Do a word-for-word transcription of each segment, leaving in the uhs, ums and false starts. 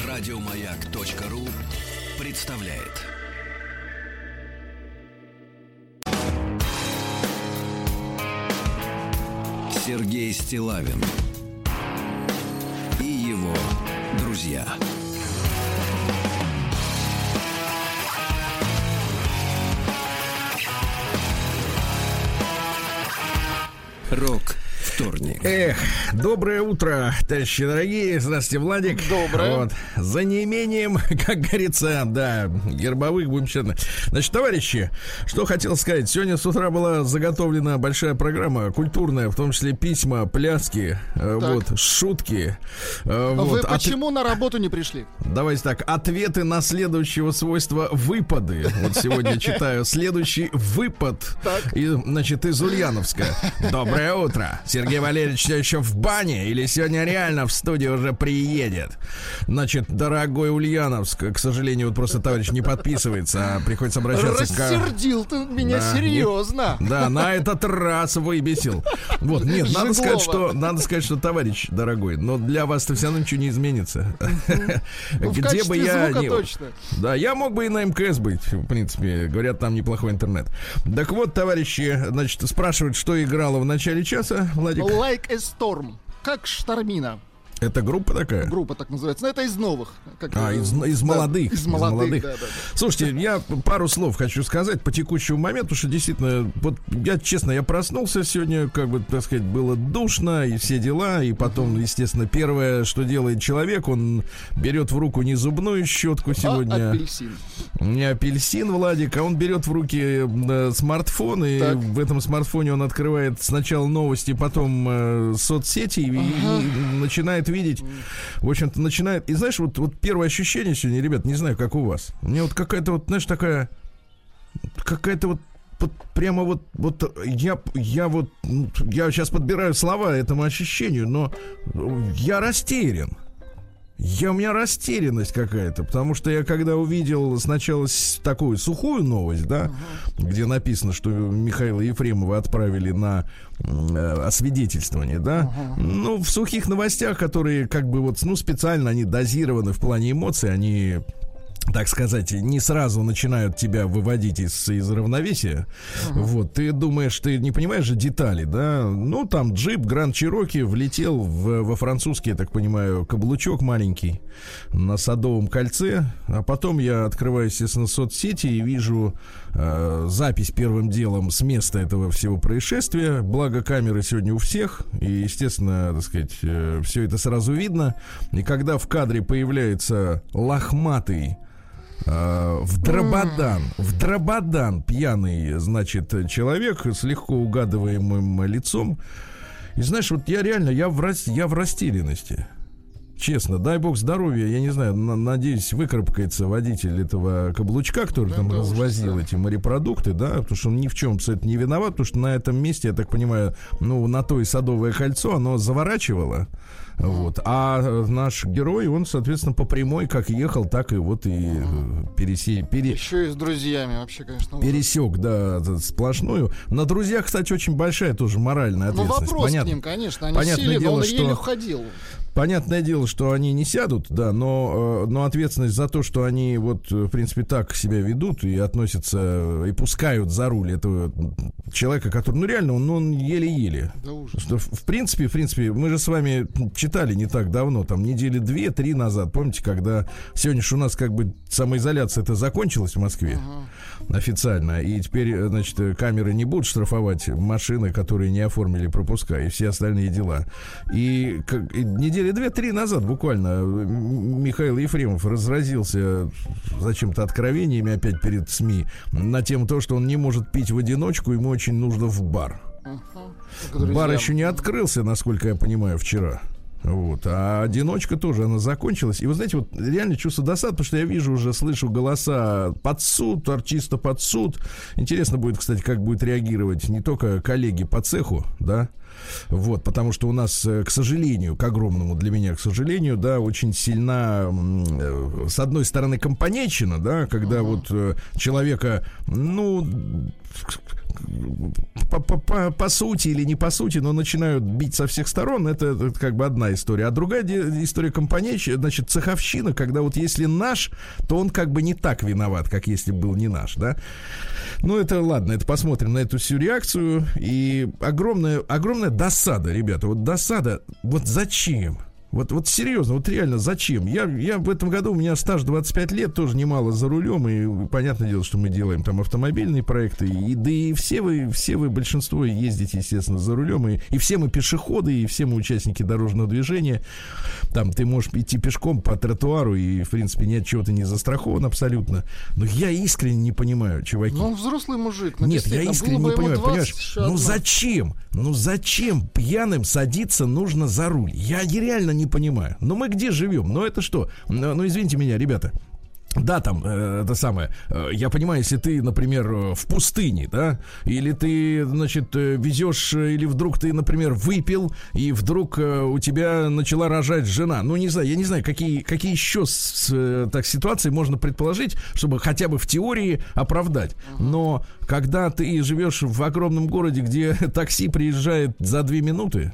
Радиомаяк.ру представляет. Сергей Стиллавин и его друзья. Рок-вторник. Эх, доброе утро, товарищи дорогие. Здравствуйте, Владик. Доброе. Вот. За неимением, как говорится, да, гербовых будем считать. Значит, товарищи, что хотел сказать. Сегодня с утра была заготовлена большая программа культурная, в том числе письма, пляски, э, вот, шутки. Э, Вы вот. почему От... на работу не пришли? Давайте так, ответы на следующего свойства выпады. Вот сегодня читаю. Следующий выпад. И, значит, из Ульяновска. Доброе утро. Сергей Валерьевич все еще в бане или сегодня реально в студию уже приедет? Значит, дорогой Ульяновск, к сожалению, вот просто товарищ не подписывается, а приходится обращаться к... Рассердил ты меня, да, серьезно. Не... Да, на этот раз выбесил. Вот, нет, Жиглова. надо сказать, что надо сказать, что, товарищ дорогой, но для вас-то все равно ничего не изменится. Где бы я ни... Да, я мог бы и на МКС быть, в принципе. Говорят, там неплохой интернет. Так вот, товарищи, значит, спрашивают, что играло в начале часа, Владик. Like a Storm, как штормина. Это группа такая? Группа так называется. Но это из новых. Как, а, из, из молодых. Да, из молодых, из молодых. Да, да, да. Слушайте, я пару слов хочу сказать по текущему моменту, потому что действительно, вот я, честно, я проснулся сегодня, как бы, так сказать, было душно и все дела, и потом, естественно, первое, что делает человек, он берет в руку не зубную щетку сегодня. А апельсин. Не апельсин, Владик, а он берет в руки э, смартфон, и так. в этом смартфоне он открывает сначала новости, потом э, соцсети, ага. и, и начинает видеть, в общем-то, начинает. И знаешь, вот, вот первое ощущение сегодня, ребят, не знаю, как у вас. У меня вот какая-то вот, знаешь, такая, какая-то вот, вот прямо вот, вот я, я вот, я сейчас подбираю слова этому ощущению, но я растерян. Я, у меня растерянность какая-то, потому что я когда увидел сначала такую сухую новость, да, uh-huh. где написано, что Михаила Ефремова отправили на э, освидетельствование, да, uh-huh. ну, в сухих новостях, которые как бы вот, ну, специально, они дозированы в плане эмоций, они... так сказать, не сразу начинают тебя выводить из, из равновесия. Uh-huh. Вот, ты думаешь, ты не понимаешь же детали, да? Ну, там джип Гранд Чироки влетел в, во французский, я так понимаю, каблучок маленький на Садовом кольце. А потом я открываю, естественно, соцсети и вижу э, запись первым делом с места этого всего происшествия. Благо, камеры сегодня у всех. И, естественно, так сказать, э, все это сразу видно. И когда в кадре появляется лохматый Uh, в дрободан, в дрободан пьяный, значит, человек с легко угадываемым лицом. И знаешь, вот я реально, я в, рас, я в растерянности. Честно, дай бог здоровья, я не знаю, на, надеюсь, выкарабкается водитель этого каблучка, который да, там развозил ужас, эти морепродукты, да, потому что он ни в чем кстати, не виноват, потому что на этом месте, я так понимаю, ну, на то и Садовое кольцо, оно заворачивало. Вот. А наш герой, он, соответственно, по прямой, как ехал, так и вот и пересе... пере... еще и с друзьями вообще, конечно. Пересек, да, сплошную. На друзьях, кстати, очень большая тоже моральная ответственность. Ну, вопрос Понят... к ним, конечно. Они Понятное сели, дело, но он что... еле ходил. Понятное дело, что они не сядут, да, но, но ответственность за то, что они вот, в принципе, так себя ведут и относятся, и пускают за руль этого человека, который, ну, реально, он, он еле-еле. Да ужас. Что, в принципе, в принципе, мы же с вами читали не так давно, там, недели две-три назад, помните, когда сегодня же у нас как бы самоизоляция-то закончилась в Москве uh-huh. официально, и теперь, значит, камеры не будут штрафовать машины, которые не оформили пропуска и все остальные дела. И, как, и недели две-три назад буквально Михаил Ефремов разразился зачем-то откровениями опять перед СМИ на тему того, что он не может пить в одиночку, ему очень нужно в бар. Uh-huh. Бар еще не открылся, насколько я понимаю, вчера. Вот. А одиночка тоже, она закончилась. И вы знаете, вот реально чувство досады, потому что я вижу уже, слышу голоса под суд, артиста под суд. Интересно будет, кстати, как будет реагировать не только коллеги по цеху, да, вот, потому что у нас, к сожалению, к огромному для меня, к сожалению, да, очень сильна, с одной стороны, компанейщина, да, когда uh-huh. вот человека, ну, по, по, по, по сути или не по сути, но начинают бить со всех сторон, это, это как бы одна история. А другая история компанейщина, значит, цеховщина, когда вот если наш, то он как бы не так виноват, как если был не наш, да. Ну, это ладно, это посмотрим на эту всю реакцию. И огромная, огромная досада, ребята, вот досада, вот зачем? Вот, вот серьезно, вот реально, зачем? Я, я в этом году, у меня стаж двадцать пять лет, тоже немало за рулем, и понятное дело, что мы делаем там автомобильные проекты, и, да и все вы, все вы, большинство ездите, естественно, за рулем, и, и все мы пешеходы, и все мы участники дорожного движения. Там ты можешь идти пешком по тротуару, и, в принципе, ни от чего ты не застрахован абсолютно. Но я искренне не понимаю, чуваки. Ну, он взрослый мужик. Ну, нет, я искренне не понимаю, понимаешь? Ну, зачем? Ну, зачем пьяным садиться нужно за руль? Я реально не понимаю. Ну, мы где живем? Ну, это что? Ну, ну извините меня, ребята. Да, там, э, это самое, э, я понимаю, если ты, например, в пустыне, да, или ты, значит, везешь, или вдруг ты, например, выпил, и вдруг э, у тебя начала рожать жена. Ну, не знаю, я не знаю, какие, какие еще с, с, так, ситуации можно предположить, чтобы хотя бы в теории оправдать. Но когда ты живешь в огромном городе, где такси приезжает за две минуты,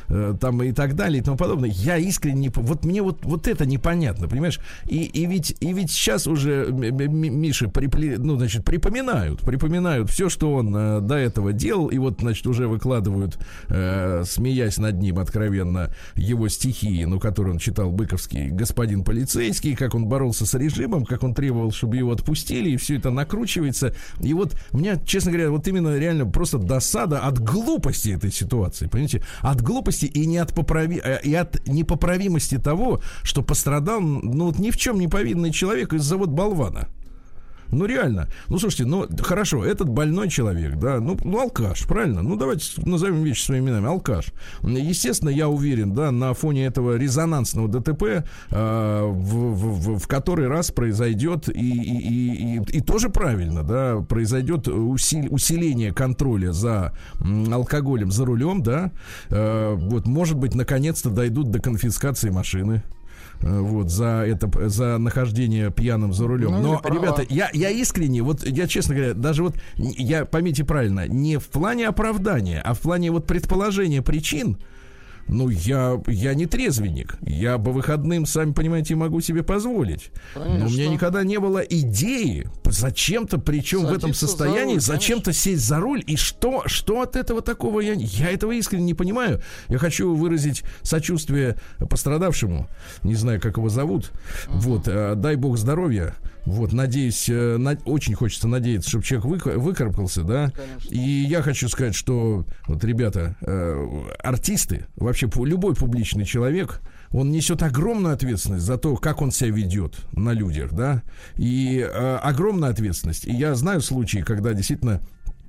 там и так далее и тому подобное, я искренне не... Вот мне вот, вот это непонятно, понимаешь? И, и, ведь, и ведь сейчас уже Миша припли, ну, значит, припоминают, припоминают все, что он э, до этого делал, и вот, значит, уже выкладывают, э, смеясь над ним откровенно, его стихи, ну, которые он читал, быковский «Господин полицейский», как он боролся с режимом, как он требовал, чтобы его отпустили, и все это накручивается. И вот у меня, честно говоря, вот именно реально просто досада от глупости этой ситуации, понимаете? От глупости и не от, поправи... и от непоправимости того, что пострадал, ну, вот ни в чем не повинный человек из-за вот болвана. Ну, реально. Ну, слушайте, ну, хорошо, этот больной человек, да, ну, ну, алкаш, правильно? Ну, давайте назовем вещи своими именами. Алкаш. Естественно, я уверен, да, на фоне этого резонансного ДТП э, в, в, в который раз произойдет и, и, и, и тоже правильно, да, произойдет усил, усиление контроля за м, алкоголем за рулем, да, э, вот, может быть, наконец-то дойдут до конфискации машины. Вот, за это, за нахождение пьяным за рулем. Ну, но, ребята, я, я искренне, вот я, честно говоря, даже вот, я, поймите правильно, не в плане оправдания, а в плане вот предположения причин. Ну, я, я не трезвенник. Я по выходным, сами понимаете, могу себе позволить. Конечно. Но у меня никогда не было идеи зачем-то, причем садиться в этом состоянии, руль, зачем-то сесть за руль. И что, что от этого такого? Я, я этого искренне не понимаю. Я хочу выразить сочувствие пострадавшему. Не знаю, как его зовут. Uh-huh. Вот, а, дай бог здоровья. Вот, надеюсь, на, очень хочется надеяться, чтобы человек вык, выкарабкался, да. Конечно. И я хочу сказать, что, вот, ребята, э, артисты, вообще любой публичный человек, он несет огромную ответственность за то, как он себя ведет на людях, да. И э, огромная ответственность. И я знаю случаи, когда действительно...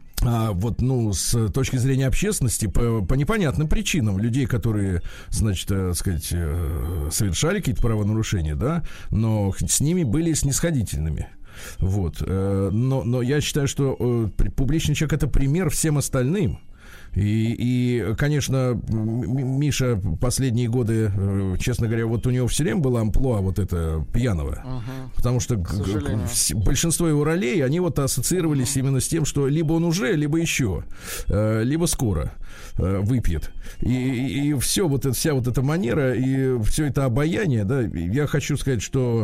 А, вот, ну, с точки зрения общественности, по, по непонятным причинам, людей, которые, значит, так сказать, совершали какие-то правонарушения, да, но с ними были снисходительными. Вот. Но, но я считаю, что публичный человек — это пример всем остальным. И, и, конечно, Миша последние годы, честно говоря, вот у него все время была амплуа вот это пьяного. Uh-huh. Потому что г- большинство его ролей, они вот ассоциировались uh-huh. именно с тем, что либо он уже, либо еще, либо скоро выпьет. И, и, и все вот это, вся вот эта манера и все это обаяние, да, я хочу сказать, что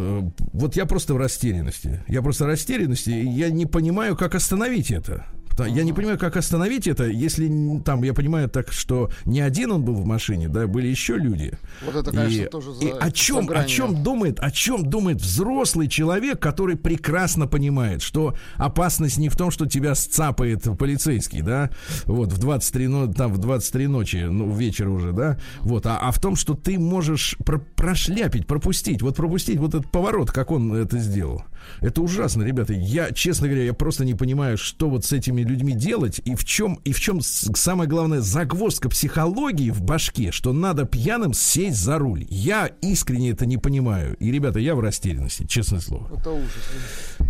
вот я просто в растерянности. Я просто в растерянности, и я не понимаю, как остановить это. Я не понимаю, как остановить это, если там, я понимаю так, что не один он был в машине, да, были еще люди. Вот это, конечно, и, тоже за, и о чем, о чем думает, о чем думает взрослый человек, который прекрасно понимает, что опасность не в том, что тебя сцапает полицейский, да, вот в двадцать три, ну, там в двадцать три ночи, ну, вечера уже, да, вот, а, а в том, что ты можешь про- прошляпить, пропустить, вот пропустить вот этот поворот, как он это сделал. Это ужасно, ребята. Я, честно говоря, я просто не понимаю, что вот с этими людьми делать и в чем, и в чем самое главное загвоздка психологии в башке, что надо пьяным сесть за руль. Я искренне это не понимаю. И, ребята, я в растерянности, честное слово. Это ужас.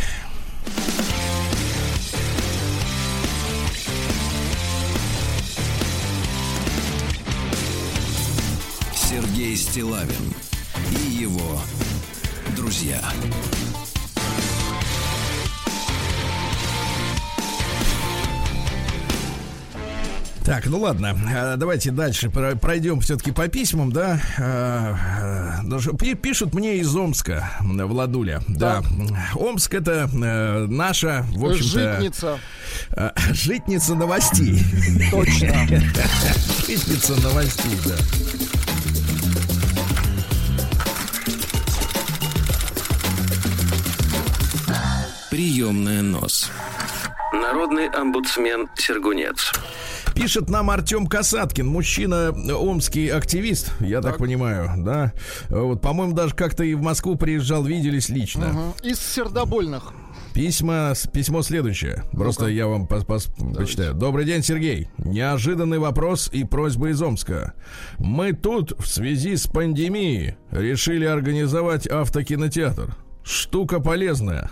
Сергей Стиллавин и его друзья. Так, ну ладно, давайте дальше пройдем все-таки по письмам, да. Пишут мне из Омска, Владуля. Да. Да. Омск — это наша, в общем-то... Житница. Житница новостей. Точно. Житница новостей, да. Приемная нос. Народный омбудсмен Сергунец. Пишет нам Артем Касаткин, мужчина, омский активист, я так, так понимаю, да. Вот, по-моему, даже как-то и в Москву приезжал, виделись лично. Угу. Из сердобольных. Письма, письмо следующее. Просто ну-ка. я вам пос- пос- почитаю. Добрый день, Сергей. Неожиданный вопрос и просьба из Омска. Мы тут в связи с пандемией решили организовать автокинотеатр. Штука полезная.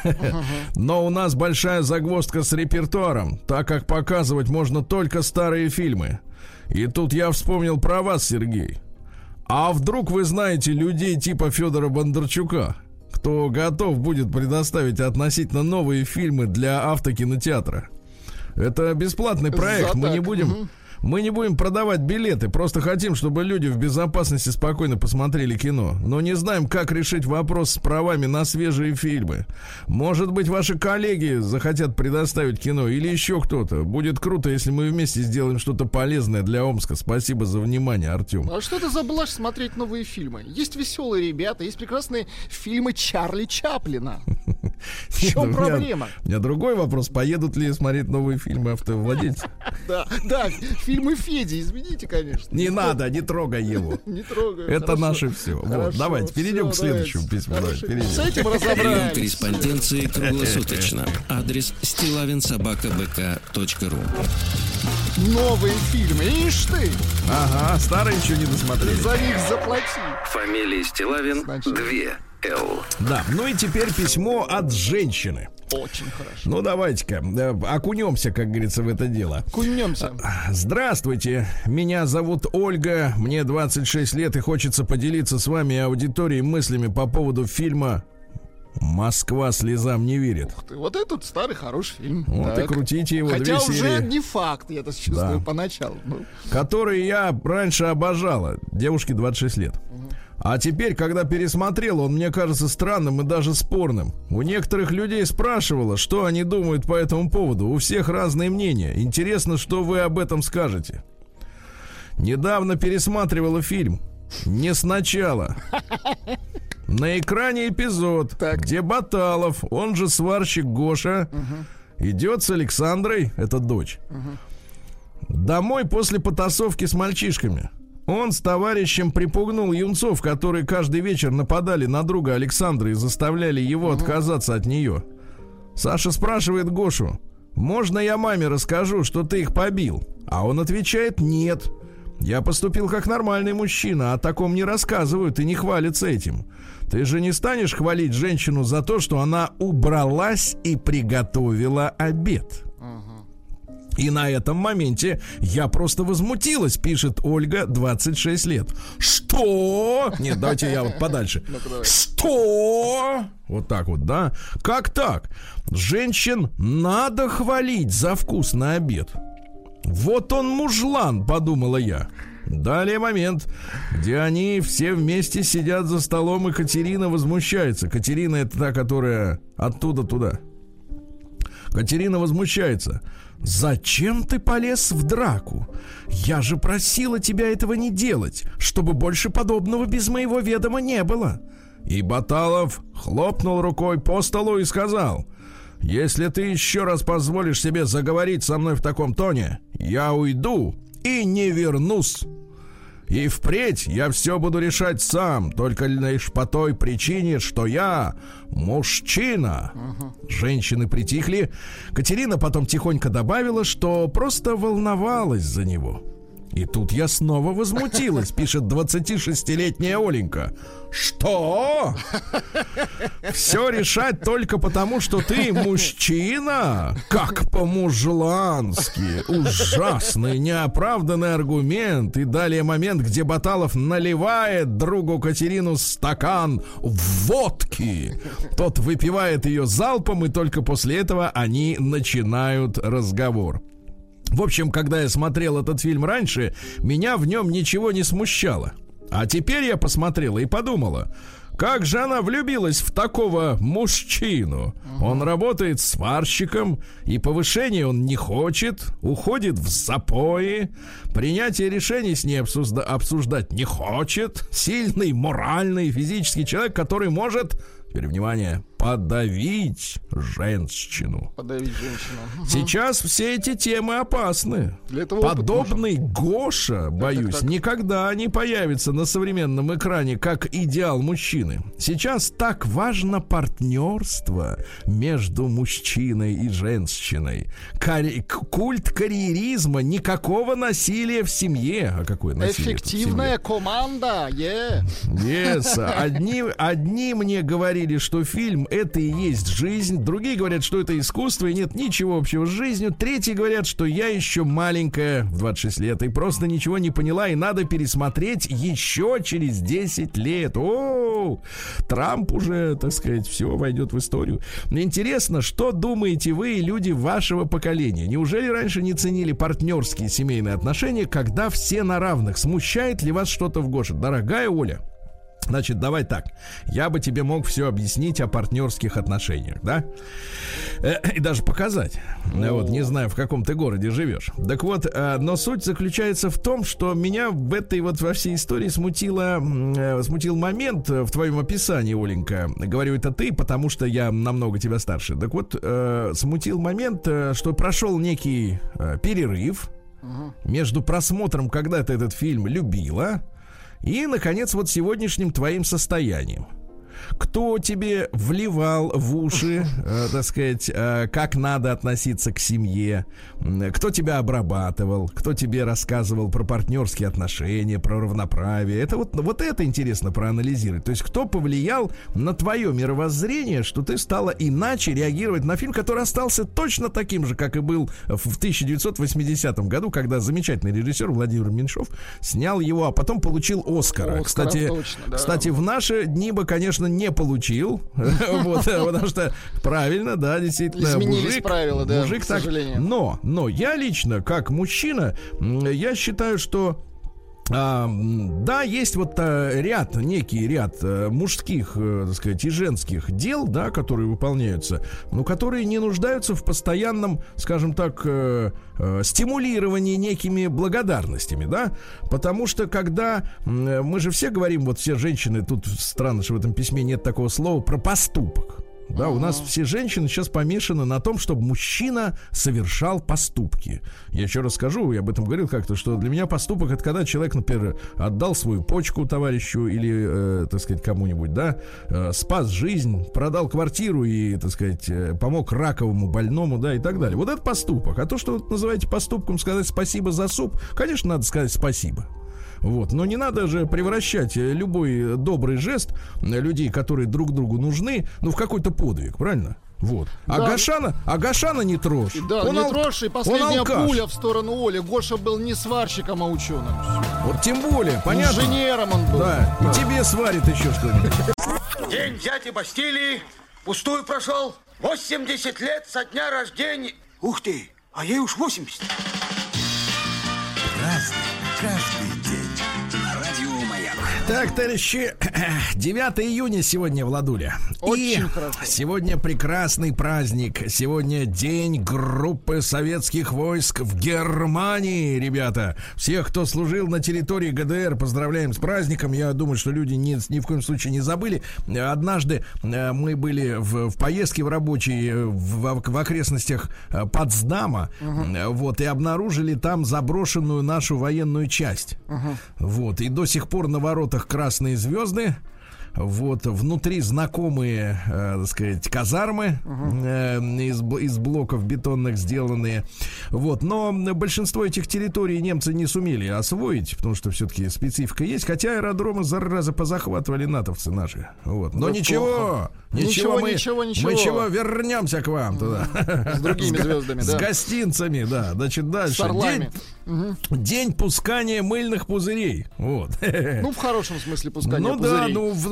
Но у нас большая загвоздка с репертуаром, так как показывать можно только старые фильмы. И тут я вспомнил про вас, Сергей. А вдруг вы знаете людей типа Федора Бондарчука, кто готов будет предоставить относительно новые фильмы для автокинотеатра? Это бесплатный проект, мы не будем... Мы не будем продавать билеты, просто хотим, чтобы люди в безопасности спокойно посмотрели кино. Но не знаем, как решить вопрос с правами на свежие фильмы. Может быть, ваши коллеги захотят предоставить кино или еще кто-то. Будет круто, если мы вместе сделаем что-то полезное для Омска. Спасибо за внимание, Артем. А что это за блажь смотреть новые фильмы? Есть веселые ребята, есть прекрасные фильмы Чарли Чаплина. В чем проблема? У меня другой вопрос. Поедут ли смотреть новые фильмы автовладельцы? Да, да, фильмы Феди, извините, конечно. Не надо, не трогай его. Не трогай. Это наше все. Вот, давайте перейдем к следующему письму. С этим разобрались. Прием корреспонденции круглосуточно. Адрес стилавин собака бэ ка точка ру. Новые фильмы, ишь ты! Ага, старые еще не досмотрели. За них заплати. Фамилия Стилавин две Л. Да, ну и теперь письмо от женщины. Очень хорошо. Ну, давайте-ка, окунемся, как говорится, в это дело. Окунемся. Здравствуйте, меня зовут Ольга, мне двадцать шесть лет, и хочется поделиться с вами аудиторией мыслями по поводу фильма «Москва слезам не верит». Ух ты, вот этот старый хороший фильм. Вот так. И крутите его. Хотя две уже серии. Не факт, я это чувствую, да. Поначалу. Ну. Который я раньше обожала. Девушке двадцать шесть лет. Угу. А теперь, когда пересмотрел, он мне кажется странным и даже спорным. У некоторых людей спрашивала, что они думают по этому поводу. У всех разные мнения. Интересно, что вы об этом скажете. Недавно пересматривала фильм. Не сначала. На экране эпизод, так. где Баталов, он же сварщик Гоша, угу. идет с Александрой, это дочь, угу. домой после потасовки с мальчишками. Он с товарищем припугнул юнцов, которые каждый вечер нападали на друга Александры и заставляли его угу. отказаться от нее. Саша спрашивает Гошу: можно я маме расскажу, что ты их побил? А он отвечает: нет. Я поступил как нормальный мужчина, о таком не рассказывают и не хвалятся этим. Ты же не станешь хвалить женщину за то, что она убралась и приготовила обед. И на этом моменте я просто возмутилась, пишет Ольга, двадцать шесть лет. Что? Нет, давайте я вот подальше. Что? Вот так вот, да? Как так? Женщин надо хвалить за вкусный обед. Вот он мужлан, подумала я. Далее момент, где они все вместе сидят за столом, и Катерина возмущается. Катерина — это та, которая оттуда туда. Катерина возмущается. Зачем ты полез в драку? Я же просила тебя этого не делать, чтобы больше подобного без моего ведома не было. И Баталов хлопнул рукой по столу и сказал: если ты еще раз позволишь себе заговорить со мной в таком тоне, я уйду и не вернусь. И впредь я все буду решать сам, только лишь по той причине, что я мужчина. Uh-huh. Женщины притихли. Катерина потом тихонько добавила, что просто волновалась за него. И тут я снова возмутилась, пишет двадцатишестилетняя Оленька. Что? Все решать только потому, что ты мужчина? Как по-мужлански. Ужасный, неоправданный аргумент. И далее момент, где Баталов наливает другу Катерину стакан водки. Тот выпивает ее залпом, и только после этого они начинают разговор. В общем, когда я смотрел этот фильм раньше, меня в нем ничего не смущало. А теперь я посмотрела и подумала, как же она влюбилась в такого мужчину. Он работает сварщиком, и повышения он не хочет, уходит в запои, принятие решений с ней обсужда- обсуждать не хочет. Сильный, моральный, физический человек, который может, теперь внимание, подавить женщину. Подавить женщину. Сейчас все эти темы опасны. Для этого подобный Гоша, боюсь, так, так. никогда не появится на современном экране как идеал мужчины. Сейчас так важно партнерство между мужчиной и женщиной. Карь... Культ карьеризма, никакого насилия в семье. А какое насилие? Эффективная команда, yeah. Yes. Одни, одни мне говорили, что фильм это и есть жизнь. Другие говорят, что это искусство и нет ничего общего с жизнью. Третьи говорят, что я еще маленькая в двадцать шесть лет и просто ничего не поняла и надо пересмотреть еще через десять лет. О, Трамп уже, так сказать, все войдет в историю. Мне интересно, что думаете вы, люди вашего поколения? Неужели раньше не ценили партнерские семейные отношения, когда все на равных? Смущает ли вас что-то в Гоше? Дорогая Оля, значит, давай так. Я бы тебе мог все объяснить о партнерских отношениях, да? И даже показать. Вот, не знаю, в каком ты городе живешь. Так вот, но суть заключается в том, что меня в этой вот во всей истории смутило, смутил момент в твоем описании, Оленька. Говорю, это ты, потому что я намного тебя старше. Так вот, смутил момент, что прошел некий перерыв между просмотром, когда ты этот фильм любила, и, наконец, вот сегодняшним твоим состоянием. Кто тебе вливал в уши, э, так сказать, э, как надо относиться к семье, кто тебя обрабатывал, кто тебе рассказывал про партнерские отношения, про равноправие. Это вот, вот это интересно проанализировать. То есть кто повлиял на твое мировоззрение, что ты стала иначе реагировать на фильм, который остался точно таким же, как и был в тысяча девятьсот восьмидесятом году, когда замечательный режиссер Владимир Меньшов снял его, а потом получил Оскара. Оскара, кстати, точно, да. кстати, в наши дни бы, конечно, не получил, вот, потому что правильно, да, действительно, изменились мужик, правила, да, мужик к так, сожалению. но, но я лично, как мужчина, я считаю, что А, да, есть вот а, ряд, некий ряд а, мужских, а, так сказать, и женских дел, да, которые выполняются, но которые не нуждаются в постоянном, скажем так, а, а, стимулировании некими благодарностями, да, потому что когда а, мы же все говорим, вот все женщины, тут странно, что в этом письме нет такого слова, про поступок. Да, у нас все женщины сейчас помешаны на том, чтобы мужчина совершал поступки. Я еще раз скажу, я об этом говорил как-то, что для меня поступок — это когда человек, например, отдал свою почку товарищу или, э, так сказать, кому-нибудь, да, э, спас жизнь, продал квартиру и, так сказать, э, помог раковому больному, да, и так далее. Вот это поступок. А то, что вы называете поступком сказать спасибо за суп, конечно, надо сказать спасибо. Вот. Но не надо же превращать любой добрый жест людей, которые друг другу нужны, ну, в какой-то подвиг, правильно? Вот. А да. Гошана, а Гошана не трожь. Да, он не ал... трожь, и последняя пуля в сторону Оли. Гоша был не сварщиком, а ученым. Вот тем более, понятно? Инженером он был. Да, да. И тебе сварит еще что-нибудь. День дяди Бастилии пустую прошел. восемьдесят лет со дня рождения. Ух ты, а ей уж восемьдесят. Разный, каждый день. Так, товарищи, девятого июня сегодня, Владуля. Очень И хорошо. Сегодня прекрасный праздник. Сегодня день группы советских войск в Германии, ребята. Всех, кто служил на территории ГДР, поздравляем с праздником. Я думаю, что люди ни, ни в коем случае не забыли. Однажды мы были в, в поездке в рабочей в, в окрестностях Потсдама, угу. вот, и обнаружили там заброшенную нашу военную часть. Угу. Вот, и до сих пор на воротах красные звезды. Вот, внутри знакомые, э, так сказать, казармы э, из, из блоков бетонных сделанные. Вот, но большинство этих территорий немцы не сумели освоить, потому что все-таки специфика есть. Хотя аэродромы, зараза, позахватывали натовцы наши. Вот. Но да ничего, ничего, ничего, мы, ничего, ничего. мы чего, вернемся к вам туда. С другими с, звездами, с да. С гостинцами, да. Значит, дальше. С орлами. День, угу. день пускания мыльных пузырей. Вот. Ну, в хорошем смысле пускания ну, пузырей. Ну да, ну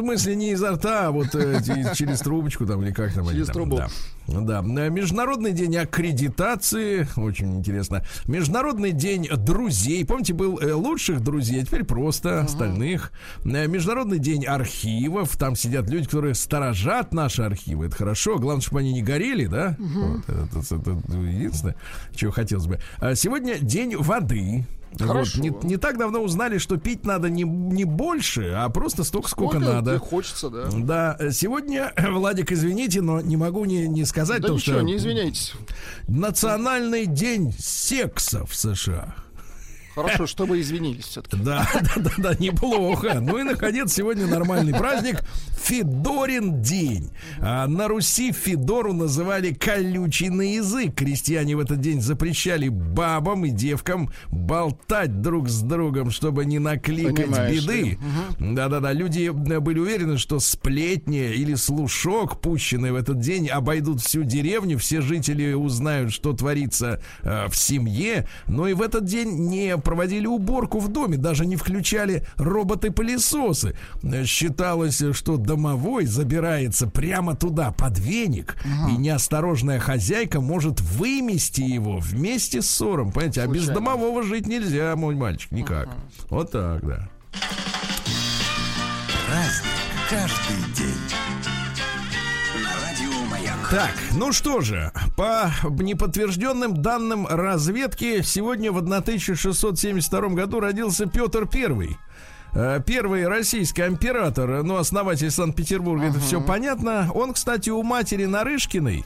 смысле не изо рта, а вот э, через трубочку там или как там. Через там, трубу. Да. Да. Международный день аккредитации. Очень интересно. Международный день друзей. Помните, был э, лучших друзей, а теперь просто uh-huh. остальных. Международный день архивов. Там сидят люди, которые сторожат наши архивы. Это хорошо. Главное, чтобы они не горели, да? Uh-huh. Вот, это, это, это единственное, чего хотелось бы. Сегодня день воды. Вот. Не, не так давно узнали, что пить надо не, не больше, а просто столько, сколько, сколько надо. Хочется, да. Да. Сегодня, Владик, извините, но не могу не, не сказать, да потому ничего, что не извиняйтесь. Национальный день секса в США. Хорошо, чтобы извинились все-таки. Да, да, да, да, неплохо. Ну и, наконец, сегодня нормальный праздник. Федорин день. А на Руси Федору называли колючий на язык. Крестьяне в этот день запрещали бабам и девкам болтать друг с другом, чтобы не накликать Понимаешь беды. Угу. Да-да-да, люди были уверены, что сплетни или слушок, пущенные в этот день, обойдут всю деревню. Все жители узнают, что творится э, в семье. Но и в этот день не проводили уборку в доме, даже не включали роботы-пылесосы. Считалось, что домовой забирается прямо туда, под веник, ага. и неосторожная хозяйка может вымести его вместе с ссором. Понимаете, Случайно. А без домового жить нельзя, мой мальчик, никак. Ага. Вот так, да. Праздник каждый день. Так, ну что же, по неподтвержденным данным разведки, сегодня в тысяча шестьсот семьдесят втором году родился Петр Первый. Первый российский император, ну, основатель Санкт-Петербурга, uh-huh. это все понятно. Он, кстати, у матери Нарышкиной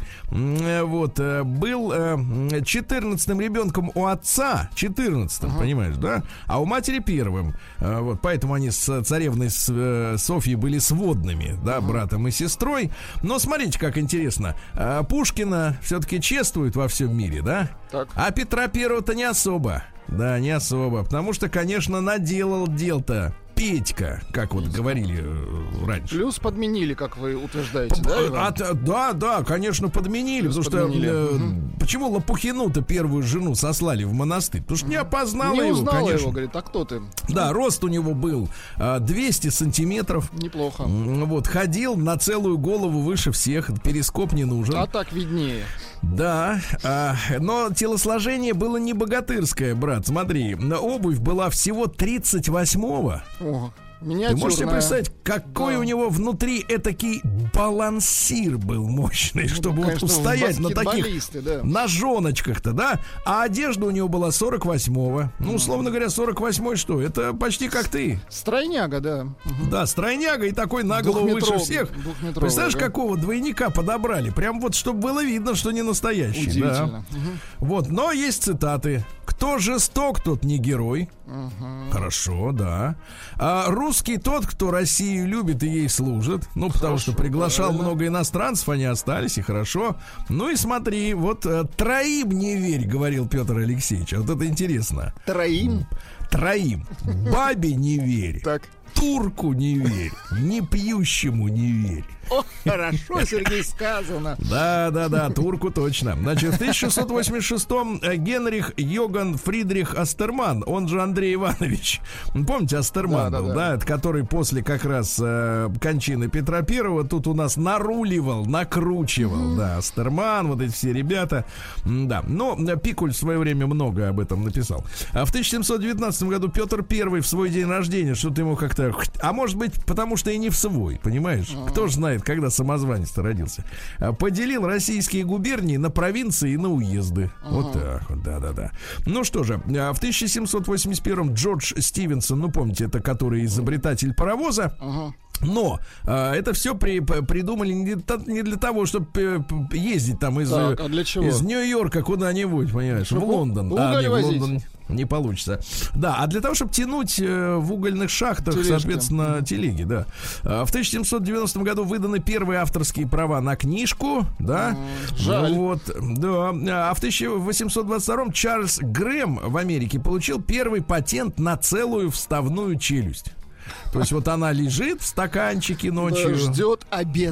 вот, был четырнадцатым ребенком у отца, четырнадцатым, uh-huh. понимаешь, да? А у матери первым. Вот, поэтому они с царевной Софьей были сводными, да, uh-huh. братом и сестрой. Но смотрите, как интересно. Пушкина все-таки чествуют во всем мире, да? Так. А Петра Первого-то не особо. Да, не особо. Потому что, конечно, наделал дел-то Петька, как вот говорили э, раньше. Плюс подменили, как вы утверждаете, да, Иван? От, да, да, конечно, подменили. Плюс потому подменили. что э, угу. Почему Лопухину-то первую жену сослали в монастырь? Потому что не опознала не его, узнала конечно. его, говорит, а кто ты? Да, рост у него был э, двести сантиметров. Неплохо. Вот, ходил на целую голову выше всех. Перископ не нужен. А так виднее. Да, а, но телосложение было не богатырское, брат. Смотри, обувь была всего тридцать восьмого. О, Ты можешь себе представить, какой да. у него внутри этакий балансир был мощный, чтобы ну, конечно, вот устоять на таких да. ножоночках-то, да? А одежда у него была сорок восьмого. Ну, условно говоря, сорок восьмой что? Это почти как ты. Стройняга, да. Угу. Да, стройняга и такой на голову выше всех. Представляешь, да? какого двойника подобрали? Прям вот, чтобы было видно, что не настоящий. Удивительно. Да. Угу. Вот, но есть цитаты. Кто жесток, тот не герой. Угу. Хорошо, да. А русский тот, кто Россию любит и ей служит. Ну, потому хорошо, что приглашал правильно. много иностранцев, они остались, и хорошо. Ну и смотри, вот троим не верь, говорил Петр Алексеевич. Вот это интересно. Троим? Троим. Бабе не верь. Так. Турку не верь. Не пьющему не верь. О, хорошо, Сергей, сказано. Да, да, да, турку точно. Значит, в тысяча шестьсот восемьдесят шестом Генрих Йоган Фридрих Астерман, он же Андрей Иванович. Помните, Астерман, да, да, да. да который после как раз э, кончины Петра Первого тут у нас наруливал, накручивал. Mm-hmm. Да, Астерман, вот эти все ребята. Да, но Пикуль в свое время много об этом написал. А в тысяча семьсот девятнадцатом году Петр Первый в свой день рождения что-то ему как-то... А может быть, потому что и не в свой, понимаешь? Mm-hmm. Кто же знает, когда самозванец-то родился. Поделил российские губернии на провинции и на уезды. Uh-huh. Вот так вот, да-да-да. Ну что же, в тысяча семьсот восемьдесят первом Джордж Стивенсон, ну помните, это который изобретатель паровоза. Uh-huh. Но а, это все при, придумали не для, не для того, чтобы ездить там из, так, а для чего? из Нью-Йорка куда-нибудь, понимаешь, чтобы в Лондон. А, не, в Лондон не получится. Да, а для того, чтобы тянуть э, в угольных шахтах, Тележка. соответственно, телеги, да. А, в тысяча семьсот девяностом году выданы первые авторские права на книжку, да. Жаль. Вот, да. А в тысяча восемьсот двадцать втором Чарльз Грэм в Америке получил первый патент на целую вставную челюсть. То есть вот она лежит в стаканчике ночью. Да, ждет обеда.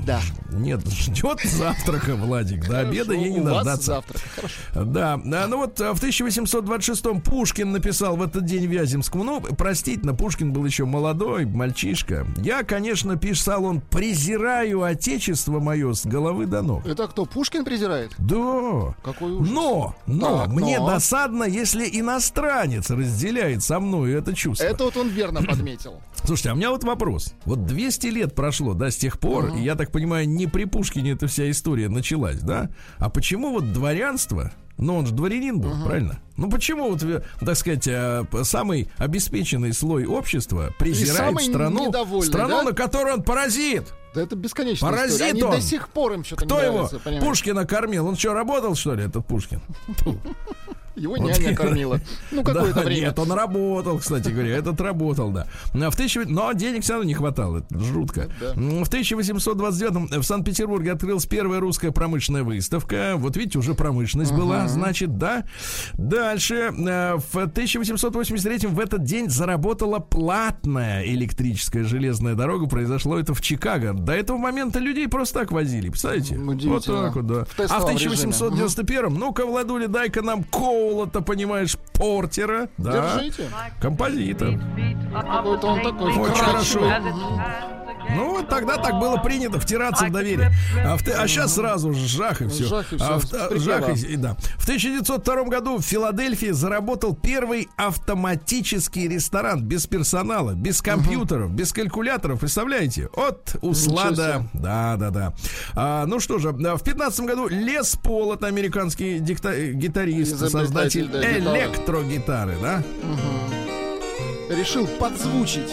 Нет, ждет завтрака, Владик. До обеда ей не дождаться. Завтрак. Хорошо. Да, ну вот в тысяча восемьсот двадцать шестом Пушкин написал в этот день Вяземскому. Ну, простительно, Пушкин был еще молодой, мальчишка. Я, конечно, писал он: презираю отечество мое с головы до ног. Это кто, Пушкин презирает? Да. Какой ужас. Но, но, Так, мне но. досадно, если иностранец разделяет со мной это чувство. Это вот он верно подметил. Слушайте, а у меня вот вопрос. Вот двести лет прошло, да, с тех пор, Uh-huh. и я так понимаю, не при Пушкине эта вся история началась, да? А почему вот дворянство, ну он же дворянин был, uh-huh. правильно? Ну почему вот, так сказать, самый обеспеченный слой общества презирает страну, страну, да? На которую он паразит? Да это бесконечная Паразит история. Они он. до сих пор им что-то Кто не его нравится, понимаешь? Пушкина кормил? Он что, работал, что ли, этот Пушкин? Его няня кормила. Ну, какое-то да, время. Нет, он работал, кстати говоря. Этот работал, да. В тысяча... Но денег все равно не хватало. Это жутко. Да. В тысяча восемьсот двадцать девятом в Санкт-Петербурге открылась первая русская промышленная выставка. Вот видите, уже промышленность uh-huh. была, значит, да. Дальше. В тысяча восемьсот восемьдесят третьем в этот день заработала платная электрическая железная дорога. Произошло это в Чикаго. До этого момента людей просто так возили. Представляете? Вот так вот, да. В а в тысяча восемьсот девяносто первом, ну-ка, Владуля, дай-ка нам Коула-то, понимаешь, Портера. Да. Держите. Композитор. Какой-то он такой. Очень хорошо. Ну, вот тогда так было принято втираться в доверие. А, в, а сейчас сразу жах и все. Жах и все. А, в, жах и, да. В тысяча девятьсот втором году в Филадельфии заработал первый автоматический ресторан без персонала, без компьютеров, uh-huh. без калькуляторов. Представляете? От Услада. Да, да, да. А, ну что же, в пятнадцатом году Лес Пол, это американский дикта- гитарист, создатель да, электрогитары, да? Uh-huh. Решил подзвучить.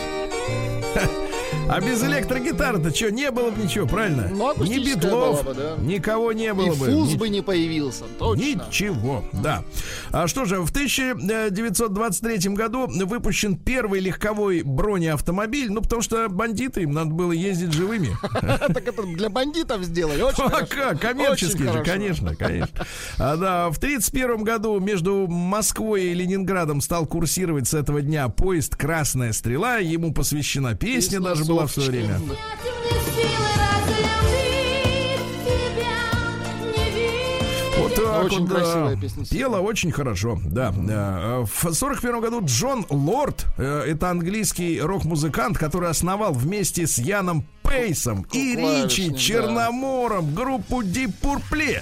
А без электрогитары-то что, не было бы ничего, правильно? Ну, ни Битлов, бы, да. никого не было и бы. И Фуз Ни... бы не появился, точно. Ничего, да. А что же, в тысяча девятьсот двадцать третьем году выпущен первый легковой бронеавтомобиль, ну, потому что бандиты, им надо было ездить живыми. Так это для бандитов сделали, очень хорошо. А как, коммерчески же, конечно, конечно. А да, в тридцать первом году между Москвой и Ленинградом стал курсировать с этого дня поезд «Красная стрела», ему посвящена песня даже была в свое время. Вот так очень вот, красивая да. песня. Пела очень хорошо, да. В сорок первом году Джон Лорд, это английский рок-музыкант, который основал вместе с Яном Пейсом ну, и Ричи Черномором да. группу Deep Purple.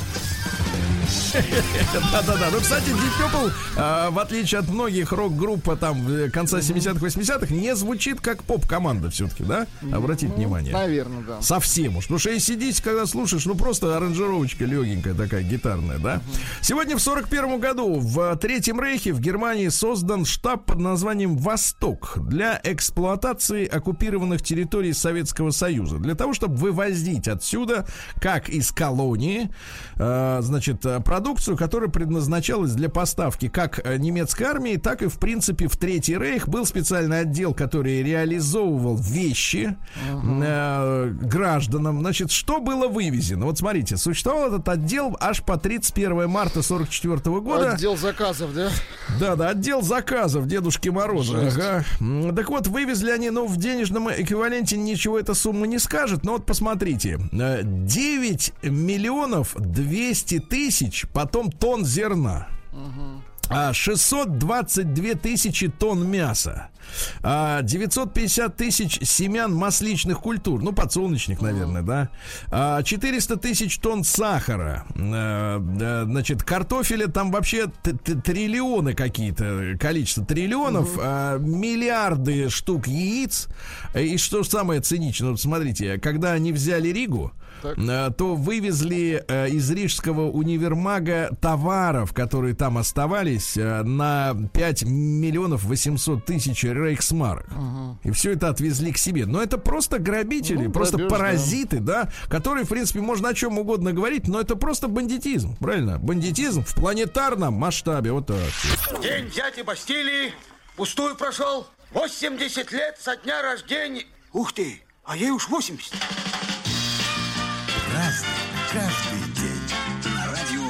Да-да-да. Ну, кстати, Deep Purple, а, в отличие от многих рок-групп там конца семидесятых, восьмидесятых, не звучит как поп-команда все-таки, да? Обратите ну, внимание. Наверное, да. Совсем уж. Потому что если сидите, когда слушаешь, ну, просто аранжировочка легенькая такая, гитарная, да? Uh-huh. Сегодня в сорок первом году в Третьем Рейхе в Германии создан штаб под названием «Восток» для эксплуатации оккупированных территорий Советского Союза. Для того, чтобы вывозить отсюда, как из колонии, э, значит, продукцию, которая предназначалась для поставки как немецкой армии, так и, в принципе, в Третий Рейх был специальный отдел, который реализовывал вещи uh-huh. э, гражданам. Значит, что было вывезено? Вот смотрите, существовал этот отдел аж по тридцать первое марта сорок четвёртого года. Отдел заказов, да? Да, да, отдел заказов Дедушки Мороза. Ага. Так вот, вывезли они, ну, в денежном эквиваленте ничего эта сумма не скажет, но вот посмотрите. девять миллионов двести тысяч потом тонн зерна. Uh-huh. шестьсот двадцать две тысячи тонн мяса, девятьсот пятьдесят тысяч семян масличных культур, ну, подсолнечник, наверное, uh-huh. да, четыреста тысяч тонн сахара, значит, картофеля там вообще триллионы какие-то, количество триллионов, uh-huh. миллиарды штук яиц, и что самое циничное, вот смотрите, когда они взяли Ригу, так. то вывезли э, из Рижского универмага товаров, которые там оставались, э, на пять миллионов восемьсот тысяч рейхсмарок. Uh-huh. И все это отвезли к себе. Но это просто грабители, ну, просто грабеж, паразиты, да. да, которые, в принципе, можно о чем угодно говорить, но это просто бандитизм, правильно? Бандитизм в планетарном масштабе, вот так. День дяди Бастилии пустую прошел. восемьдесят лет со дня рождения. Ух ты, а ей уж восемьдесят. Разный, каждый день. На радио Маяк.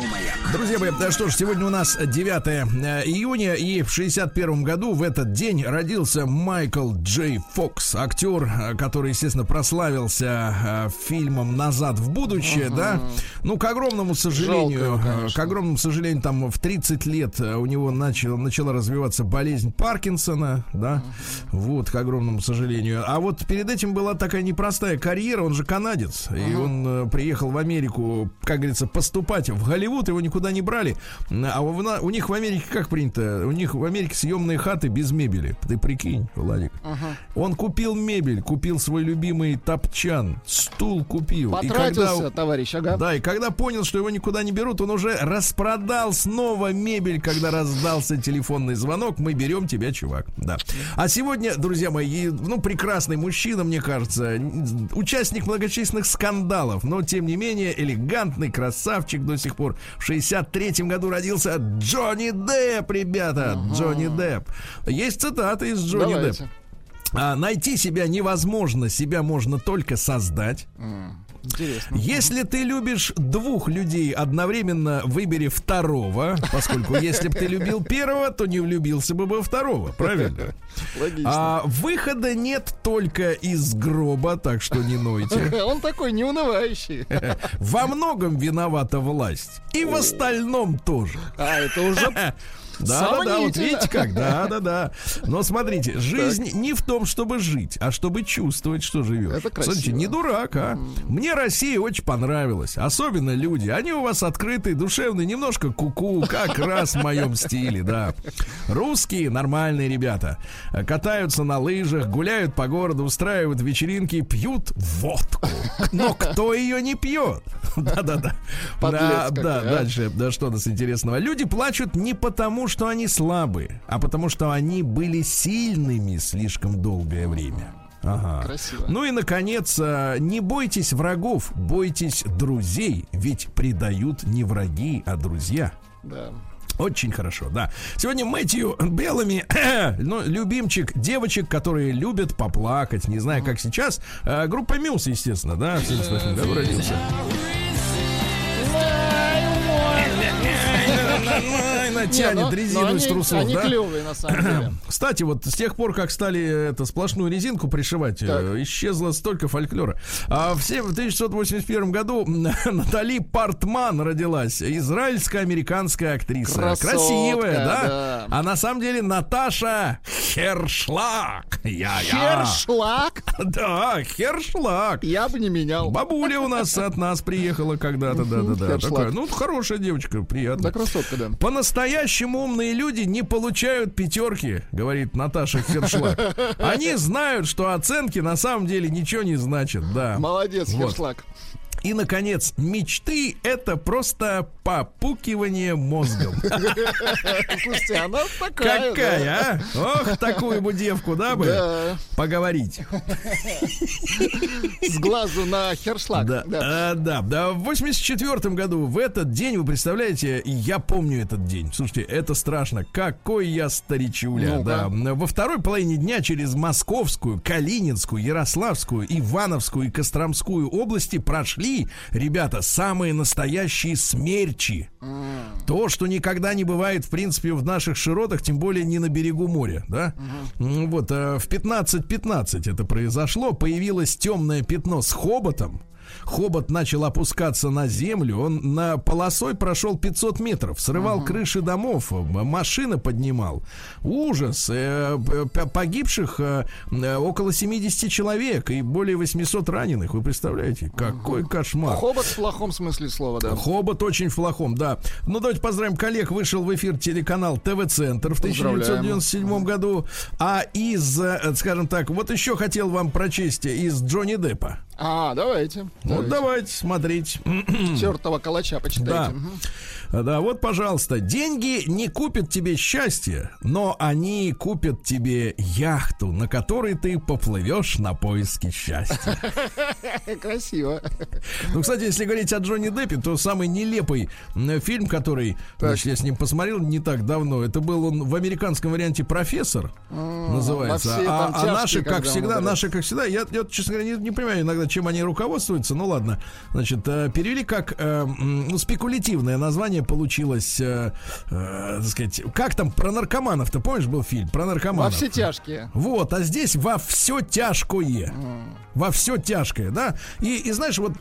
Друзья мои, да что ж, сегодня у нас девятое июня, и в шестьдесят первом году в этот день родился Майкл Джей Фокс, актер, который, естественно, прославился фильмом «Назад в будущее», uh-huh. да. Ну, к огромному сожалению, Жалко, к огромному сожалению, там в тридцать лет у него начала, начала развиваться болезнь Паркинсона, да. Uh-huh. Вот, к огромному сожалению. А вот перед этим была такая непростая карьера, он же канадец, uh-huh. и он приехал в Америку, как говорится, поступать в Голливуд, его никуда не брали. А у, у них в Америке как принято? У них в Америке съемные хаты без мебели. Ты прикинь, Владик. Ага. Он купил мебель, купил свой любимый топчан, стул купил. Потратился, и когда, товарищ, ага. Да, и когда понял, что его никуда не берут, он уже распродал снова мебель, когда раздался телефонный звонок. Мы берем тебя, чувак. Да. А сегодня, друзья мои, ну, прекрасный мужчина, мне кажется, участник многочисленных скандалов, но, тем не менее, элегантный красавчик до сих пор. В шестьдесят третьем году родился Джонни Депп, ребята. Ага. Джонни Депп. Есть цитаты из Джонни Деппа. А, найти себя невозможно, себя можно только создать. Интересно. Если ты любишь двух людей одновременно, выбери второго, поскольку если бы ты любил первого, то не влюбился бы во второго, правильно? Логично. А выхода нет только из гроба, так что не нойте. Он такой неунывающий. Во многом виновата власть. И в остальном тоже. А, это уже... Да, да, да, вот видите как, да, да, да. Но смотрите, жизнь так. не в том, чтобы жить, а чтобы чувствовать, что живешь. Это красиво. Смотрите, не дурак, а. Mm. Мне Россия очень понравилась. Особенно люди. Они у вас открытые, душевные, немножко куку, как раз в моем стиле, да. Русские нормальные ребята. Катаются на лыжах, гуляют по городу, устраивают вечеринки, пьют водку. Но кто ее не пьет? Да-да-да. Да, да, дальше, да, что у нас интересного. Люди плачут не потому, что они слабые, а потому что они были сильными слишком долгое время. Ага. Красиво. Ну и, наконец, не бойтесь врагов, бойтесь друзей, ведь предают не враги, а друзья. Да. Очень хорошо, да. Сегодня Мэтью Беллами, ну, любимчик девочек, которые любят поплакать. Не знаю, как сейчас. Группа Мюз, естественно, да, в семьдесят восьмом году родился. Тянет ну, резину из трусов, они да? клевые, на самом деле. Кстати, вот с тех пор, как стали это, сплошную резинку пришивать, так. исчезло столько фольклора. А в тысяча девятьсот восемьдесят первом году Натали Портман родилась. Израильско-американская актриса. Красотка, красивая, да? да? А на самом деле Наташа Хершлаг. Я-я. Хершлаг? Да, Хершлаг. Я бы не менял. Бабуля у нас от нас приехала когда-то, да-да-да. Такая, ну, хорошая девочка, приятно. Да, красотка, да. По-настоящему умные люди не получают пятерки, говорит Наташа Хершлаг. Они знают, что оценки на самом деле ничего не значат, да. Молодец, вот. Хершлаг. И, наконец, мечты — это просто попукивание мозгом. Слушайте, она такая. Какая, да? а? Ох, такую бы девку, да, бы? Да. Поговорить. С глазу на Хершлаг. Да, да. А, да, да. В восемьдесят четвёртом году, в этот день, вы представляете, я помню этот день. Слушайте, это страшно. Какой я старичуля, ну, да. да. Во второй половине дня через Московскую, Калининскую, Ярославскую, Ивановскую и Костромскую области прошли, ребята, самые настоящие смерчи. Mm. То, что никогда не бывает, в принципе, в наших широтах, тем более не на берегу моря, да? Mm-hmm. Вот, в пятнадцать пятнадцать это произошло. Появилось темное пятно с хоботом. Хобот начал опускаться на землю. Он на полосой прошел пятьсот метров. Срывал uh-huh. крыши домов. Машины поднимал. Ужас. Погибших около семьдесят человек. И более восемьсот раненых. Вы представляете? Какой uh-huh. кошмар. Хобот в плохом смысле слова, да. Хобот очень в плохом, да. Ну, давайте поздравим коллег. Вышел в эфир телеканал ТВ-центр в тысяча девятьсот девяносто седьмом году. А из, скажем так, вот еще хотел вам прочесть из Джонни Деппа. А, давайте. Вот давайте смотреть. Чертова калача почитайте. Да. Угу. Да, вот, пожалуйста. Деньги не купят тебе счастье, но они купят тебе яхту, на которой ты поплывешь на поиски счастья. Красиво. Ну, кстати, если говорить о Джонни Деппе, то самый нелепый фильм, который, значит, я с ним посмотрел не так давно, это был он в американском варианте «Профессор», mm, называется. А, а наши, как всегда, наши, как всегда, я, я честно говоря, не, не понимаю иногда, чем они руководствуются. Ну ладно, значит, перевели как э, ну, спекулятивное название мне получилось, э, э, так сказать, как там про наркоманов-то, помнишь, был фильм про наркоманов? Во все тяжкие. Вот, а здесь во все тяжкое. Mm. Во все тяжкое, да? И, и знаешь, вот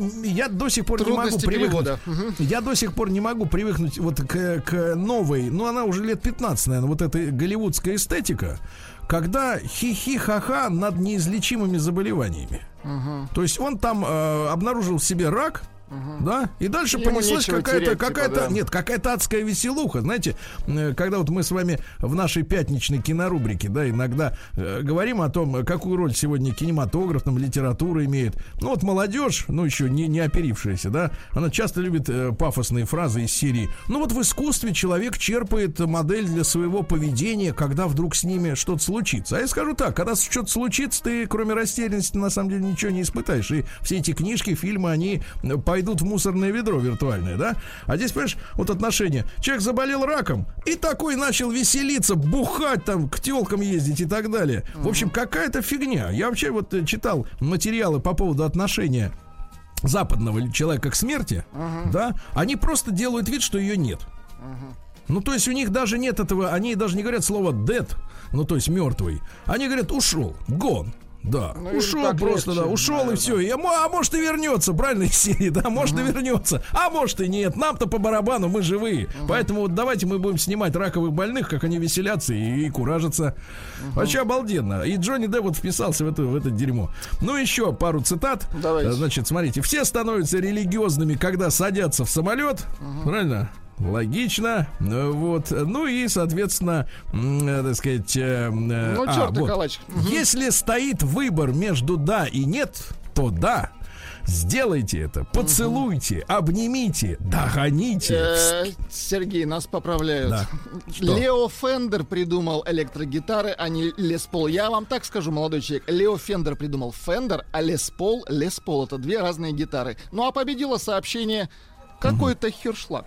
я до сих пор Трудности не могу привыкнуть. Угу. Я до сих пор не могу привыкнуть вот к, к новой, ну она уже лет пятнадцать, наверное, вот эта голливудская эстетика, когда хи-хи-ха-ха над неизлечимыми заболеваниями. Угу. То есть он там э, обнаружил в себе рак. Uh-huh. Да, и дальше Ему понеслась какая-то, терять, какая-то, типа, да. нет, какая-то адская веселуха. Знаете, когда вот мы с вами в нашей пятничной кинорубрике, да, иногда э, говорим о том, какую роль сегодня кинематограф, там, литература имеет. Ну вот молодежь, ну еще не, не оперившаяся, да, она часто любит э, пафосные фразы из серии. Ну вот в искусстве человек черпает модель для своего поведения, когда вдруг с ними что-то случится. А я скажу так, когда что-то случится, ты кроме растерянности на самом деле ничего не испытаешь. И все эти книжки, фильмы, они пойдут в мусорное ведро виртуальное, да? А здесь, понимаешь, вот отношения. Человек заболел раком и такой начал веселиться, бухать там, к тёлкам ездить и так далее. В общем, какая-то фигня. Я вообще вот читал материалы по поводу отношения западного человека к смерти, uh-huh. да? Они просто делают вид, что ее нет. Uh-huh. Ну, то есть у них даже нет этого, они даже не говорят слово dead, ну, то есть мертвый. Они говорят ушел, gone. Да, ну, ушел просто, легче, да, ушел наверное. И все. И, а может и вернется, правильно, из серии, да, может uh-huh. и вернется, а может и нет. Нам-то по барабану, мы живые. Uh-huh. Поэтому вот давайте мы будем снимать раковых больных, как они веселятся и, и куражатся. Uh-huh. Вообще обалденно. И Джонни Депп вот вписался в это, в это дерьмо. Ну, еще пару цитат. Давайте. Значит, смотрите, все становятся религиозными, когда садятся в самолет, uh-huh. правильно? Логично, вот, ну и, соответственно, э, так сказать, э, ну, а, вот. Калач. Если стоит выбор между да и нет, то да. Сделайте это, поцелуйте, угу. обнимите, догоните. Э, Сергей, нас поправляют. Да. Лео Фендер придумал электрогитары, а не Лес Пол. Я вам так скажу, молодой человек. Лео Фендер придумал Фендер, а Лес Пол, Лес Пол. Это две разные гитары. Ну а победило сообщение какой-то угу. хершлаг.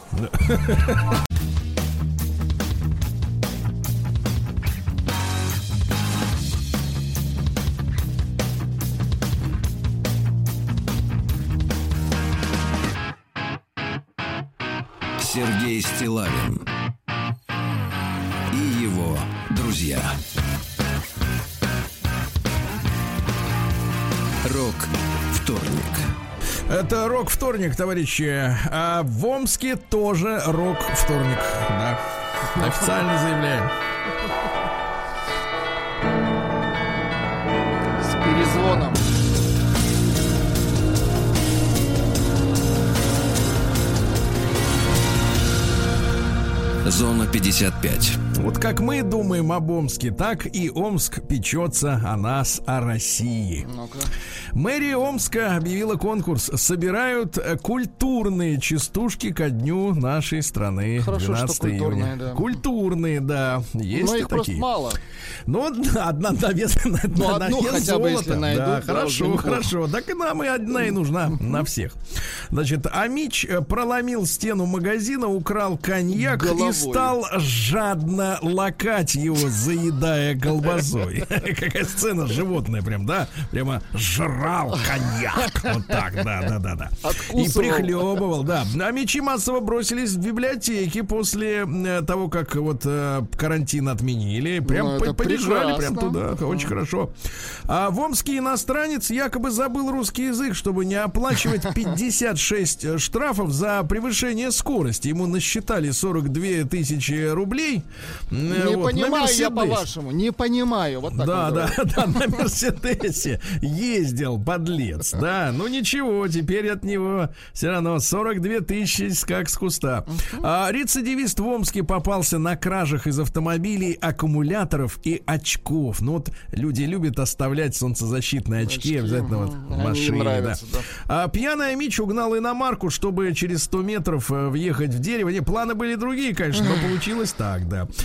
Сергей Стиллавин и его друзья. Рок-вторник. Это рок-вторник, товарищи. А в Омске тоже рок-вторник. Да. Официально заявляем. С перезвоном. Зона пятьдесят пять. Вот как мы думаем об Омске, так и Омск печется о нас, о России. Ну-ка. Мэрия Омска объявила конкурс. Собирают культурные частушки ко дню нашей страны. Хорошо, двенадцатого июня. Да. Культурные, да. Есть но и их такие. Просто мало. Ну, одна на вес, на, ну, на одну вес хотя золота. бы, если найдут. Да, да, хорошо, хорошо. Так и нам и одна и нужна на всех. Значит, Амич проломил стену магазина, украл коньяк головой. И стал жадно лакать его, заедая колбасой. Какая сцена, животное прям, да? Прямо жрал коньяк. Вот так, да, да, да, да. И прихлебывал, да. А мечи массово бросились в библиотеки после того, как вот карантин отменили. Прям ну, побежали прям туда. Очень хорошо. А в Омске иностранец якобы забыл русский язык, чтобы не оплачивать пятьдесят шесть штрафов за превышение скорости. Ему насчитали сорок две тысячи рублей. Не вот, понимаю я по-вашему, не понимаю. Вот так да, да, да, на Мерседесе ездил, подлец. Да, ну ничего, теперь от него все равно сорок две тысячи как с куста. А рецидивист в Омске попался на кражах из автомобилей, аккумуляторов и очков. Ну вот люди любят оставлять солнцезащитные очки, очки обязательно вот в машине. Нравится, да. Да. А пьяный Амич угнал иномарку, чтобы через сто метров въехать в дерево. Не, планы были другие, конечно, но получилось так, да.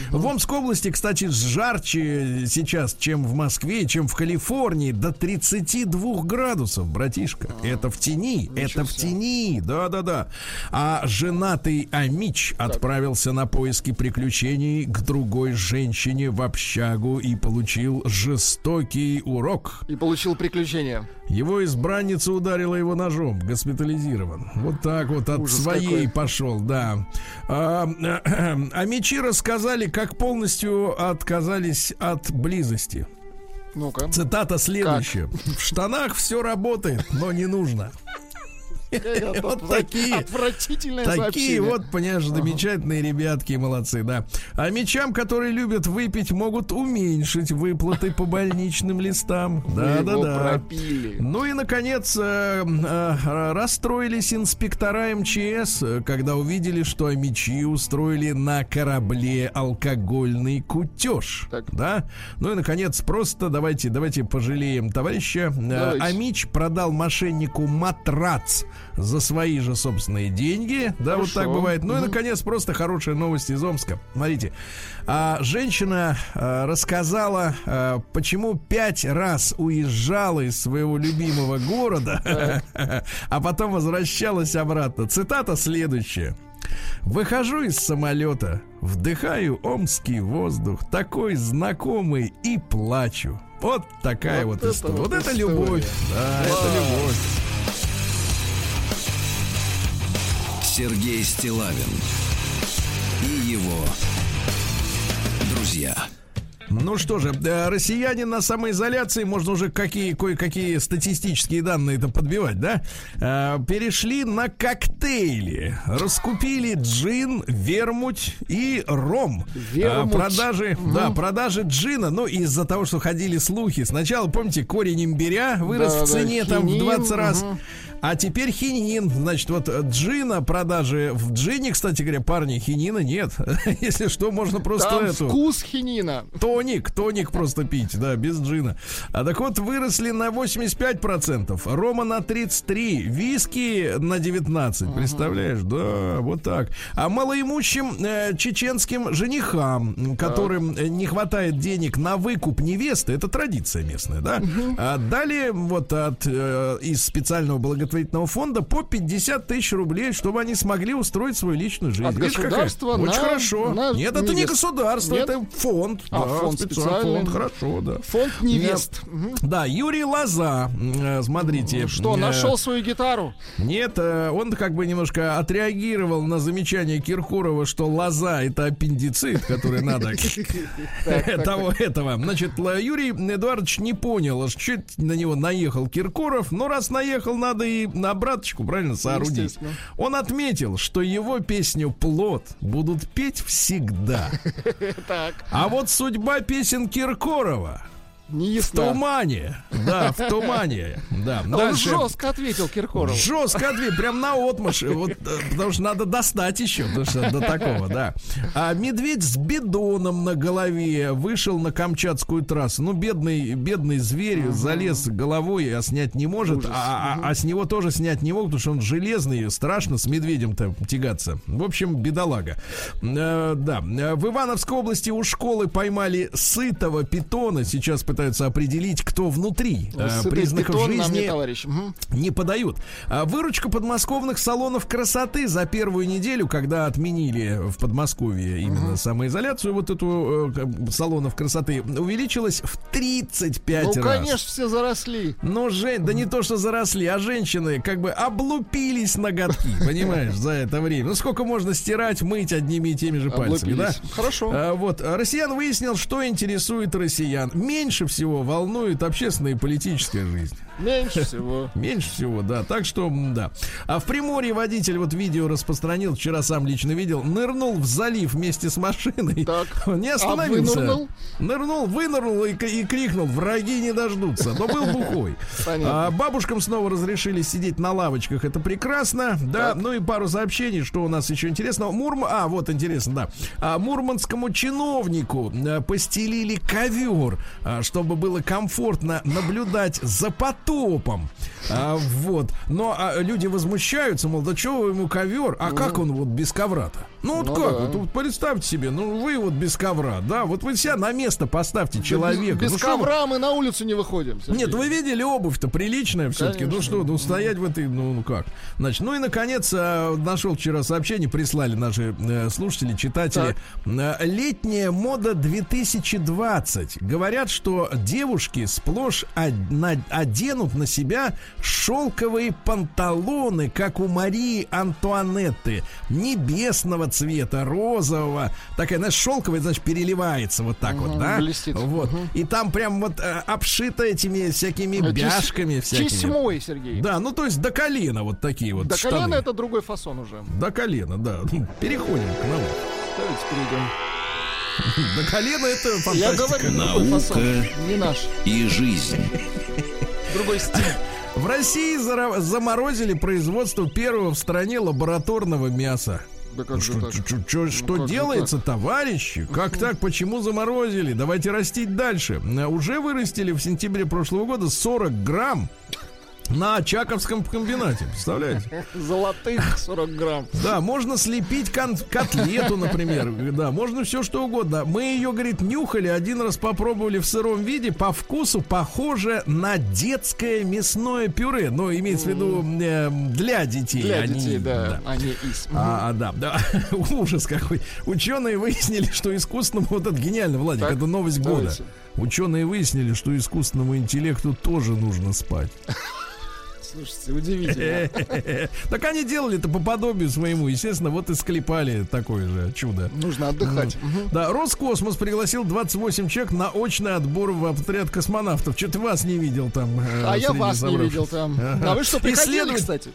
В Омской области, кстати, жарче сейчас, чем в Москве, чем в Калифорнии, до тридцати двух градусов, братишка. А, это в тени, это в тени, да-да-да. А женатый Амич так. отправился на поиски приключений к другой женщине в общагу и получил жестокий урок. И получил приключения. Его избранница ударила его ножом, госпитализирован. Вот так вот от Ужас своей какой. Пошел, да. А, а, а мечи рассказали, как полностью отказались от близости. Ну-ка. Цитата следующая. Как? В штанах все работает, но не нужно. Вот такие отвратительные Такие вот, понимаешь, замечательные ребятки, молодцы, да. А мечам, которые любят выпить, могут уменьшить выплаты по больничным листам. Да-да-да. Ну и, наконец, расстроились инспектора эм че эс, когда увидели, что амичи устроили на корабле алкогольный кутеж. Да? Ну и, наконец, просто давайте, давайте пожалеем товарища. Давайте. Амич продал мошеннику матрац за свои же собственные деньги. Да, Хорошо. Вот так бывает. Ну угу. и, наконец, просто хорошая новость из Омска. Смотрите. А, женщина а, рассказала, а, почему пять раз уезжала из своего любимого города, а потом возвращалась обратно. Цитата следующая. Выхожу из самолета, вдыхаю омский воздух, такой знакомый, и плачу. Вот такая вот, вот история. Вот, вот это любовь. Да, Вау. Это любовь. Сергей Стиллавин и его друзья. Ну что же, россияне на самоизоляции, можно уже какие, кое-какие статистические данные это подбивать, да? Перешли на коктейли, раскупили джин, вермуть и ром. Вермуть. Продажи, угу. да, продажи джина, ну из-за того, что ходили слухи. Сначала, помните, корень имбиря вырос да, в цене да, там хинин, в двадцать раз. Угу. А теперь хинин. Значит, вот джина, продажи в джине, кстати говоря, парни, хинина нет. Если что, можно просто там эту... вкус хинина. Тоник, тоник просто пить, да, без джина. А так вот, выросли на восемьдесят пять процентов, рома на тридцать три процента, виски на девятнадцать процентов. Представляешь? Да, вот так. А малоимущим э, чеченским женихам, которым так. не хватает денег на выкуп невесты, это традиция местная, да? Угу. А далее вот от э, из специального благотворительного фонда по пятьдесят тысяч рублей, чтобы они смогли устроить свою личную жизнь. От Видишь, государства какая? Очень на, хорошо. На Нет, это невест. Не государство, Нет? Это фонд. А, да, фонд специальный. Фонд, хорошо, да. Фонд невест. Угу. Да, Юрий Лоза, смотрите. Что, нашел свою гитару? Нет, он как бы немножко отреагировал на замечание Киркорова, что лоза — это аппендицит, который надо того этого. Значит, Юрий Эдуардович не понял, что на него наехал Киркоров, но раз наехал, надо и на обраточку, правильно, соорудить. Он отметил, что его песню «Плот» будут петь всегда. А вот судьба песен Киркорова не в тумане. Да, в тумане. Да. Он дальше. Жестко ответил Киркоров. Жестко ответил, прям наотмашь. Вот, потому что надо достать еще, потому что до такого, да. А медведь с бидоном на голове вышел на Камчатскую трассу. Ну, бедный, бедный зверь uh-huh. залез головой, а снять не может. А, uh-huh. а, а с него тоже снять не могут, потому что он железный, страшно с медведем-то тягаться. В общем, бедолага. А, да. В Ивановской области у школы поймали сытого питона. Сейчас пытаются определить, кто внутри. Сытый Признаков жизни не, товарищ. Угу. не подают. Выручка подмосковных салонов красоты за первую неделю, когда отменили в Подмосковье именно угу. самоизоляцию, вот эту э, салонов красоты, увеличилась в тридцать пять ну, раз. Ну, конечно, все заросли. Но, Жень, да не то, что заросли, а женщины как бы облупились ноготки, понимаешь, за это время. Ну, сколько можно стирать, мыть одними и теми же пальцами, да? Хорошо. А, вот. Россиян выяснил, что интересует россиян. Меньше всего волнует общественная и политическая жизнь. Меньше всего. Меньше всего, да. Так что, да. А в Приморье водитель, вот видео распространил, вчера сам лично видел, нырнул в залив вместе с машиной. Так. Не остановился. А вынырнул? Нырнул, вынырнул и, и крикнул: враги не дождутся. Но был бухой. А бабушкам снова разрешили сидеть на лавочках. Это прекрасно. Да. Так. Ну и пару сообщений, что у нас еще интересного. Мурм... А, вот интересно, да. А, мурманскому чиновнику постелили ковер, чтобы было комфортно наблюдать за потопом. А, вот. Но а, люди возмущаются, мол, да что ему ковер? А ну, как он вот без ковра-то? Ну вот ну, как? Да. Вот, вот представьте себе, ну вы вот без ковра, да? Вот вы себя на место поставьте человека. Без, без ну, ковра мы на улицу не выходим. Сергей. Нет, вы видели, обувь-то приличная все-таки. Ну что, ну стоять в этой, ну, ну как? Значит, ну и наконец нашел вчера сообщение, прислали наши э, слушатели, читатели. Так. Летняя мода две тысячи двадцать. Говорят, что девушки сплошь од- на- оденут на себя шелковые панталоны, как у Марии Антуанетты, небесного цвета, розового. Такая, знаешь, шелковая, значит, переливается вот так угу, вот, да? Блестит. Вот. Угу. И там прям вот э, обшито этими всякими а, бяшками. Чис- всякими. Чесьмой, Сергей. Да, ну то есть до колена вот такие вот до штаны. До колена это другой фасон уже. До колена, да. Переходим к науке. Давайте перейдем. До колена это фантастика. Я говорю, наука не наш. И жизнь. Другой стиль. В России заморозили производство первого в стране лабораторного мяса. Да как что так? Что, что, что ну, делается, так? Товарищи? Как так? Почему заморозили? Давайте растить дальше. Уже вырастили в сентябре прошлого года сорок грамм на Очаковском комбинате, представляете? Золотых сорок грамм. Да, можно слепить кон- котлету, например. Да, можно все что угодно. Мы ее, говорит, нюхали, один раз попробовали в сыром виде. По вкусу похоже на детское мясное пюре. Но имеется в виду э, для детей. Для они, детей, да. А не из. А, да, да. Ужас какой. Ученые выяснили, что искусственному... Вот это гениально, Владик, так, это новость давайте. Года. Ученые выяснили, что искусственному интеллекту тоже нужно спать. Слушайте, удивительно. Так они делали это по подобию своему. Естественно, вот и склепали такое же чудо. Нужно отдыхать. Да, Роскосмос пригласил двадцать восемь человек на очный отбор в отряд космонавтов. Что-то вас не видел там. А я вас не видел там. А вы что, приходили, кстати?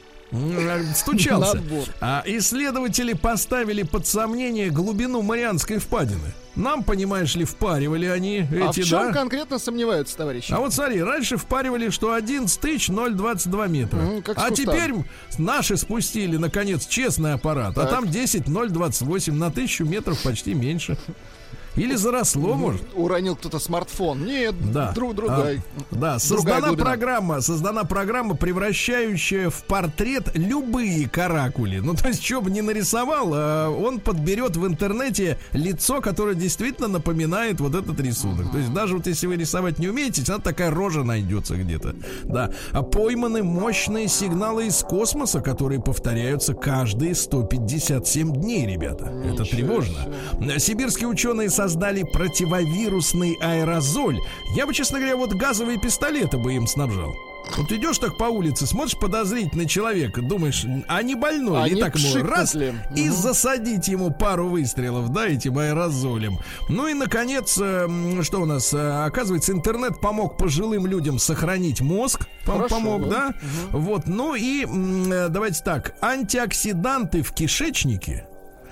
Стучался. А исследователи поставили под сомнение глубину Марианской впадины. Нам, понимаешь ли, впаривали они эти, а в чем да? конкретно сомневаются, товарищи? А вот смотри, раньше впаривали, что одиннадцать тысяч двадцать два метра. Mm, а теперь наши спустили, наконец, честный аппарат. Так. А там десять двадцать восемь на тысячу метров, почти меньше. Или заросло, может. Уронил кто-то смартфон. Нет, да. друг другая. А, да, создана программа, создана программа, превращающая в портрет любые каракули. Ну, то есть, что бы ни нарисовал, он подберет в интернете лицо, которое действительно напоминает вот этот рисунок. Uh-huh. То есть, даже вот если вы рисовать не умеете, всегда такая рожа найдется где-то. Да. А пойманы мощные сигналы из космоса, которые повторяются каждые сто пятьдесят семь дней, ребята. Ничего Это тревожно. Себе. Сибирские ученые создали противовирусный аэрозоль. Я бы, честно говоря, вот газовые пистолеты бы им снабжал. Вот идешь так по улице, смотришь подозрительный человек, думаешь, а не больной, а и так ему раз, ли? И угу. засадить ему пару выстрелов, да, этим аэрозолем. Ну и, наконец, что у нас? Оказывается, интернет помог пожилым людям сохранить мозг. Хорошо, помог, да? Угу. Вот, ну и давайте так, антиоксиданты в кишечнике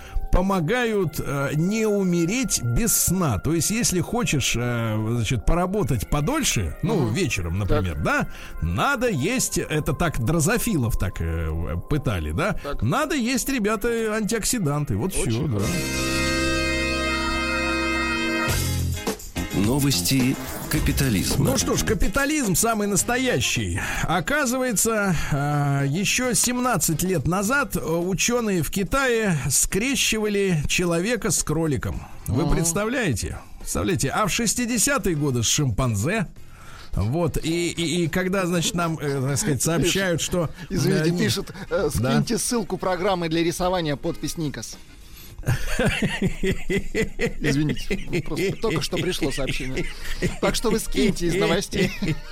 помогают э, не умереть без сна. То есть, если хочешь, э, значит, поработать подольше, ну, uh-huh. вечером, например, так. да, надо есть, это так дрозофилов так э, пытали, да, так. надо есть, ребята, антиоксиданты. Вот Очень все, да. Новости капитализма. Ну что ж, капитализм самый настоящий. Оказывается, еще семнадцать лет назад ученые в Китае скрещивали человека с кроликом. Вы uh-huh. представляете? Представляете? А в шестидесятые годы с шимпанзе. Вот, и, и, и когда, значит, нам, э, так сказать, сообщают, что... Извините, э, пишут, э, скиньте да? ссылку программы для рисования, подпись Никос. Извините, просто только что пришло сообщение. Так что вы скиньте из новостей.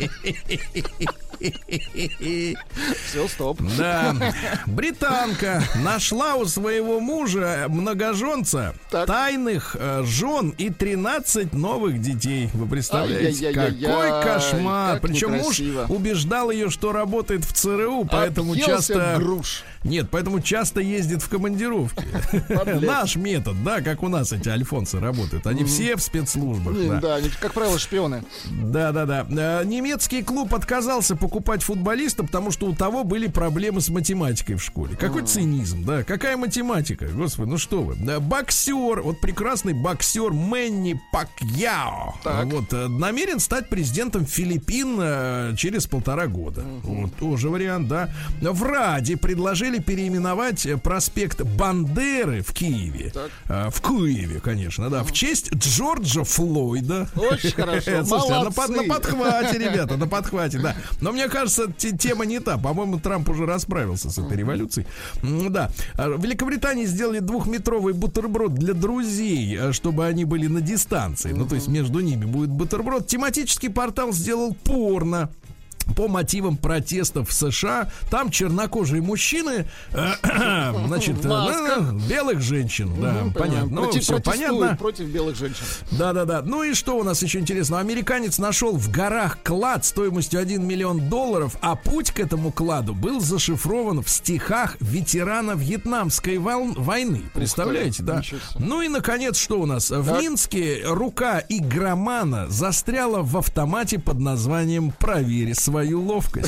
Все, стоп. Да. Британка нашла у своего мужа многоженца так. тайных э, жен и тринадцать новых детей. Вы представляете? Какой кошмар. Как Причем некрасиво. Муж убеждал ее, что работает в ЦРУ, поэтому Объелся часто... груш. Нет, поэтому часто ездит в командировки. Наш метод, да, как у нас эти альфонсы работают. Они все в спецслужбах. Да, они, как правило, шпионы. Да, да, да. Немецкий клуб отказался покупать футболиста, потому что у того были проблемы с математикой в школе. Какой цинизм, да? Какая математика? Господи, ну что вы. Боксер, вот прекрасный боксер Мэнни Пакьяо. Вот, намерен стать президентом Филиппин через полтора года. Вот, тоже вариант, да. В Раде предложили переименовать проспект Бандеры в Киеве. Так. В Киеве, конечно, да. В честь Джорджа Флойда. Очень хорошо. Слушайте, на, на подхвате, ребята, на подхвате, да. Но мне кажется, т- тема не та. По-моему, Трамп уже расправился с этой революцией. Да. В Великобритании сделали двухметровый бутерброд для друзей, чтобы они были на дистанции. Ну, то есть между ними будет бутерброд. Тематический портал сделал порно по мотивам протестов в США. Там чернокожие мужчины, э, значит, э, белых женщин, да, угу, понятно. Ну, Против, все понятно. Против белых женщин. Да, да, да. Ну и что у нас еще интересно? Американец нашел в горах клад стоимостью один миллион долларов, а путь к этому кладу был зашифрован в стихах ветерана Вьетнамской вол- войны. Представляете, да? Ну и, наконец, что у нас? В так. Минске рука игромана застряла в автомате под названием «Проверь свою ловкость».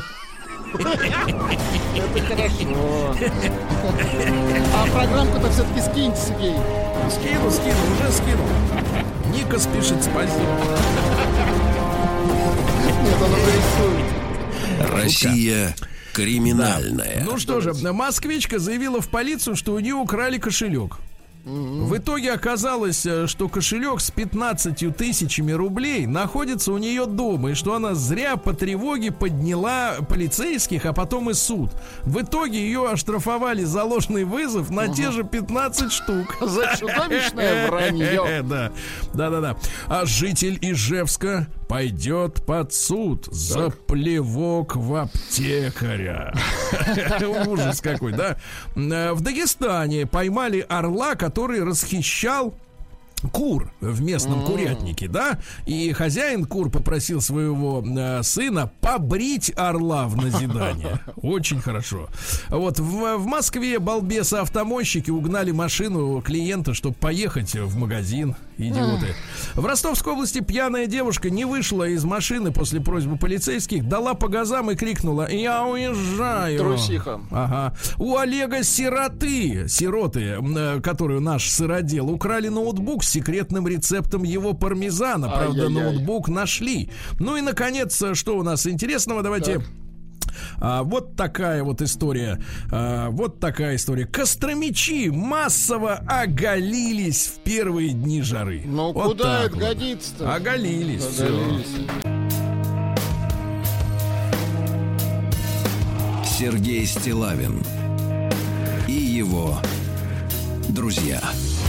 Это хорошо. А программку-то все-таки скиньте, Сергей. Скину, скину, уже скину. Ника спешит, спасибо. Нет, он уже рисует. Россия криминальная. Да. Ну что же, москвичка заявила в полицию, что у нее украли кошелек. В итоге оказалось, что кошелек с пятнадцатью тысячами рублей находится у нее дома, и что она зря по тревоге подняла полицейских, а потом и суд. В итоге ее оштрафовали за ложный вызов на угу. те же пятнадцать штук. За чудовищное вранье. Да, да, да, да. А житель Ижевска пойдет под суд за плевок в аптекаря. Ужас какой, да? В Дагестане поймали орла, который расхищал кур в местном курятнике, да, и хозяин кур попросил своего э, сына побрить орла в назидание. Очень хорошо. Вот в, в Москве балбесы-автомойщики угнали машину клиента, чтобы поехать в магазин. Идиоты. В Ростовской области пьяная девушка не вышла из машины после просьбы полицейских, дала по газам и крикнула: «Я уезжаю!» Трусиха. Ага. У Олега сироты, сироты, э, которую наш сыродел, украли ноутбук с секретным рецептом его пармезана. Правда, Ай-яй-яй. ноутбук нашли. Ну и, наконец, что у нас интересного? Давайте... А, вот такая вот история. А, вот такая история. Костромичи массово оголились в первые дни жары. Ну вот куда это вот. годится-то? Оголились. Оголились. Сергей Стиллавин и его друзья.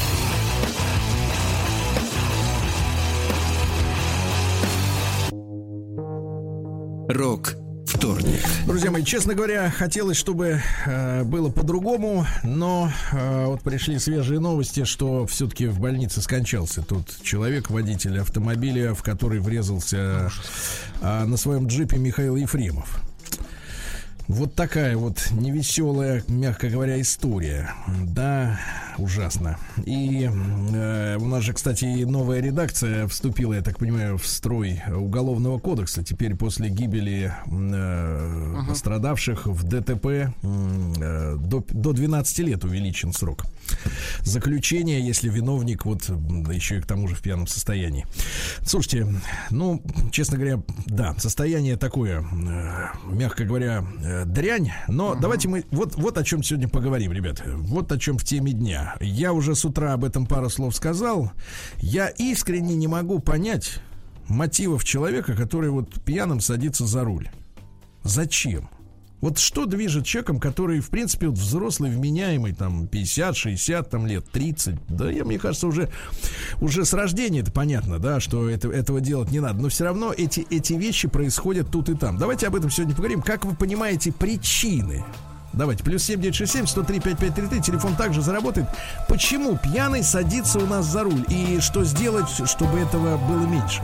Рок вторник. Друзья мои, честно говоря, хотелось, чтобы э, было по-другому, но э, вот пришли свежие новости, что все-таки в больнице скончался тот человек, водитель автомобиля, в который врезался э, на своем джипе Михаил Ефремов. Вот такая вот невеселая, мягко говоря, история. Да, ужасно. И э, у нас же, кстати, новая редакция вступила, я так понимаю, в строй Уголовного кодекса. Теперь после гибели э, uh-huh. пострадавших в ДТП э, до, до двенадцати лет увеличен срок заключения, если виновник вот да еще и к тому же в пьяном состоянии. Слушайте, ну, честно говоря, да, состояние такое, э, мягко говоря, э, дрянь. Но uh-huh. давайте мы вот, вот о чем сегодня поговорим, ребят. Вот о чем в теме дня. Я уже с утра об этом пару слов сказал. Я искренне не могу понять мотивов человека, который вот пьяным садится за руль. Зачем? Вот что движет человеком, который, в принципе, вот взрослый, вменяемый, там, пятьдесят, шестьдесят, там, лет тридцать, да, я, мне кажется, уже, уже с рождения это понятно, да, что это, этого делать не надо, но все равно эти, эти вещи происходят тут и там. Давайте об этом сегодня поговорим. Как вы понимаете причины? Давайте, плюс семь девятьсот шестьдесят семь сто три пятьдесят пять тридцать три, телефон также заработает. Почему пьяный садится у нас за руль? И что сделать, чтобы этого было меньше?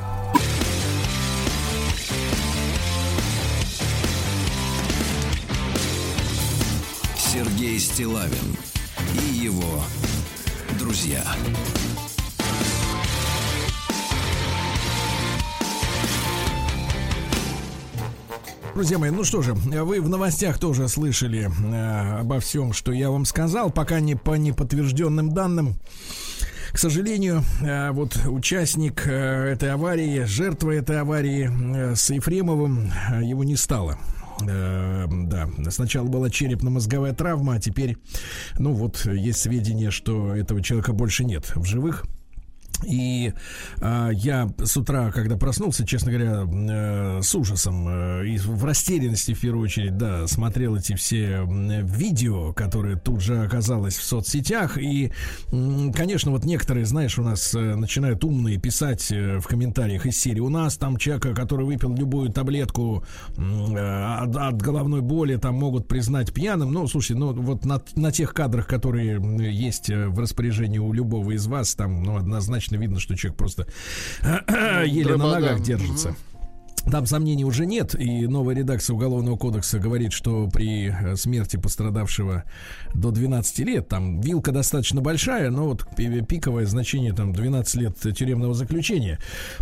Стиллавин и его друзья. Друзья мои, ну что же, вы в новостях тоже слышали э, обо всем, что я вам сказал, пока не по неподтвержденным данным. К сожалению, э, вот участник э, этой аварии, жертва этой аварии э, с Ефремовым, э, его не стало. Э, да, сначала была черепно-мозговая травма, а теперь, ну вот, есть сведения, что этого человека больше нет в живых. И э, я с утра, когда проснулся, честно говоря, э, с ужасом э, и в растерянности, в первую очередь, да, смотрел эти все э, видео, которые тут же оказалось в соцсетях. И, э, конечно, вот некоторые, знаешь, у нас э, начинают умные писать э, в комментариях из серии: у нас там человека, который выпил любую таблетку э, от, от головной боли, там могут признать пьяным. Ну, слушайте, ну вот на, на тех кадрах, которые есть в распоряжении у любого из вас, там, ну, однозначно видно, что человек просто еле на ногах держится. Там сомнений уже нет, и новая редакция Уголовного кодекса говорит, что при смерти пострадавшего до двенадцати лет, там вилка достаточно большая, но вот пиковое значение там двенадцать лет тюремного заключения.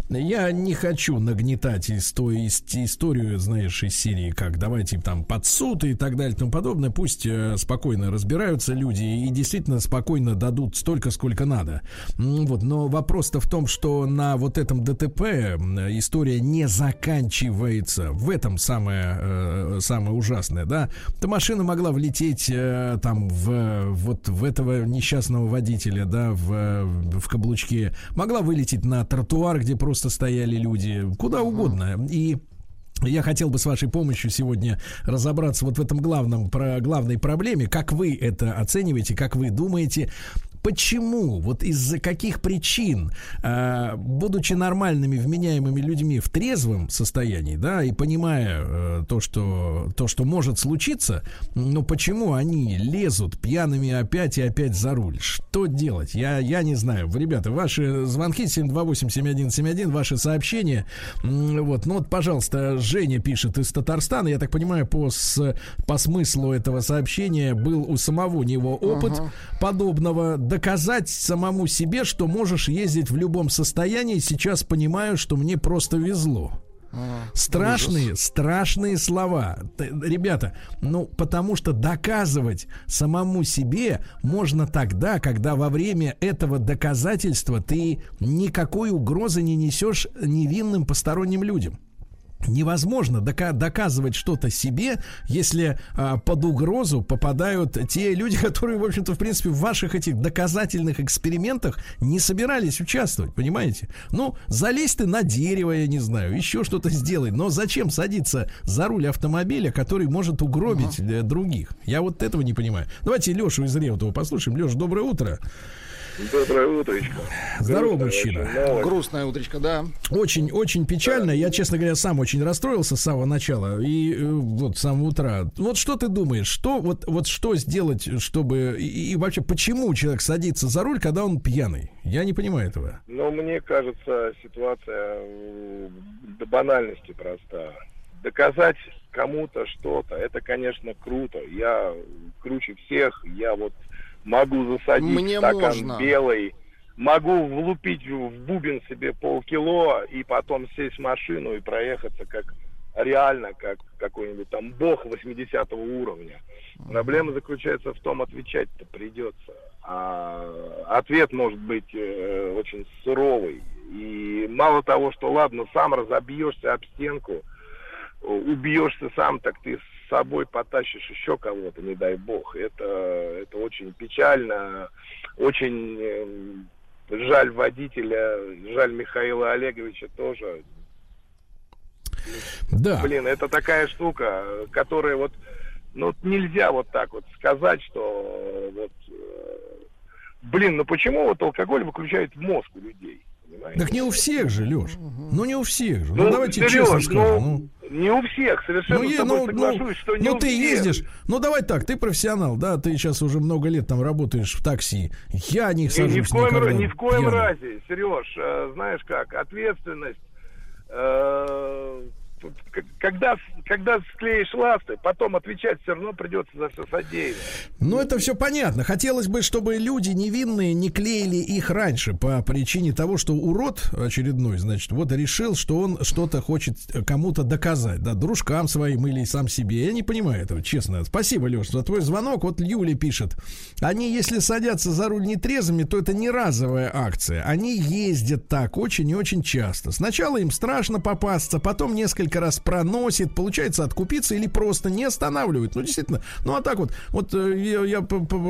Я не хочу нагнетать историю, историю, знаешь, из серии, как давайте там под суд и так далее и тому подобное. Пусть э, спокойно разбираются люди и действительно спокойно дадут столько, сколько надо. Вот, но вопрос-то в том, что на вот этом ДТП история не заканчивается. Заканчивается. В этом самое, э, самое ужасное, да. Эта машина могла влететь э, там в, вот в этого несчастного водителя, да, в, в каблучке. Могла вылететь на тротуар, где просто стояли люди. Куда угодно. И я хотел бы с вашей помощью сегодня разобраться вот в этом главном, про, главной проблеме. Как вы это оцениваете, как вы думаете? Почему, вот из-за каких причин, э, будучи нормальными, вменяемыми людьми в трезвом состоянии, да, и понимая э, то, что, то, что может случиться, но почему они лезут пьяными опять и опять за руль? Что делать? Я, я не знаю. Ребята, ваши звонки семь два восемь семь один семь один, ваши сообщения. Вот, ну вот, пожалуйста, Женя пишет из Татарстана. Я так понимаю, по, с, по смыслу этого сообщения был у самого него опыт uh-huh. подобного. Доказать самому себе, что можешь ездить в любом состоянии. Сейчас понимаю, что мне просто везло. А, страшные, ужас. страшные слова. Ребята, ну, потому что доказывать самому себе можно тогда, когда во время этого доказательства ты никакой угрозы не несешь невинным посторонним людям. Невозможно дока- доказывать что-то себе, если а, под угрозу попадают те люди, которые, в общем-то, в принципе, в ваших этих доказательных экспериментах не собирались участвовать, понимаете? Ну, залезь ты на дерево, я не знаю, еще что-то сделай, но зачем садиться за руль автомобиля, который может угробить uh-huh. других? Я вот этого не понимаю. Давайте Лешу из Реутова послушаем. Леша, доброе утро. Доброе утречко. Здорово, мужчина. Грустное утречко, да. Очень, очень печально. Я, честно говоря, сам очень расстроился с самого начала и э, вот с самого утра. Вот что ты думаешь, что вот, вот что сделать, чтобы и, и вообще почему человек садится за руль, когда он пьяный? Я не понимаю этого. Ну, мне кажется, ситуация до банальности проста. Доказать кому-то что-то, это, конечно, круто. Я круче всех, я вот могу засадить Мне стакан можно. белый, могу влупить в бубен себе полкило и потом сесть в машину и проехаться как реально, как какой-нибудь там бог восьмидесятого уровня. Проблема заключается в том, отвечать-то придется. А ответ может быть э, очень суровый. И мало того, что ладно, сам разобьешься об стенку, убьешься сам, так ты с собой потащишь еще кого-то, не дай бог. Это, это очень печально, очень э, жаль водителя, жаль Михаила Олеговича тоже. Да. Блин, это такая штука, которая вот, ну, нельзя вот так вот сказать, что вот, э, блин, ну почему вот алкоголь выключает мозг у людей? Понимаете? Так не у всех же, Леш. Ну не у всех же. Ну, ну давайте Сереж, честно скажем. Ну, ну. Не у всех, совершенно ну, с тобой ну, соглашусь, ну, что не ну, у ты всех. ездишь, ну давай так, ты профессионал, да, ты сейчас уже много лет там работаешь в такси. Я не сажусь ни, ни в коем, никогда ни в коем пьяным. разе, Сереж, э, знаешь как, ответственность, э, когда когда склеишь ласты, потом отвечать все равно придется за все содеянное. Ну, это все понятно. Хотелось бы, чтобы люди невинные не клеили их раньше по причине того, что урод очередной, значит, вот решил, что он что-то хочет кому-то доказать, да, дружкам своим или сам себе. Я не понимаю этого, честно. Спасибо, Леш, за твой звонок. Вот Юля пишет. Они, если садятся за руль нетрезвыми, то это не разовая акция. Они ездят так очень и очень часто. Сначала им страшно попасться, потом несколько раз проносит, получается откупиться или просто не останавливает. Ну, действительно. Ну, а так вот, вот я, я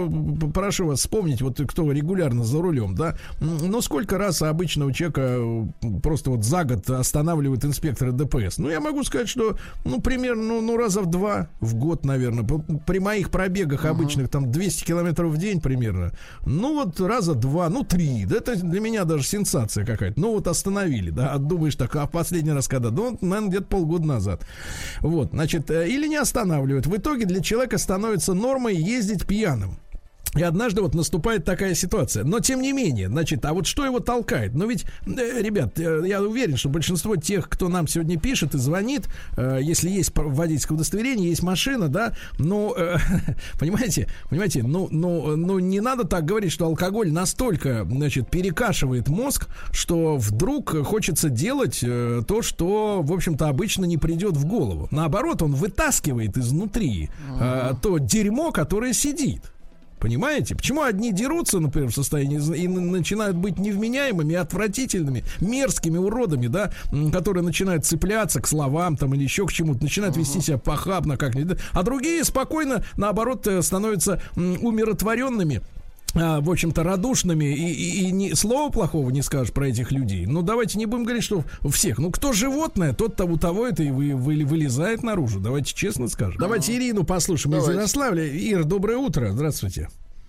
прошу вас вспомнить, вот кто регулярно за рулем, да, ну, сколько раз обычного человека просто вот за год останавливают инспекторы ДПС? Ну, я могу сказать, что, ну, примерно, ну, ну раза в два в год, наверное. При моих пробегах обычных, там, двести километров в день примерно. Ну, вот раза два, ну, три. Да, это для меня даже сенсация какая-то. Ну, вот остановили, да, думаешь так, а в последний раз когда? Ну, наверное, где-то полгода назад. Вот, значит, или не останавливают. В итоге для человека становится нормой ездить пьяным. И однажды вот наступает такая ситуация. Но тем не менее, значит, а вот что его толкает? Ну ведь, э, ребят, э, я уверен, что большинство тех, кто нам сегодня пишет и звонит, э, если есть водительское удостоверение, есть машина, да, ну, э, понимаете, понимаете, ну, ну, ну, не надо так говорить, что алкоголь настолько, значит, перекашивает мозг, что вдруг хочется делать э, то, что, в общем-то, обычно не придет в голову. Наоборот, он вытаскивает изнутри э, то дерьмо, которое сидит. Понимаете? Почему одни дерутся, например, в состоянии и начинают быть невменяемыми, отвратительными, мерзкими уродами, да, которые начинают цепляться к словам там или еще к чему-то, начинают uh-huh. вести себя похабно как-нибудь, а другие спокойно, наоборот, становятся умиротворенными, в общем-то, радушными, и, и, и ни, слова плохого не скажешь про этих людей. Ну, давайте не будем говорить, что всех. Ну, кто животное, тот у того это и вы, вы, вылезает наружу. Давайте честно скажем. Давайте Ирину послушаем из Ярославля. Ира, доброе утро. Здравствуйте.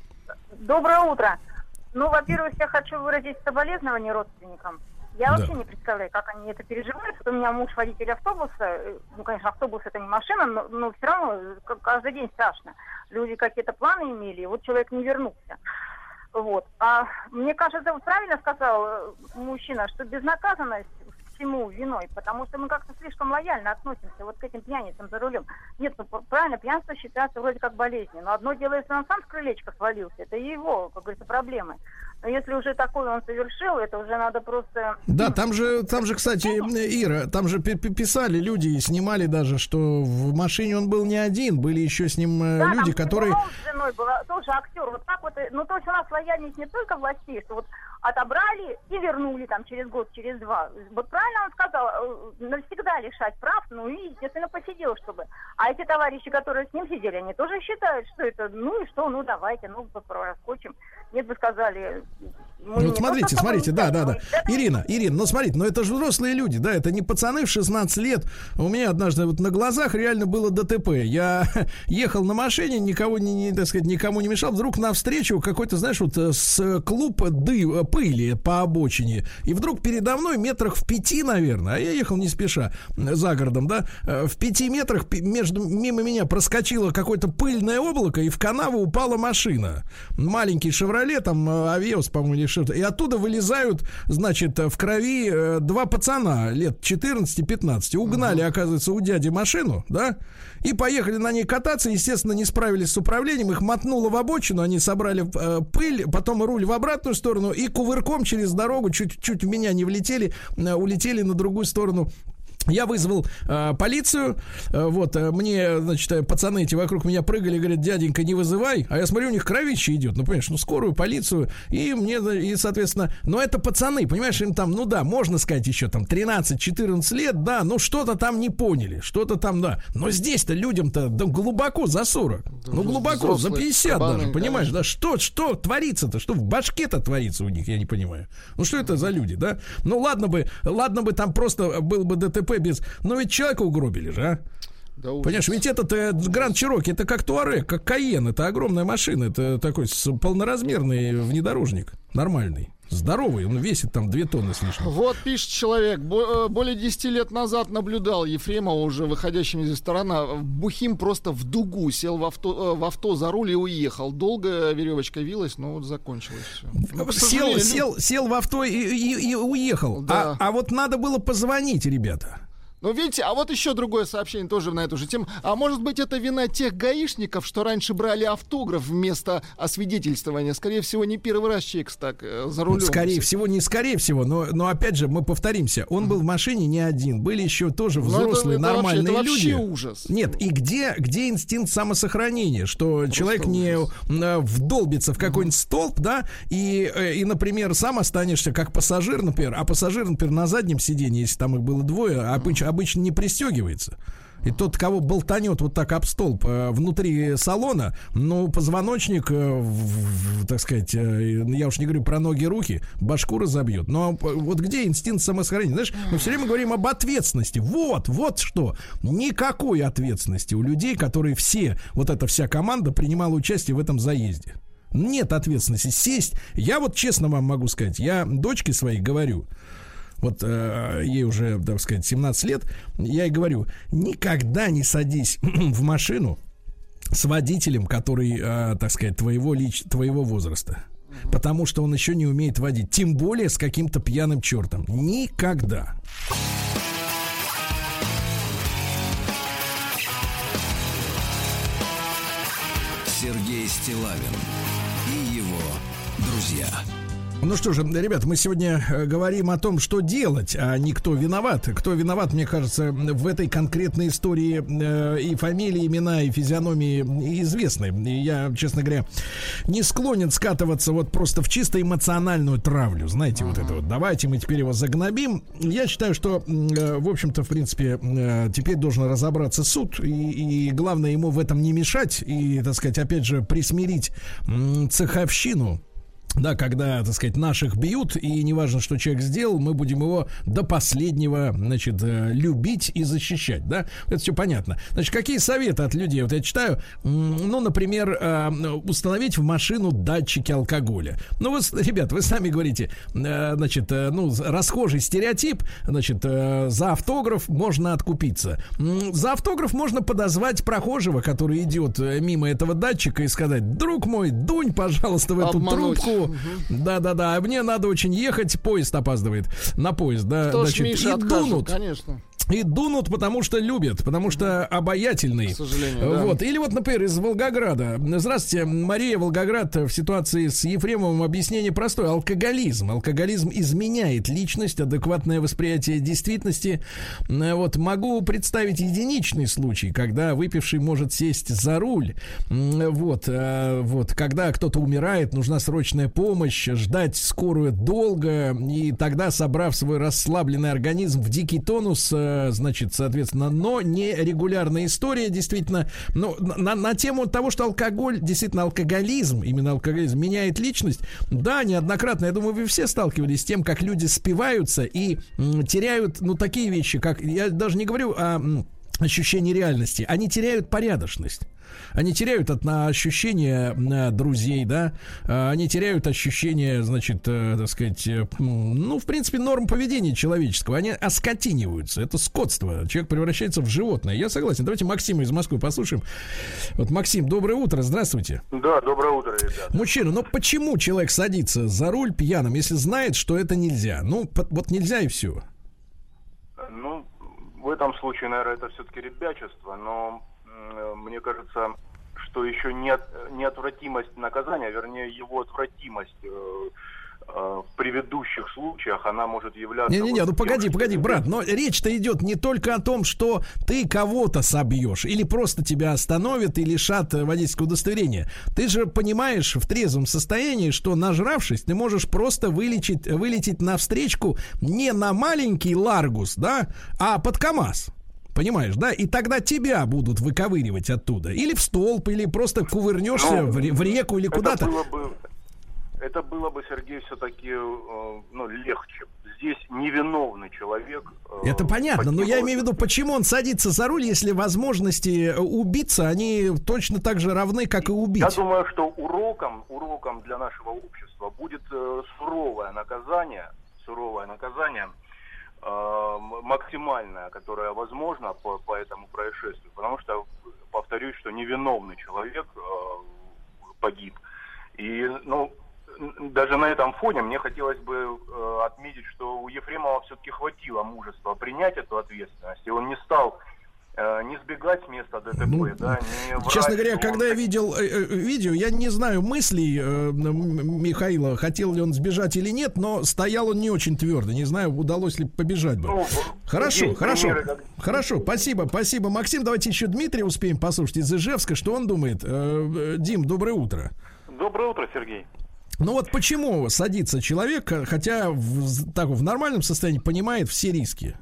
Доброе утро. Ну, во-первых, я хочу выразить соболезнования родственникам. Я да. вообще не представляю, как они это переживают. У меня муж водитель автобуса. Ну, конечно, автобус это не машина, но, но все равно каждый день страшно. Люди какие-то планы имели, и вот человек не вернулся. Вот. А мне кажется, правильно сказал мужчина, что безнаказанность всему виной, потому что мы как-то слишком лояльно относимся вот к этим пьяницам за рулем. Нет, ну правильно, пьянство считается вроде как болезнью, но одно дело, если он сам с крылечка свалился, это его, как говорится, проблемы. Но если уже такое он совершил, это уже надо просто... Да, там же, там же, кстати, Ира, там же писали люди и снимали даже, что в машине он был не один, были еще с ним да, люди, там которые... Да, с женой была, тоже актер, вот так вот, ну то есть у нас лояльность не только властей, что вот отобрали и вернули там через год, через два. Вот правильно он сказал, навсегда лишать прав, ну и, естественно, посидел, чтобы... А эти товарищи, которые с ним сидели, они тоже считают, что это, ну и что, ну давайте, ну проскочим. Нет, бы сказали... Ну, вот смотрите, смотрите, да, да, да. Ирина, Ирина, ну смотрите, ну это же взрослые люди, да, это не пацаны в шестнадцать лет. У меня однажды вот на глазах реально было ДТП. Я ехал на машине, никого не, не, так сказать, никому не мешал. Вдруг навстречу какой-то, знаешь, вот с клуб ды, пыли по обочине. И вдруг передо мной метрах в пяти, наверное, а я ехал не спеша, за городом, да, в пяти метрах между, мимо меня проскочило какое-то пыльное облако, и в канаву упала машина. Маленький «Шевроле», там, «Авиос», по-моему, или что-то. И оттуда вылезают, значит, в крови э, два пацана лет четырнадцать-пятнадцать. Угнали, uh-huh. оказывается, у дяди машину, да, и поехали на ней кататься. Естественно, не справились с управлением. Их мотнуло в обочину, они собрали э, пыль, потом руль в обратную сторону и кувырком через дорогу, чуть-чуть в меня не влетели, э, улетели на другую сторону. Я вызвал э, полицию, э, вот, э, мне, значит, пацаны эти вокруг меня прыгали, говорят, дяденька, не вызывай, а я смотрю, у них кровище идет, ну, понимаешь, ну, скорую, полицию, и мне, и, соответственно, но это пацаны, понимаешь, им там, ну, да, можно сказать, еще там тринадцать-четырнадцать лет, да, ну, что-то там не поняли, что-то там, да, но здесь-то людям-то да, глубоко за сорок, да, ну, глубоко, за пятьдесят кабаны, даже, понимаешь, конечно. Да, что, что творится-то, что в башке-то творится у них, я не понимаю, ну, что это за люди, да, ну, ладно бы, ладно бы там просто был бы ДТП без... Но ведь человека угробили же, а? Да, понимаешь, ведь этот э, Гранд Чироки, это как Туарек, как Кайен, это огромная машина, это такой полноразмерный внедорожник, нормальный. Здоровый, он весит там две тонны с лишним. Вот пишет человек, более десяти лет назад наблюдал Ефремова, уже выходящим из ресторана, бухим просто в дугу, сел в авто, в авто за руль и уехал. Долго веревочка вилась, но вот закончилось все. Ну, сел, сел, сел в авто и, и, и уехал. Да. А, а вот надо было позвонить, ребята. Ну, видите, а вот еще другое сообщение тоже на эту же тему. А может быть, это вина тех гаишников, что раньше брали автограф вместо освидетельствования? Скорее всего, не первый раз человек так э, за рулем. Скорее всего, не скорее всего, но, но опять же, мы повторимся, он был в машине не один, были еще тоже взрослые, это, это нормальные вообще, люди. Это вообще ужас. Нет, и где, где инстинкт самосохранения, что просто человек не ужас. вдолбится в какой-нибудь uh-huh. столб, да, и, и, например, сам останешься как пассажир, например, а пассажир, например, на заднем сиденье, если там их было двое, обычно, обычно не пристегивается. И тот, кого болтанет вот так об столб э, внутри салона, ну, позвоночник, э, в, в, так сказать, э, я уж не говорю про ноги, руки, башку разобьет. Но вот где инстинкт самосохранения? Знаешь, мы все время говорим об ответственности. Вот, вот что. Никакой ответственности у людей, которые все, вот эта вся команда принимала участие в этом заезде. Нет ответственности. Сесть. Я вот честно вам могу сказать, я дочке своей говорю, вот э, ей уже, так сказать, семнадцать лет, я ей говорю, никогда не садись в машину с водителем, который, э, так сказать, твоего, лич, твоего возраста. Потому что он еще не умеет водить. Тем более с каким-то пьяным чертом. Никогда. Сергей Стиллавин и его друзья. Ну что же, ребят, мы сегодня говорим о том, что делать, а не кто виноват. Кто виноват, мне кажется, в этой конкретной истории э, и фамилии, имена, и физиономии известны. И я, честно говоря, не склонен скатываться вот просто в чисто эмоциональную травлю. Знаете, вот это вот. Давайте мы теперь его загнобим. Я считаю, что, э, в общем-то, в принципе, э, теперь должен разобраться суд. И, и главное ему в этом не мешать. И, так сказать, опять же, присмирить э, цеховщину. Да, когда, так сказать, наших бьют, и неважно, что человек сделал, мы будем его до последнего, значит, любить и защищать, да? Это все понятно. Значит, какие советы от людей? Вот я читаю, ну, например, установить в машину датчики алкоголя. Ну, вы, ребят, вы сами говорите, значит, ну, расхожий стереотип, значит, за автограф можно откупиться. За автограф можно подозвать прохожего, который идет мимо этого датчика, и сказать: друг мой, дунь, пожалуйста, в эту Обмануть. трубку. Да-да-да, мне надо очень ехать, поезд опаздывает. На поезд, да. Кто значит, ж, Миша, и откажет, дунут. Конечно. И дунут, потому что любят, потому что обаятельный. К сожалению, вот. да. Или вот, например, из Волгограда. Здравствуйте, Мария, Волгоград. В ситуации с Ефремовым объяснение простое. Алкоголизм. Алкоголизм изменяет личность, адекватное восприятие действительности. Вот. Могу представить единичный случай, когда выпивший может сесть за руль. Вот. Вот. Когда кто-то умирает, нужна срочная помощь, ждать скорую долго, и тогда, собрав свой расслабленный организм в дикий тонус, значит, соответственно, но не регулярная история, действительно, ну, на, на тему того, что алкоголь, действительно, алкоголизм, именно алкоголизм меняет личность, да, неоднократно, я думаю, вы все сталкивались с тем, как люди спиваются и м, теряют, ну, такие вещи, как, я даже не говорю о м, ощущении реальности, они теряют порядочность. Они теряют от, на ощущение на друзей, да, они теряют ощущение, значит, э, так сказать, э, ну, в принципе, норм поведения человеческого. Они оскотиниваются, это скотство. Человек превращается в животное. Я согласен. Давайте Максима из Москвы послушаем. Вот, Максим, доброе утро, здравствуйте. Да, доброе утро, ребят. Мужчина, но почему человек садится за руль пьяным, если знает, что это нельзя? Ну, вот нельзя и все. Ну, в этом случае, наверное, это все-таки ребячество, но мне кажется, что еще нет, неотвратимость наказания, вернее, его отвратимость э, э, в предыдущих случаях, она может являться... Не-не-не, вот ну погоди, тем, погоди, брат, но речь-то идет не только о том, что ты кого-то собьешь, или просто тебя остановят и лишат водительского удостоверения. Ты же понимаешь в трезвом состоянии, что, нажравшись, ты можешь просто вылететь, вылететь навстречку не на маленький Ларгус, да, а под КамАЗ. Понимаешь, да? И тогда тебя будут выковыривать оттуда. Или в столб, или просто кувырнешься ну, в, в реку, или куда-то. Было бы, это было бы, Сергей, все-таки э, ну, легче. Здесь невиновный человек. Э, это понятно, но я имею в виду, почему он садится за руль, если возможности убиться, они точно так же равны, как и убить. Я думаю, что уроком, уроком для нашего общества будет э, суровое наказание, суровое наказание, максимальная, которая возможна по, по этому происшествию, потому что, повторюсь, что невиновный человек э, погиб. И, ну, даже на этом фоне мне хотелось бы э, отметить, что у Ефремова все-таки хватило мужества принять эту ответственность, и он не стал не сбегать с места ДТП, ну, да, не врать. Честно говоря, когда я видел э, э, видео, я не знаю мыслей э, Михаила, хотел ли он сбежать или нет, но стоял он не очень твердо. Не знаю, удалось ли побежать бы. Ну, хорошо, хорошо, примеры, как... хорошо, спасибо, спасибо, Максим. Давайте еще Дмитрия успеем послушать из Ижевска. Что он думает? Э, Дим, доброе утро. Доброе утро, Сергей. Ну вот почему садится человек, хотя в, так, в нормальном состоянии понимает все риски?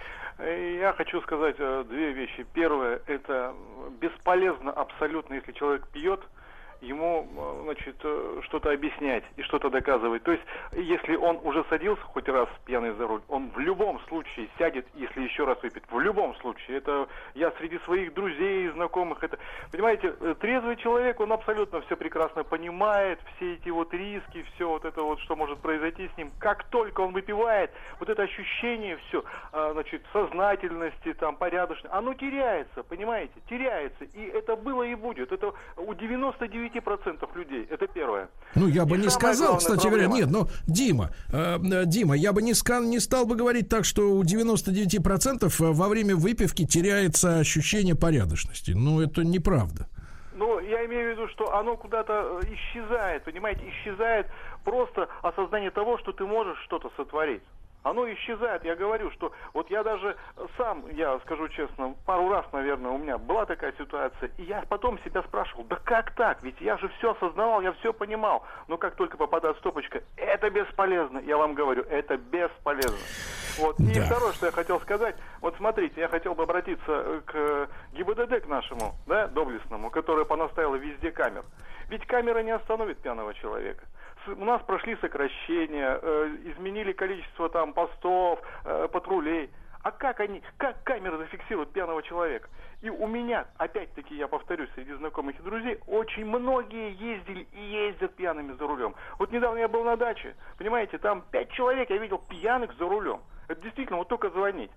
Я хочу сказать две вещи. Первое, это бесполезно абсолютно, если человек пьет, ему, значит, что-то объяснять и что-то доказывать. То есть, если он уже садился хоть раз пьяный за руль, он в любом случае сядет, если еще раз выпьет. В любом случае. Это я среди своих друзей и знакомых. Это, понимаете, трезвый человек, он абсолютно все прекрасно понимает, все эти вот риски, все вот это вот, что может произойти с ним. Как только он выпивает, вот это ощущение все, значит, сознательности, там, порядочности, оно теряется, понимаете? Теряется. И это было и будет. Это у девяноста девяти процентов людей. Это первое. Ну, я бы и не сказал, кстати проблема. говоря, нет, но, Дима, э, Дима, я бы не, ска- не стал бы говорить так, что у девяноста девяти процентов во время выпивки теряется ощущение порядочности. Ну, это неправда. Ну, я имею в виду, что оно куда-то исчезает, понимаете, исчезает просто осознание того, что ты можешь что-то сотворить. Оно исчезает. Я говорю, что вот я даже сам, я скажу честно, пару раз, наверное, у меня была такая ситуация, и я потом себя спрашивал, да как так? Ведь я же все осознавал, я все понимал. Но как только попадает стопочка, это бесполезно. Я вам говорю, это бесполезно. Вот. И да. Второе, что я хотел сказать, вот смотрите, я хотел бы обратиться к ГИБДД, к нашему, да, доблестному, который понаставил везде камер. Ведь камера не остановит пьяного человека. У нас прошли сокращения, э, изменили количество там постов, э, патрулей. А как они, как камеры зафиксируют пьяного человека? И у меня, опять-таки, я повторюсь, среди знакомых и друзей, очень многие ездили и ездят пьяными за рулем. Вот недавно я был на даче, понимаете, там пять человек я видел пьяных за рулем. Это действительно, вот только звонить.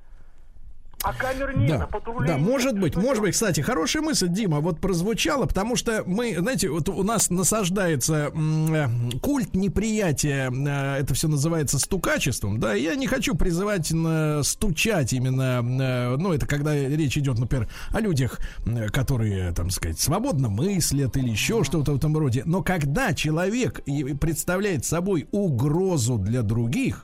А камер нет, да, а патрулей да, нет. может быть, что может быть, кстати, хорошая мысль, Дима, вот прозвучала, потому что мы, знаете, вот у нас насаждается м- культ неприятия, э, это все называется стукачеством, да, я не хочу призывать на стучать именно, э, ну, это когда речь идет, например, о людях, э, которые, там сказать, свободно мыслят или еще mm-hmm. что-то в этом роде, но когда человек представляет собой угрозу для других,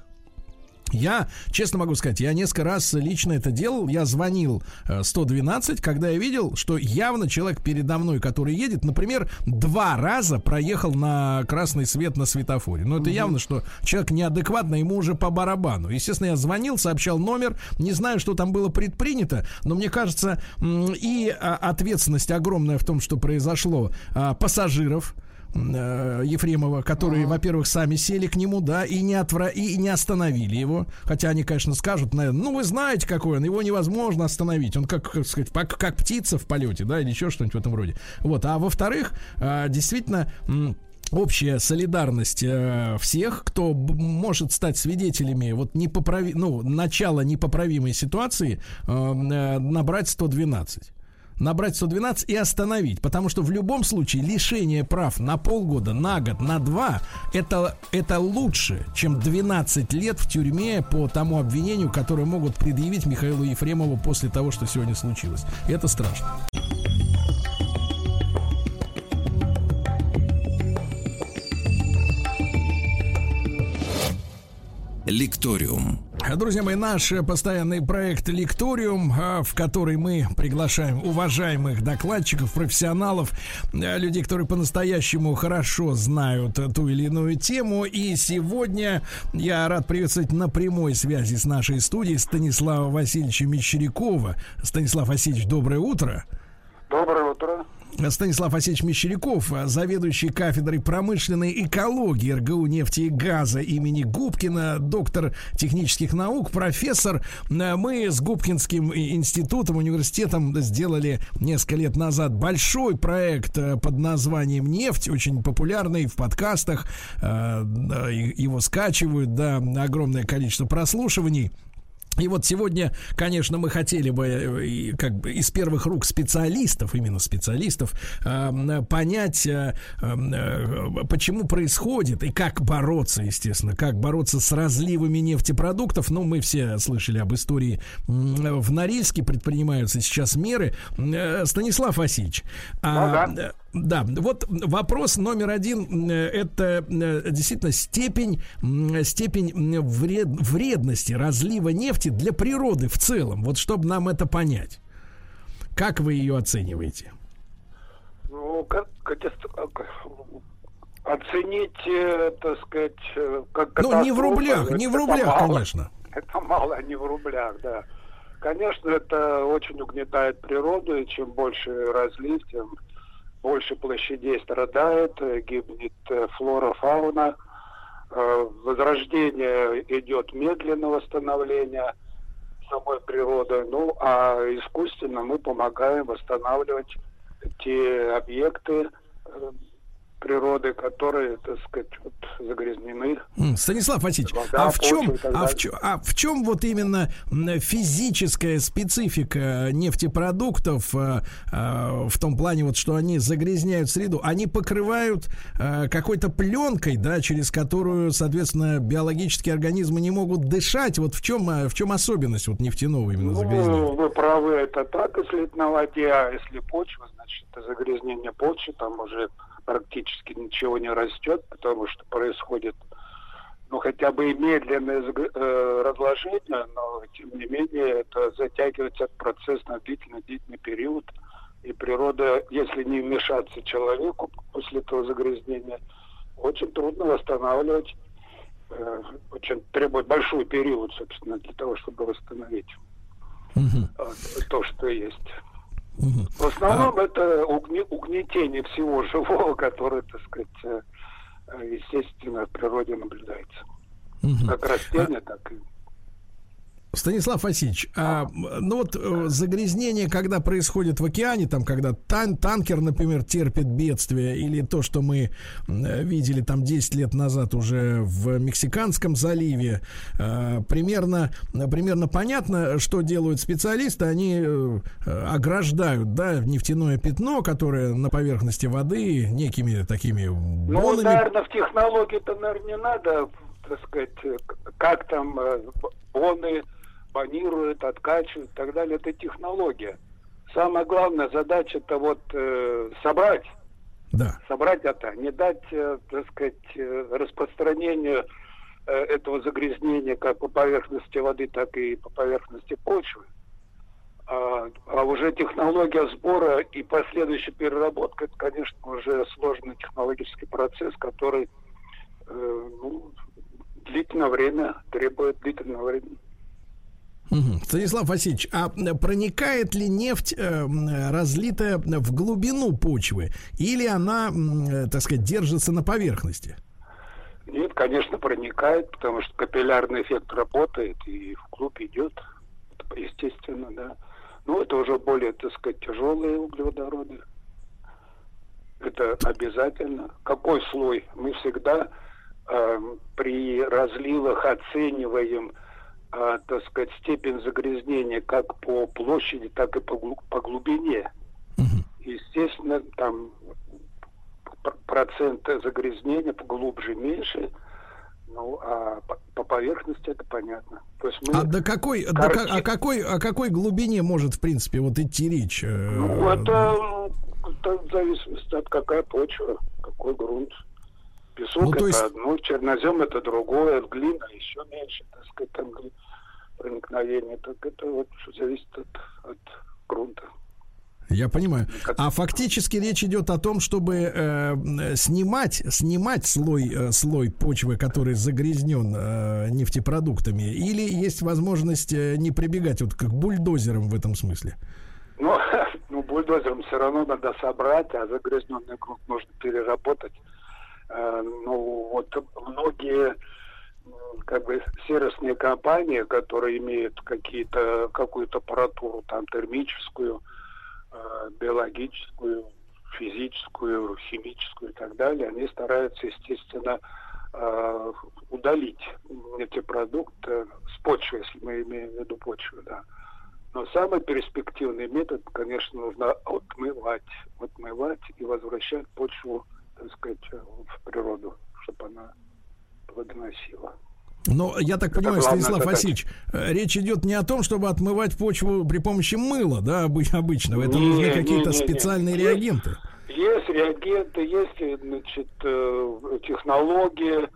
я, честно могу сказать, я несколько раз лично это делал. Я звонил сто двенадцать, когда я видел, что явно человек передо мной, который едет, например, два раза проехал на красный свет на светофоре. Но это угу. явно, что человек неадекватный, ему уже по барабану. Естественно, я звонил, сообщал номер. Не знаю, что там было предпринято, но мне кажется, и ответственность огромная в том, что произошло, пассажиров Ефремова, которые, uh-huh. во-первых, сами сели к нему, да, и не, отвра... и не остановили его. Хотя они, конечно, скажут, наверное, ну, вы знаете, какой он, его невозможно остановить. Он как, как сказать, как, как птица в полете, да, или еще что-нибудь в этом роде. Вот. А во-вторых, действительно, общая солидарность э, всех, кто б- может стать свидетелями вот непоправи... ну, начала непоправимой ситуации, э, э, набрать сто двенадцать. Набрать сто двенадцать и остановить. Потому что в любом случае лишение прав на полгода, на год, на два это, это лучше, чем двенадцать лет в тюрьме по тому обвинению, которое могут предъявить Михаилу Ефремову после того, что сегодня случилось. И это страшно. Лекториум. Друзья мои, наш постоянный проект «Лекториум», в который мы приглашаем уважаемых докладчиков, профессионалов, людей, которые по-настоящему хорошо знают ту или иную тему. И сегодня я рад приветствовать на прямой связи с нашей студией Станислава Васильевича Мещерякова. Станислав Васильевич, доброе утро. Доброе утро. Станислав Васильевич Мещеряков, заведующий кафедрой промышленной экологии эр гэ у нефти и газа имени Губкина, доктор технических наук, профессор. Мы с Губкинским институтом, университетом сделали несколько лет назад большой проект под названием «Нефть», очень популярный в подкастах, его скачивают, да, огромное количество прослушиваний. И вот сегодня, конечно, мы хотели бы как бы из первых рук специалистов, именно специалистов, э, понять, э, э, почему происходит и как бороться, естественно, как бороться с разливами нефтепродуктов. Ну, мы все слышали об истории в Норильске, предпринимаются сейчас меры. Э, Станислав Васильевич, а, ну, да. Да, вот вопрос номер один, это действительно степень, степень вред, вредности разлива нефти для природы в целом. Вот чтобы нам это понять. Как вы ее оцениваете? Ну, как, как оценить, так сказать, как ну, не в рублях, не в рублях, мало, конечно. Это мало, не в рублях, да. Конечно, это очень угнетает природу, и чем больше разлив, тем больше площадей страдает, гибнет флора, фауна. Возрождение идет медленного становления самой природы. Ну, а искусственно мы помогаем восстанавливать те объекты природы, которые, так сказать, вот, загрязнены. Станислав Васильевич, а в чем, а в чем, а в чем вот именно физическая специфика нефтепродуктов э, э, в том плане, вот, что они загрязняют среду? Они покрывают э, какой-то пленкой, да, через которую, соответственно, биологические организмы не могут дышать. Вот в чем, в чем особенность вот нефтяного именно загрязнения? Ну, вы правы, это так, если это на воде, а если почва, значит, это загрязнение почвы, там уже практически ничего не растет, потому что происходит, ну, хотя бы и медленное э, разложение, но, тем не менее, это затягивается процесс на длительный-длительный период. И природа, если не вмешаться человеку после этого загрязнения, очень трудно восстанавливать, э, очень требует большой период, собственно, для того, чтобы восстановить угу. э, то, что есть. Угу. В основном а... это угне- угнетение всего живого, которое, так сказать, естественно, в природе наблюдается. Угу. Как растения, а... так и... Станислав Васильевич, а, ну вот загрязнение, когда происходит в океане, там, когда тан- танкер, например, терпит бедствие, или то, что мы видели там десять лет назад уже в Мексиканском заливе, а, примерно, примерно понятно, что делают специалисты. Они ограждают, да, нефтяное пятно, которое на поверхности воды некими такими бонами. Ну, наверное, в технологии-то, наверное, не надо, так сказать, как там боны бонируют, откачивают и так далее. Это технология. Самая главная задача это вот э, собрать. Да. Собрать это, не дать, э, так сказать, э, распространению э, этого загрязнения как по поверхности воды, так и по поверхности почвы. А, а уже технология сбора и последующая переработка, это, конечно, уже сложный технологический процесс, который э, ну, длительное время требует длительного времени. Угу. Станислав Васильевич, а проникает ли нефть, э, разлитая в глубину почвы, или она, э, так сказать, держится на поверхности? Нет, конечно, проникает, потому что капиллярный эффект работает и вглубь идет, естественно, да. Но это уже более, так сказать, тяжелые углеводороды. Это обязательно. Какой слой? Мы всегда э, при разливах оцениваем, э, так сказать, степень загрязнения как по площади, так и по, по глубине. Угу. Естественно, там процент загрязнения поглубже меньше. Ну, а по, по поверхности это понятно. То есть мы а до какой, карти... до, о какой, о какой глубине может, в принципе, вот идти речь? Ну, это, это зависит от какая почва, какой грунт. Песок ну, это есть... одно, чернозем это другое, глина еще меньше, так сказать, там проникновение. Так это вот зависит от, от грунта. Я понимаю. А фактически речь идет о том, чтобы э, снимать, снимать слой, э, слой почвы, который загрязнен э, нефтепродуктами, или есть возможность э, не прибегать вот как бульдозерам в этом смысле? Ну, ну, бульдозером все равно надо собрать, а загрязненный грунт нужно переработать. Э, ну, вот многие как бы сервисные компании, которые имеют какие-то, какую-то аппаратуру, там, термическую, биологическую, физическую, химическую и так далее, они стараются, естественно, э, удалить нефтепродукты с почвы, если мы имеем в виду почву, да. Но самый перспективный метод, конечно, нужно отмывать, отмывать и возвращать почву, так сказать, в природу, чтобы она плодоносила. Но я так понимаю, Станислав Васильевич, речь идет не о том, чтобы отмывать почву при помощи мыла, да, обычного. Это не, нужны какие-то не, не, специальные не. реагенты. Есть, есть реагенты, есть, значит, технологии.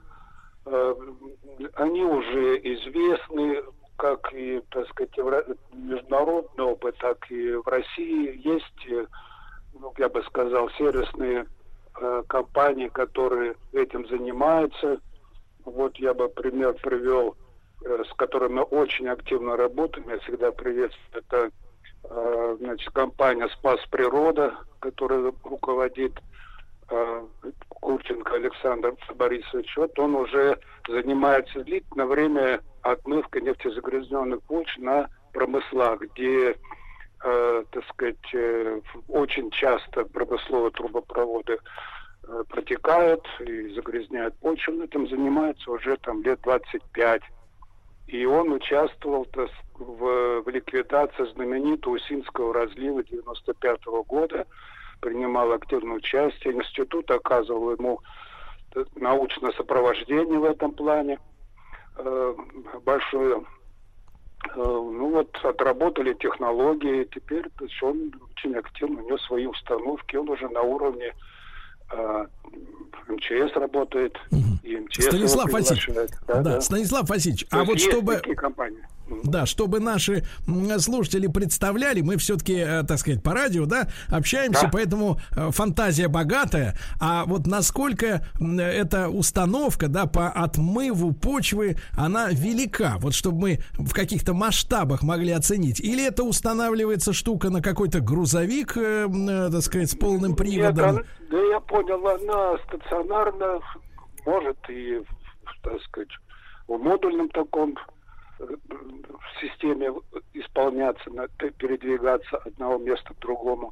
Они уже известны, как и, так сказать, международный опыт, так и в России есть, ну, я бы сказал, сервисные э, компании, которые этим занимаются. Вот я бы пример привел, э, с которыми мы очень активно работаем, я всегда приветствую. Это э, значит, компания «Спас Природа», которая руководит э, Курченко Александр Борисович. Вот он уже занимается длительное время отмывкой нефтезагрязненных почв на промыслах, где, э, так сказать, э, очень часто промысловые трубопроводы э, протекают и загрязняют почву. Он этим занимается уже там лет двадцать пять. И он участвовал так, в, в ликвидации знаменитого Усинского разлива девяносто пятого года, принимал активное участие. Институт оказывал ему научное сопровождение в этом плане. Большое. Ну вот, отработали технологии, теперь то есть он очень активно, у него свои установки, он уже на уровне э, МЧС работает. Угу. И МЧС Станислав Васильевич, да, да. Да. Станислав Васильевич, то а вот чтобы... такие компании. Да, чтобы наши слушатели представляли, мы все-таки, так сказать, по радио, да, общаемся, да. Поэтому фантазия богатая. А вот насколько эта установка, да, по отмыву почвы, она велика? Вот чтобы мы в каких-то масштабах могли оценить. Или это устанавливается штука на какой-то грузовик, э, э, так сказать, с полным приводом? Нет, да, да, я понял, она стационарно, может и, так сказать, в модульном таком в системе исполняться, передвигаться от одного места к другому.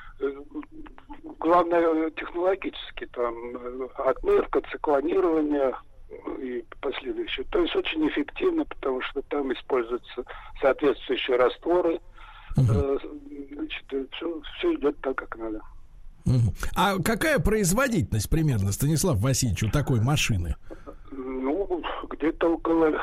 Главное технологически, там, отмывка, циклонирование и последующее. То есть очень эффективно, потому что там используются соответствующие растворы. Uh-huh. Значит, все, все идет так, как надо. Uh-huh. А какая производительность примерно, Станислав Васильевич, у такой машины? Ну, где-то около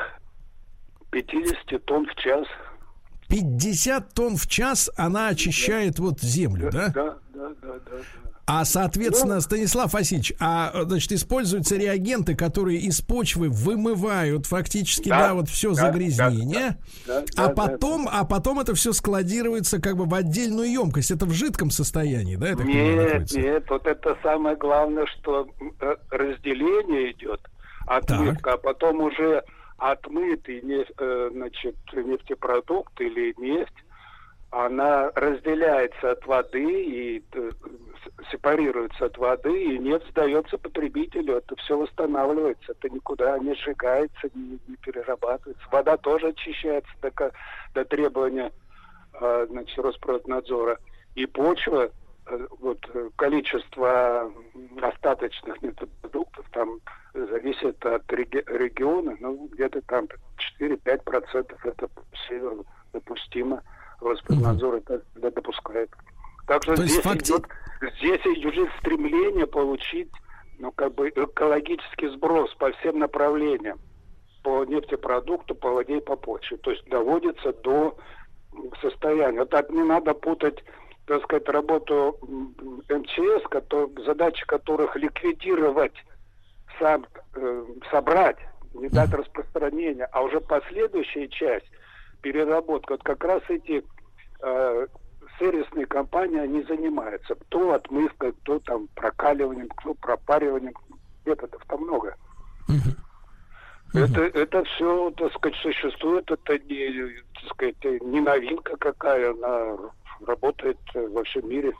пятьдесят тонн в час. пятьдесят тонн в час она очищает да. вот землю, да? Да, да, да, да. да. А, соответственно, ну, Станислав Васильевич, а, значит, используются реагенты, которые из почвы вымывают фактически, да, да вот все да, загрязнение, да, да, а да, потом, да, да. а потом это все складируется как бы в отдельную емкость. Это в жидком состоянии, да? Это нет, нет, вот это самое главное, что разделение идет, отмывка, а потом уже отмытый нефть, значит, нефтепродукт или нефть, она разделяется от воды и сепарируется от воды, и нефть сдается потребителю. Это все восстанавливается, это никуда не сжигается, не, не перерабатывается. Вода тоже очищается до, до требования, значит, Росприроднадзора. И почва, вот количество остаточных нефтепродуктов там зависит от реги- региона, ну где-то там четыре-пять процентов это все допустимо. Росприроднадзор это допускает. Так что здесь, факти... идет, здесь идет стремление получить, ну, как бы экологический сброс по всем направлениям. По нефтепродукту, по воде и по почве. То есть доводится до состояния. Вот так не надо путать, так сказать, работу МЧС, который, задача которых ликвидировать, сам, э, собрать, не дать распространения, а уже последующая часть, переработка. Вот как раз эти э, сервисные компании, они занимаются. Кто отмывкой, кто там прокаливанием, кто пропариванием. Методов там много. Uh-huh. Uh-huh. Это, это все, так сказать, существует. Это не, так сказать, не новинка какая. Она работает во всем мире.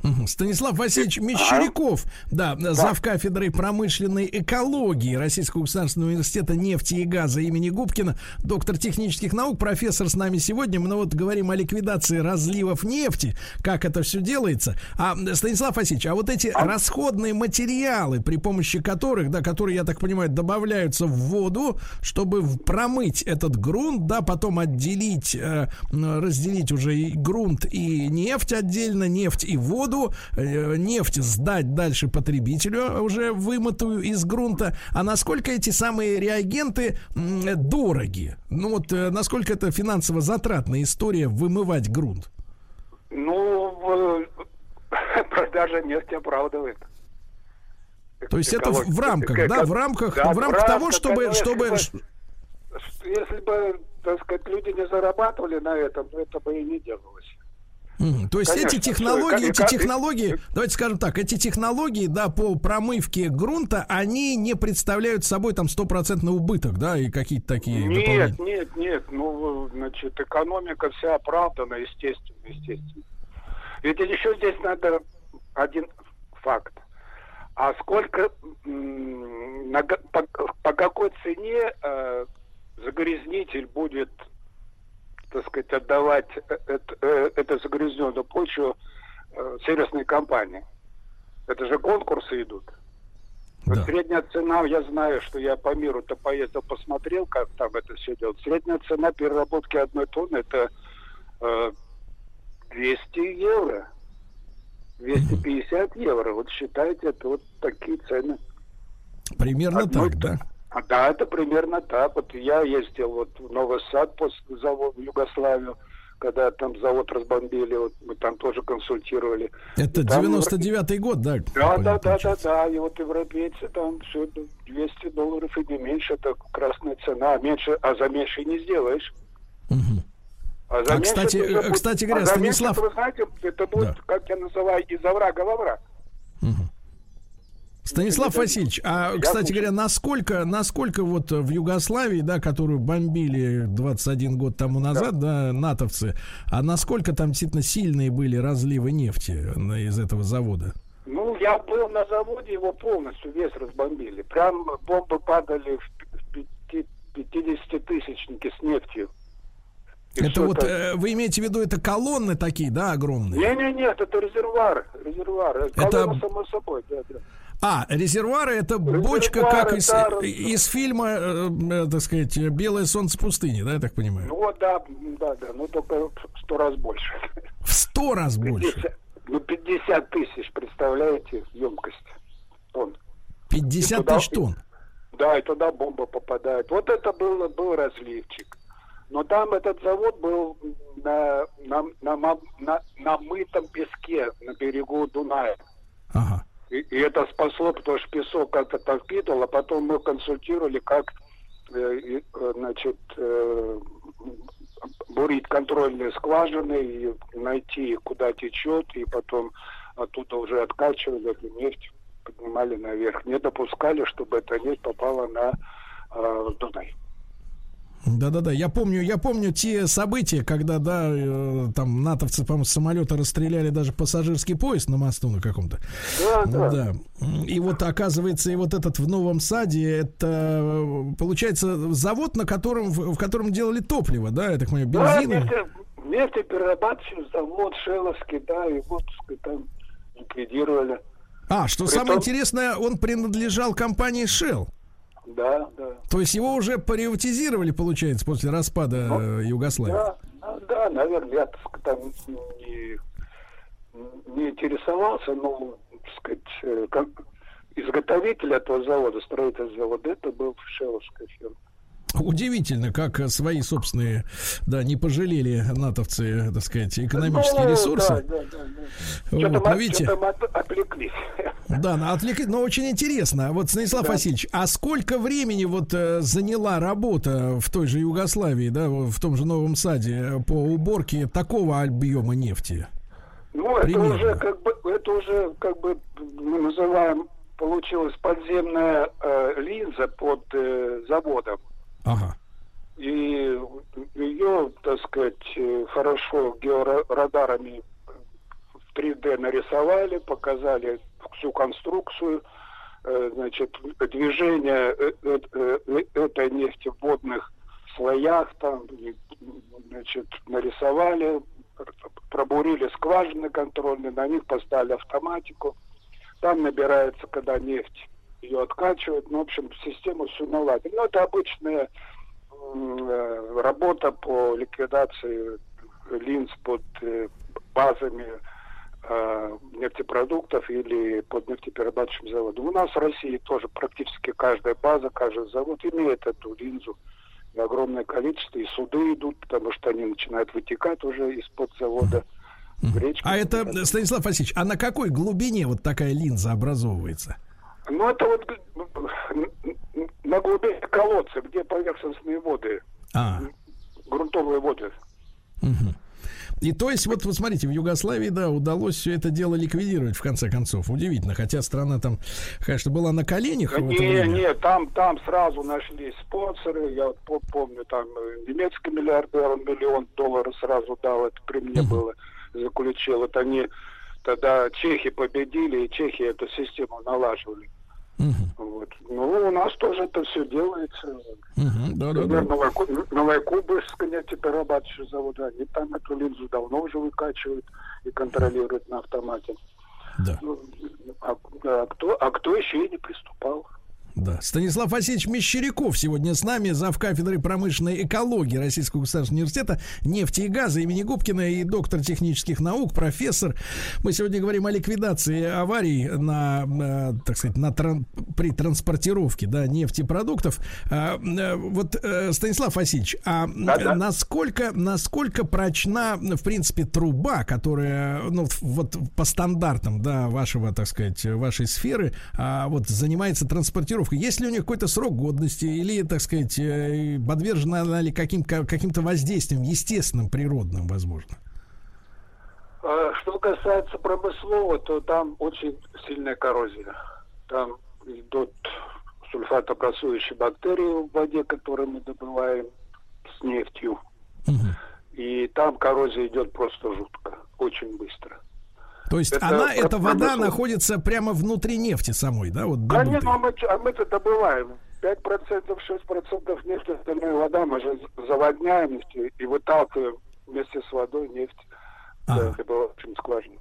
Станислав Васильевич Мещеряков, да, да, завкафедрой промышленной экологии Российского государственного университета нефти и газа имени Губкина, доктор технических наук, профессор с нами сегодня. Мы вот говорим о ликвидации разливов нефти, как это все делается. А, Станислав Васильевич, а вот эти а? расходные материалы, при помощи которых, да, которые, я так понимаю, добавляются в воду, чтобы промыть этот грунт, да, потом отделить, э, разделить уже и грунт и нефть отдельно, нефть и воду, нефть сдать дальше потребителю, уже вымытую из грунта. А насколько эти самые реагенты дороги? Ну вот, насколько это финансово затратная история вымывать грунт? Ну, продажа нефти оправдывает. То есть это в рамках, как, да, в рамках, да, в рамках того, чтобы, чтобы... Если бы, если бы, так сказать, люди не зарабатывали на этом, это бы и не делалось. Mm, то есть конечно, эти технологии, эти технологии, давайте скажем так, эти технологии, да, по промывке грунта, они не представляют собой там стопроцентный убыток, да, и какие-то такие... Нет, нет, нет, ну, значит, экономика вся оправдана, естественно, естественно. Ведь еще здесь надо один факт. А сколько, на, по, по какой цене э, загрязнитель будет, так сказать, отдавать это, это загрязненную почву э, сервисной компании? Это же конкурсы идут. Да. Вот средняя цена, я знаю, что я по миру-то поездил, посмотрел, как там это все делают. Средняя цена переработки одной тонны это э, двести евро. двести пятьдесят евро. Вот считайте, это вот такие цены. Примерно Одной так, да? А, да, это примерно так. Вот я ездил вот в Новый Сад после завода в Югославию, когда там завод разбомбили, вот мы там тоже консультировали. Это девяносто девятый год, да? Да, да, да, да, да. И вот европейцы там все двести долларов и не меньше, это красная цена. Меньше, а за меньше не сделаешь. Угу. А, а кстати, будет, кстати говоря, а Станислав... Вы знаете, это будет, да. как я называю, из оврага во враг. Угу. Станислав это, Васильевич, а, кстати слушаю. говоря, насколько, насколько вот в Югославии, да, которую бомбили двадцать один год тому назад, да, да натовцы, а насколько там действительно сильные были разливы нефти из этого завода? Ну, я был на заводе, его полностью весь разбомбили. Прям бомбы падали в пятидесятитысячники с нефтью. И это вот, э, вы имеете в виду, это колонны такие, да, огромные? Не-не-не, это резервуар, резервуар. Колонна, это... само собой, да, да. А, резервуары — это резервуары, бочка, как из, да, из фильма, э, э, так сказать, «Белое солнце пустыни», да, я так понимаю? Ну, вот, да, да, да, ну, только в сто раз больше. В сто раз пятьдесят, больше? Ну, пятьдесят тысяч, представляете, емкость тонн. пятьдесят тысяч тонн? Да, и туда бомба попадает. Вот это был, был разливчик. Но там этот завод был на, на, на, на, на мытом песке на берегу Дуная. Ага. И, и это спасло, потому что песок как-то там впитывал, а потом мы консультировали, как э, значит, э, бурить контрольные скважины и найти, куда течет, и потом оттуда уже откачивали эту нефть, поднимали наверх. Не допускали, чтобы эта нефть попала на э, Дунай. Да-да-да, я помню, я помню те события, когда, да, э, там натовцы, по-моему, с самолета расстреляли даже пассажирский поезд на мосту на каком-то. Да, да. да. И вот, оказывается, и вот этот в Новом Саде, это, получается, завод, на котором, в, в котором делали топливо, да, я так понимаю, бензин. Да, нефтеперерабатывающий завод Шелловский, да, и вот там ликвидировали. А, что Притом... самое интересное, он принадлежал компании Shell. Да, да. То есть его уже приватизировали, получается, после распада ну, Югославии? Да, да, наверное, я, так сказать, там не, не интересовался, но, так сказать, как изготовитель этого завода, строитель завода, это был шелловская фирма. Удивительно, как свои собственные, да, не пожалели натовцы, так сказать, экономические ну, ресурсы. Да, да, да, да. Что-то, вот, мы, видите, что-то мы отвлеклись. Да, отвлеклись, но очень интересно. Вот, Станислав да. Васильевич, а сколько времени вот заняла работа в той же Югославии, да, в том же Новом Саде по уборке такого объема нефти? Ну, это уже как бы, это уже как бы мы называем, получилась подземная э, линза под э, заводом. Ага. И ее, так сказать, хорошо георадарами три дэ нарисовали, показали всю конструкцию, значит, движение этой нефти в водных слоях, там, значит, нарисовали, пробурили скважины контрольные, на них поставили автоматику. Там набирается, когда нефть ее откачивают. Ну, в общем, систему всю наладили. Ну, это обычная э, работа по ликвидации линз под э, базами э, нефтепродуктов или под нефтеперерабатывающим заводом. У нас в России тоже практически каждая база, каждый завод имеет эту линзу. И огромное количество, и суды идут, потому что они начинают вытекать уже из-под завода. Речку, а это, Станислав Васильевич, а на какой глубине вот такая линза образовывается? Ну, это вот на глубине колодца, где поверхностные воды, а. грунтовые воды. Угу. И то есть, вот, вот смотрите, в Югославии, да, удалось все это дело ликвидировать, в конце концов. Удивительно, хотя страна там, конечно, была на коленях. Да не, не, там, там сразу нашлись спонсоры. Я вот помню, там немецкий миллиардер, он миллион долларов сразу дал, это при мне uh-huh. было, заключил. Вот они тогда чехи победили, и чехи эту систему налаживали. Uh-huh. Вот. Ну, у нас тоже это все делается. Uh-huh. Да, да, да. Новокубышская нефтеперерабатывающая завода, они там эту линзу давно уже выкачивают и контролируют на автомате. Да. Ну, а, а, кто, а кто еще и не приступал? Да. Станислав Васильевич Мещеряков сегодня с нами, завкафедрой промышленной экологии Российского государственного университета нефти и газа имени Губкина и доктор технических наук, профессор. Мы сегодня говорим о ликвидации аварий на, так сказать, на тран- при транспортировке, да, нефтепродуктов. А, вот, Станислав Васильевич, а Да-да. насколько, насколько прочна, в принципе, труба, которая, ну, вот по стандартам, да, вашего, так сказать, вашей сферы, а, вот занимается транспортировкой? Есть ли у них какой-то срок годности или, так сказать, подвержена она ли каким- каким-то воздействием естественным, природным, возможно? Что касается промыслового, то там очень сильная коррозия. Там идут сульфатообразующие бактерии в воде, которые мы добываем с нефтью. Угу. И там коррозия идет просто жутко, очень быстро. То есть это, она, эта вода промысл... находится прямо внутри нефти самой, да? Вот конечно, а мы, а мы-то добываем. пять процентов, шесть процентов нефти, остальная вода мы же заводняем нефть и выталкиваем вместе с водой нефть. Ага. Это было очень скважина.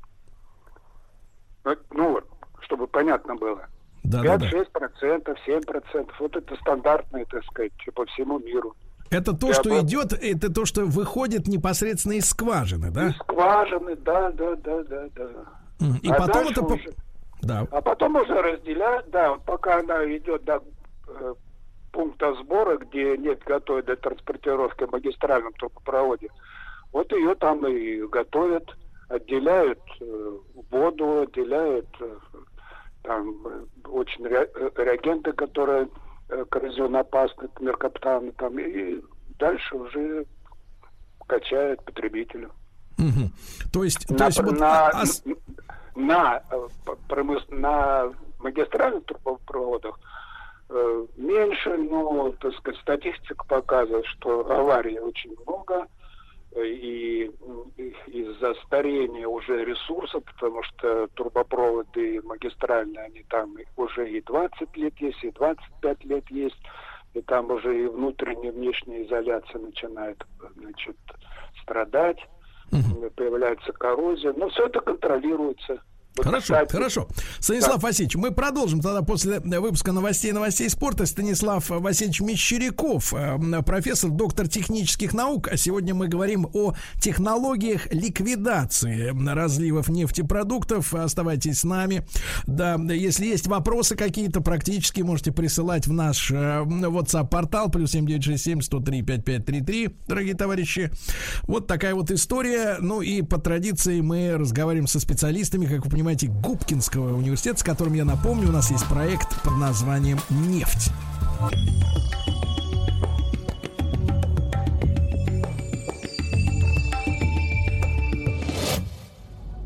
Ну, чтобы понятно было. Да, пять-шесть процентов, семь процентов. Вот это стандартное, так сказать, по всему миру. Это то, Я что бы... идет, это то, что выходит непосредственно из скважины, да? Из скважины, да, да, да, да, да. И а потом это... Уже... Да. А потом уже разделяют, да, вот пока она идет до э, пункта сбора, где нефть готовят для транспортировки в магистральном трубопроводе, вот ее там и готовят, отделяют э, воду, отделяют э, там э, очень ре- реагенты, которые... коррозионоопасный, меркаптан, там, и дальше уже качает потребителю. Угу. То есть, на, то есть вот, на, а... на, на, на магистральных трубопроводах э, меньше, но, так сказать, статистика показывает, что аварий очень много, и из-за старения уже ресурсов, потому что трубопроводы магистральные, они там уже и двадцать лет есть, и двадцать пять лет есть, и там уже и внутренняя, и внешняя изоляция начинает, значит, страдать, угу. появляется коррозия, но все это контролируется. Вот, хорошо, кстати, хорошо. Станислав да. Васильевич, мы продолжим тогда после выпуска новостей новостей спорта. Станислав Васильевич Мещеряков, профессор, доктор технических наук. А сегодня мы говорим о технологиях ликвидации разливов нефтепродуктов. Оставайтесь с нами. Да, если есть вопросы какие-то практически, можете присылать в наш WhatsApp-портал плюс семь девять шесть семь сто три пять пять три три, дорогие товарищи. Вот такая вот история. Ну и по традиции мы разговариваем со специалистами, как вы понимаете, Губкинского университета, с которым, я напомню, у нас есть проект под названием «Нефть».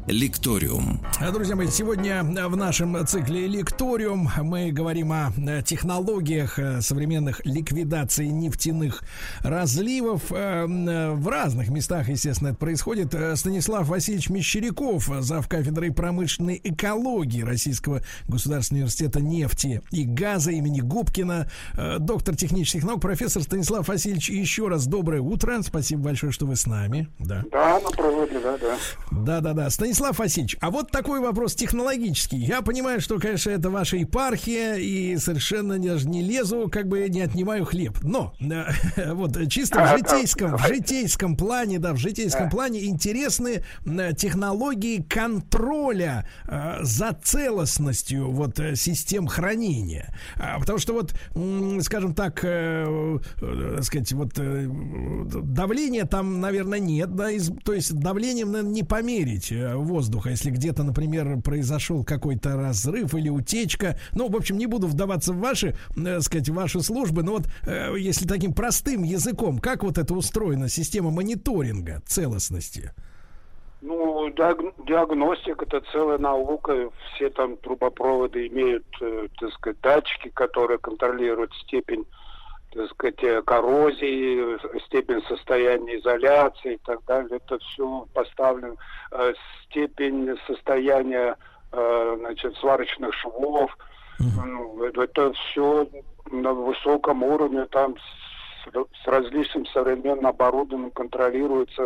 Лекториум. Друзья мои, сегодня в нашем цикле «Лекториум» мы говорим о технологиях современных ликвидации нефтяных разливов. В разных местах, естественно, это происходит. Станислав Васильевич Мещеряков, завкафедрой промышленной экологии Российского государственного университета нефти и газа имени Губкина, доктор технических наук. Профессор Станислав Васильевич, еще раз доброе утро. Спасибо большое, что вы с нами. Да, да, на проводе, да, да. Да-да-да. Станислав Васильевич, а вот такой вопрос технологический. Я понимаю, что, конечно, это ваша епархия, и совершенно даже не лезу, как бы не отнимаю хлеб. Но э, вот чисто в житейском, в житейском плане, да, в житейском плане интересны э, технологии контроля э, за целостностью вот э, систем хранения. А, потому что вот, э, скажем так, э, э, сказать, вот э, давления там, наверное, нет, да, из, то есть давлением, наверное, не померить э, воздуха, если где-то, например, произошел какой-то разрыв или утечка. Ну, в общем, не буду вдаваться в ваши, э, сказать, ваши службы, но вот э, если таким простым языком, как вот это устроена система мониторинга целостности? Ну, диагностика — это целая наука. Все там трубопроводы имеют, э, так сказать, датчики, которые контролируют степень, так сказать, коррозии, степень состояния изоляции и так далее. Это все поставлено. Э, степень состояния, э, значит, сварочных швов. Ну, это все на высоком уровне. Там с, с различным современным оборудованием контролируется.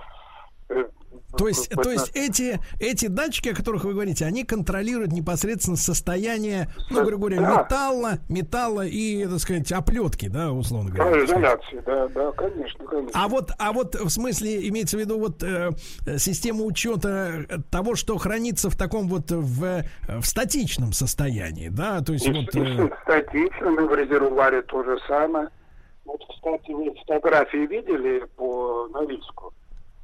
То есть, то есть эти, эти датчики, о которых вы говорите, они контролируют непосредственно состояние, ну, грубо говоря, да. металла, металла и, так сказать, оплетки, да, условно говоря. Изоляции, да, да, конечно, конечно. А вот, а вот в смысле имеется в виду вот э, система учета того, что хранится в таком вот в, в статичном состоянии, да, то есть и, вот. И э... в статичном, и в резервуаре то же самое. Вот, кстати, вы фотографии видели по Норильску?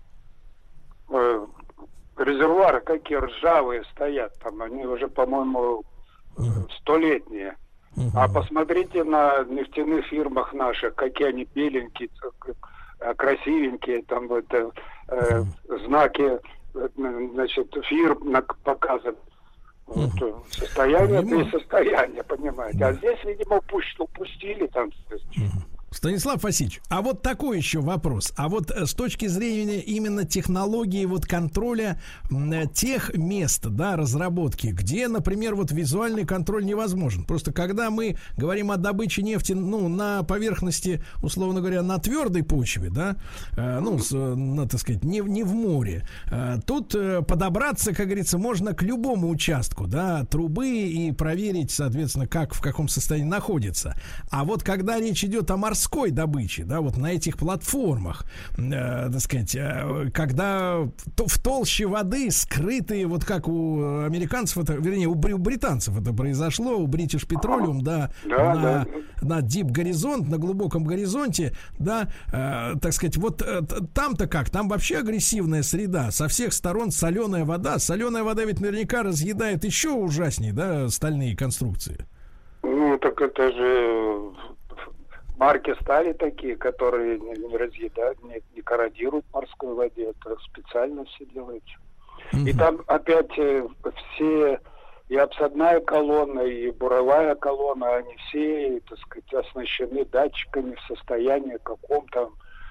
Резервуары какие ржавые стоят там, они уже, по-моему, столетние. Uh-huh. А посмотрите на нефтяных фирмах наших, какие они беленькие, красивенькие, там вот э, uh-huh. знаки, значит, фирм показывают. Uh-huh. Вот, состояние без состояния, понимаете. Uh-huh. А здесь, видимо, упустили там. Uh-huh. Станислав Васильевич, а вот такой еще вопрос. А вот с точки зрения именно технологии вот контроля тех мест, да, разработки, где, например, вот визуальный контроль невозможен. Просто когда мы говорим о добыче нефти, ну, на поверхности, условно говоря, на твердой почве, да, э, ну, с, на, так сказать, не, не в море, э, тут э, подобраться, как говорится, можно к любому участку, да, трубы и проверить, соответственно, как, в каком состоянии находится. А вот когда речь идет о морской морской добычи, да, вот на этих платформах, э, так сказать, э, когда в, в толще воды скрытые, вот как у американцев, это, вернее, у, у британцев это произошло, у British Petroleum, да, да, на, да. на deep горизонт, на глубоком горизонте, да, э, так сказать, вот э, там-то как, там вообще агрессивная среда, со всех сторон соленая вода, соленая вода ведь наверняка разъедает еще ужаснее, да, стальные конструкции. Ну, так это же... Марки стали такие, которые не разъедают, не, не корродируют в морской воде. Это специально все делается. Mm-hmm. И там опять э, все, и обсадная колонна, и буровая колонна, они все, так сказать, оснащены датчиками в состоянии каком-то,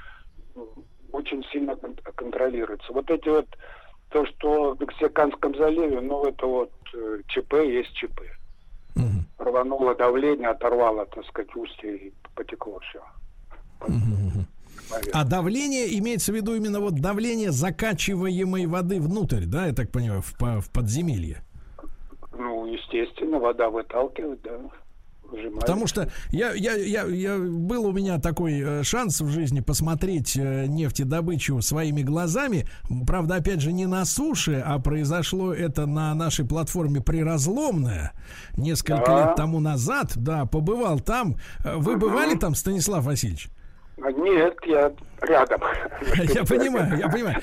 очень сильно кон- контролируется. Вот эти вот, то, что в Мексиканском заливе, ну, это вот э, ЧП есть ЧП. Угу. Рвануло давление, оторвало, так сказать, устье и потекло все. Угу. А давление имеется в виду именно вот давление закачиваемой воды внутрь, да, я так понимаю, в, в подземелье? Ну, естественно, вода выталкивает, да. Выжимает. Потому что я, я, я, я, был у меня такой э, шанс в жизни посмотреть э, нефтедобычу своими глазами. Правда, опять же, не на суше, а произошло это на нашей платформе Приразломная несколько да. лет тому назад. Да, побывал там. Вы угу. бывали там, Станислав Васильевич? Нет, я рядом. Я понимаю, я понимаю.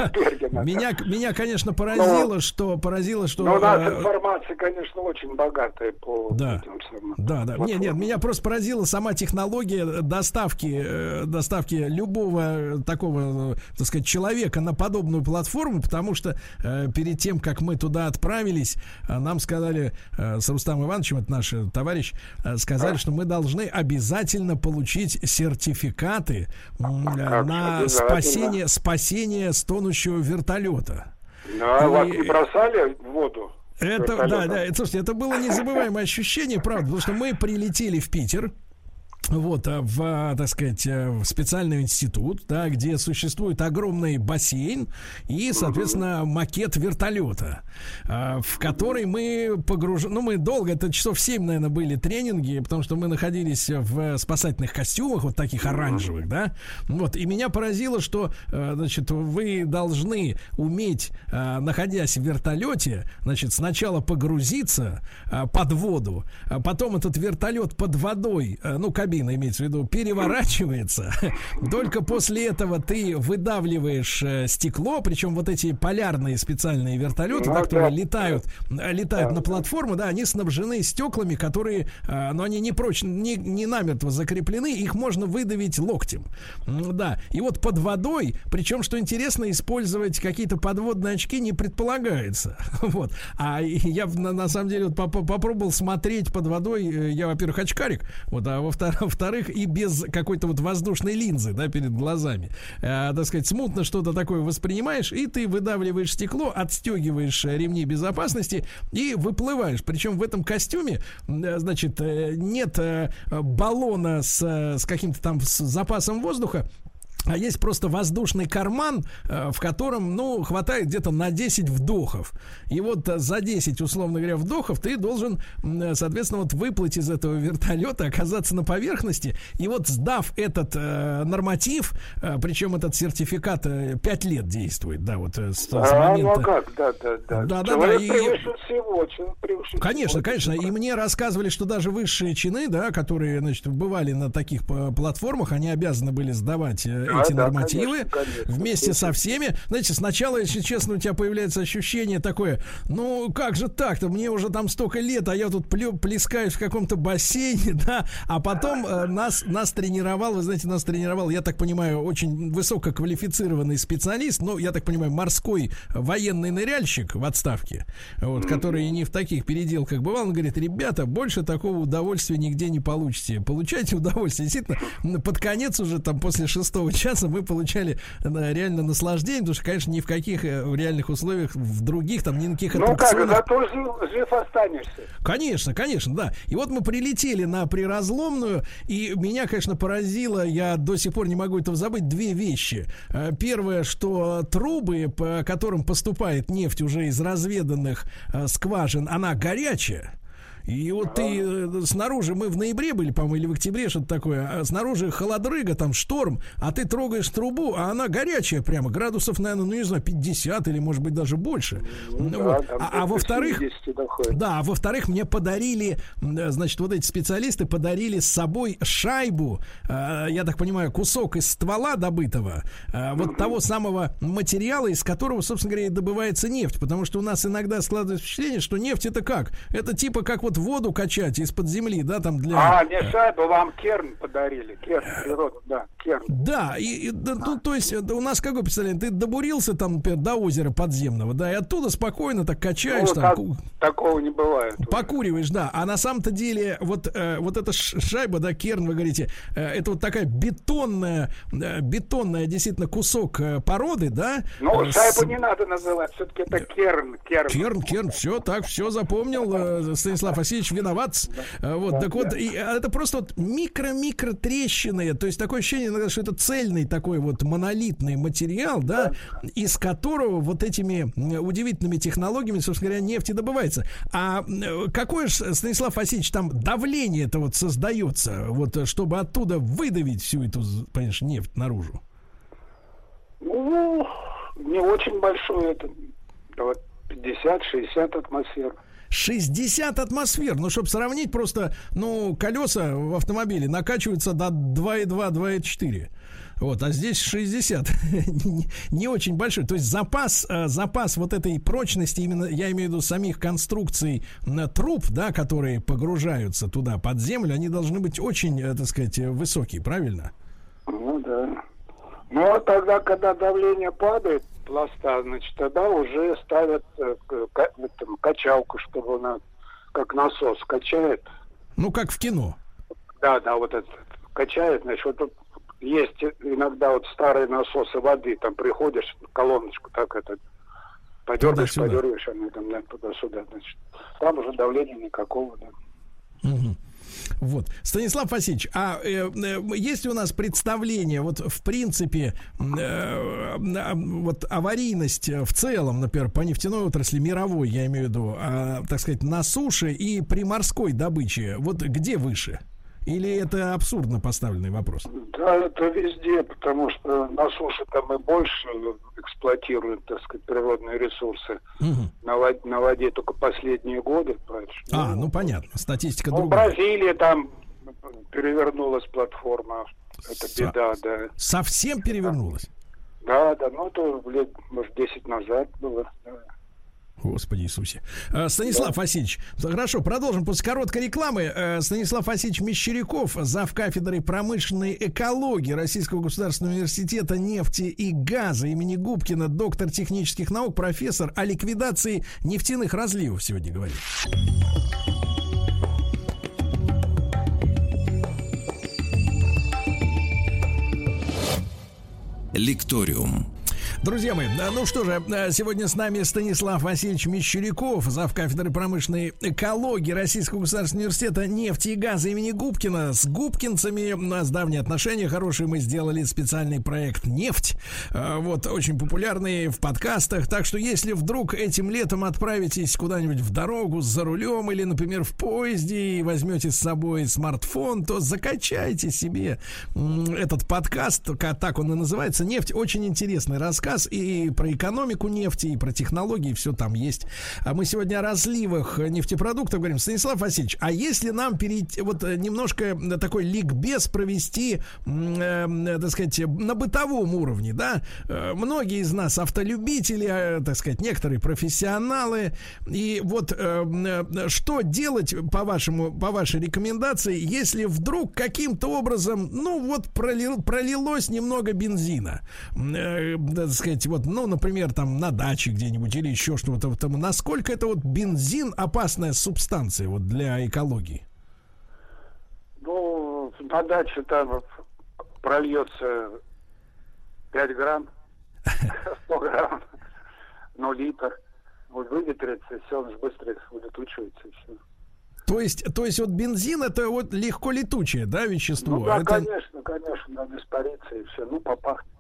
Меня, меня, конечно, поразило, но, что поразило, что. Но у нас информация, конечно, очень богатая по да, этим самым. Да, да. Нет, нет, меня просто поразила сама технология доставки, доставки любого такого, так сказать, человека на подобную платформу, потому что э, перед тем, как мы туда отправились, нам сказали э, с Рустамом Ивановичем, это наш товарищ, э, сказали, а? что мы должны обязательно получить сертификаты Как на спасение, спасение стонущего вертолета. Да, и... вас не бросали в воду? Это, да, да, это, слушайте, это было незабываемое ощущение, правда, потому что мы прилетели в Питер, вот, в, так сказать, в специальный институт, да, где существует огромный бассейн и, соответственно, макет вертолета, в который мы погружены, ну, мы долго, это часов семь, наверное, были тренинги, потому что мы находились в спасательных костюмах, вот таких оранжевых, да, вот, и меня поразило, что, значит, вы должны уметь, находясь в вертолете, значит, сначала погрузиться под воду, а потом этот вертолет под водой, ну, кабина имеется в виду, переворачивается. Только после этого ты выдавливаешь э, стекло, причем вот эти полярные специальные вертолеты, да, которые летают, летают на платформу, да, они снабжены стеклами, которые, э, но они не прочно, не, не намертво закреплены, их можно выдавить локтем. Да, и вот под водой, причем, что интересно, использовать какие-то подводные очки не предполагается. Вот. А я на, на самом деле вот, поп- попробовал смотреть под водой, я, во-первых, очкарик, вот, а во-вторых, во-вторых, и без какой-то вот воздушной линзы, да, перед глазами, э, так сказать, смутно что-то такое воспринимаешь, и ты выдавливаешь стекло, отстегиваешь ремни безопасности и выплываешь. Причем в этом костюме, э, значит, э, нет э, баллона с, с каким-то там с запасом воздуха, а есть просто воздушный карман, в котором, ну, хватает где-то на десять вдохов. И вот за десять, условно говоря, вдохов ты должен, соответственно, вот выплыть из этого вертолета, оказаться на поверхности. И вот сдав этот э, норматив, э, причем этот сертификат э, пять лет действует, да, вот э, с, а, с момента... ну как, да, да, да. Да, да, да. И... всего, конечно, всего. конечно. И мне рассказывали, что даже высшие чины, да, которые, значит, бывали на таких платформах, они обязаны были сдавать эти да, нормативы, да, конечно, конечно. Вместе со всеми. Знаете, сначала, если честно, у тебя появляется ощущение такое, ну, как же так-то, мне уже там столько лет, а я тут плю, плескаюсь в каком-то бассейне, да, а потом э, нас, нас тренировал, вы знаете, нас тренировал, я так понимаю, очень высококвалифицированный специалист, ну, я так понимаю, морской военный ныряльщик в отставке, вот, который не в таких переделках бывал, он говорит, ребята, больше такого удовольствия нигде не получите, получайте удовольствие, действительно, под конец уже там после шестого часа мы получали да, реально наслаждение, потому что, конечно, ни в каких в реальных условиях, в других там, ни на каких аттракционах. Ну как, зато жив, жив останешься. Конечно, конечно, да. И вот мы прилетели на Приразломную, и меня, конечно, поразило, я до сих пор не могу этого забыть, две вещи. Первое, что трубы, по которым поступает нефть уже из разведанных скважин, она горячая. И вот ты снаружи, мы в ноябре были, по-моему, или в октябре, что-то такое, а снаружи холодрыга, там шторм, а ты трогаешь трубу, а она горячая прямо, градусов, наверное, ну не знаю, пятьдесят или, может быть, даже больше. Ну, да, вот. А, а во-вторых, да, а во-вторых, мне подарили, значит, вот эти специалисты подарили с собой шайбу, я так понимаю, кусок из ствола добытого, вот того самого материала, из которого, собственно говоря, и добывается нефть, потому что у нас иногда складывается впечатление, что нефть это как? Это типа как вот воду качать из-под земли, да, там для... А, не шайбу, вам керн подарили, керн, природа, да, керн. Да, и, и да, ну, то есть у нас какое представление, ты добурился там, например, до озера подземного, да, и оттуда спокойно так качаешь, ну, там... Так, такого не бывает. Покуриваешь, да, а на самом-то деле вот, э, вот эта шайба, да, керн, вы говорите, э, это вот такая бетонная, э, бетонная действительно кусок э, породы, да? Ну, э, шайбу с... не надо называть, все-таки это керн, керн. Керн, керн, все, так, все запомнил, э, Станислав Васильевич виноват. Да. Вот, да, так да. вот, и это просто вот микро-микро трещины, то есть такое ощущение, что это цельный такой вот монолитный материал, да, да, из которого вот этими удивительными технологиями, собственно говоря, нефть и добывается. А какое же, Станислав Васильевич, там давление это вот создается, вот, чтобы оттуда выдавить всю эту, понимаешь, нефть наружу? Ну, не очень большое, это пятьдесят-шестьдесят атмосфер. шестьдесят атмосфер, ну, чтобы сравнить, просто, ну, колеса в автомобиле накачиваются до два и два - два и четыре. Вот, а здесь шестьдесят. Не очень большой. То есть запас, запас вот этой прочности, именно я имею в виду самих конструкций труб, да, которые погружаются туда под землю, они должны быть очень, так сказать, высокие, правильно? Ну да. Ну а тогда, когда давление падает пласта, значит, тогда уже ставят э, к, там, качалку, чтобы она как насос качает. Ну, как в кино. Да, да, вот это качает, значит, вот тут есть иногда вот старые насосы воды, там приходишь, колоночку так это подергаешь, подергаешь, она там да, туда-сюда, значит. Там уже давления никакого, да. Угу. Вот. Станислав Васильевич, а э, э, есть у нас представление, вот в принципе, э, э, вот аварийность в целом, например, по нефтяной отрасли мировой, я имею в виду, э, так сказать, на суше и при морской добыче, вот где выше? Или это абсурдно поставленный вопрос? Да, это везде, потому что на суше там мы больше эксплуатируем, так сказать, природные ресурсы. Угу. На, воде, на воде только последние годы. А, ну, ну понятно, статистика ну, другая. В Бразилии там перевернулась платформа. Это Со- беда, да. Совсем перевернулась? Да, да, ну это лет, может, десять назад было, да. Господи Иисусе. Станислав да. Васильевич, хорошо, продолжим после короткой рекламы. Станислав Васильевич Мещеряков, завкафедрой промышленной экологии Российского государственного университета нефти и газа имени Губкина, доктор технических наук, профессор, о ликвидации нефтяных разливов сегодня говорит. Лекториум. Друзья мои, ну что же, сегодня с нами Станислав Васильевич Мещеряков, завкафедры промышленной экологии Российского государственного университета нефти и газа имени Губкина. С губкинцами у нас давние отношения хорошие, мы сделали специальный проект «Нефть», вот, очень популярный в подкастах, так что если вдруг этим летом отправитесь куда-нибудь в дорогу за рулем или, например, в поезде и возьмете с собой смартфон, то закачайте себе этот подкаст, так он и называется, «Нефть», очень интересный рассказ. И про экономику нефти, и про технологии, все там есть. А мы сегодня о разливах нефтепродуктов говорим. Станислав Васильевич, а если нам перейти, вот немножко такой ликбез провести, э, так сказать, на бытовом уровне, да? Многие из нас автолюбители, так сказать, некоторые профессионалы. И вот э, что делать, по вашему, по вашей рекомендации, если вдруг каким-то образом, ну вот пролил, пролилось немного бензина, э, так сказать, вот, ну, например, там на даче где-нибудь или еще что-то, там, насколько это вот бензин опасная субстанция вот для экологии? Ну, на даче там прольется пять грамм, сто грамм, ну, литр, вот выветрится, и все, он же быстро улетучивается, и все. То есть, то есть вот бензин это вот легко летучее, да, вещество? Ну, да, это... конечно, конечно, надо испариться, и все, ну, попахнет.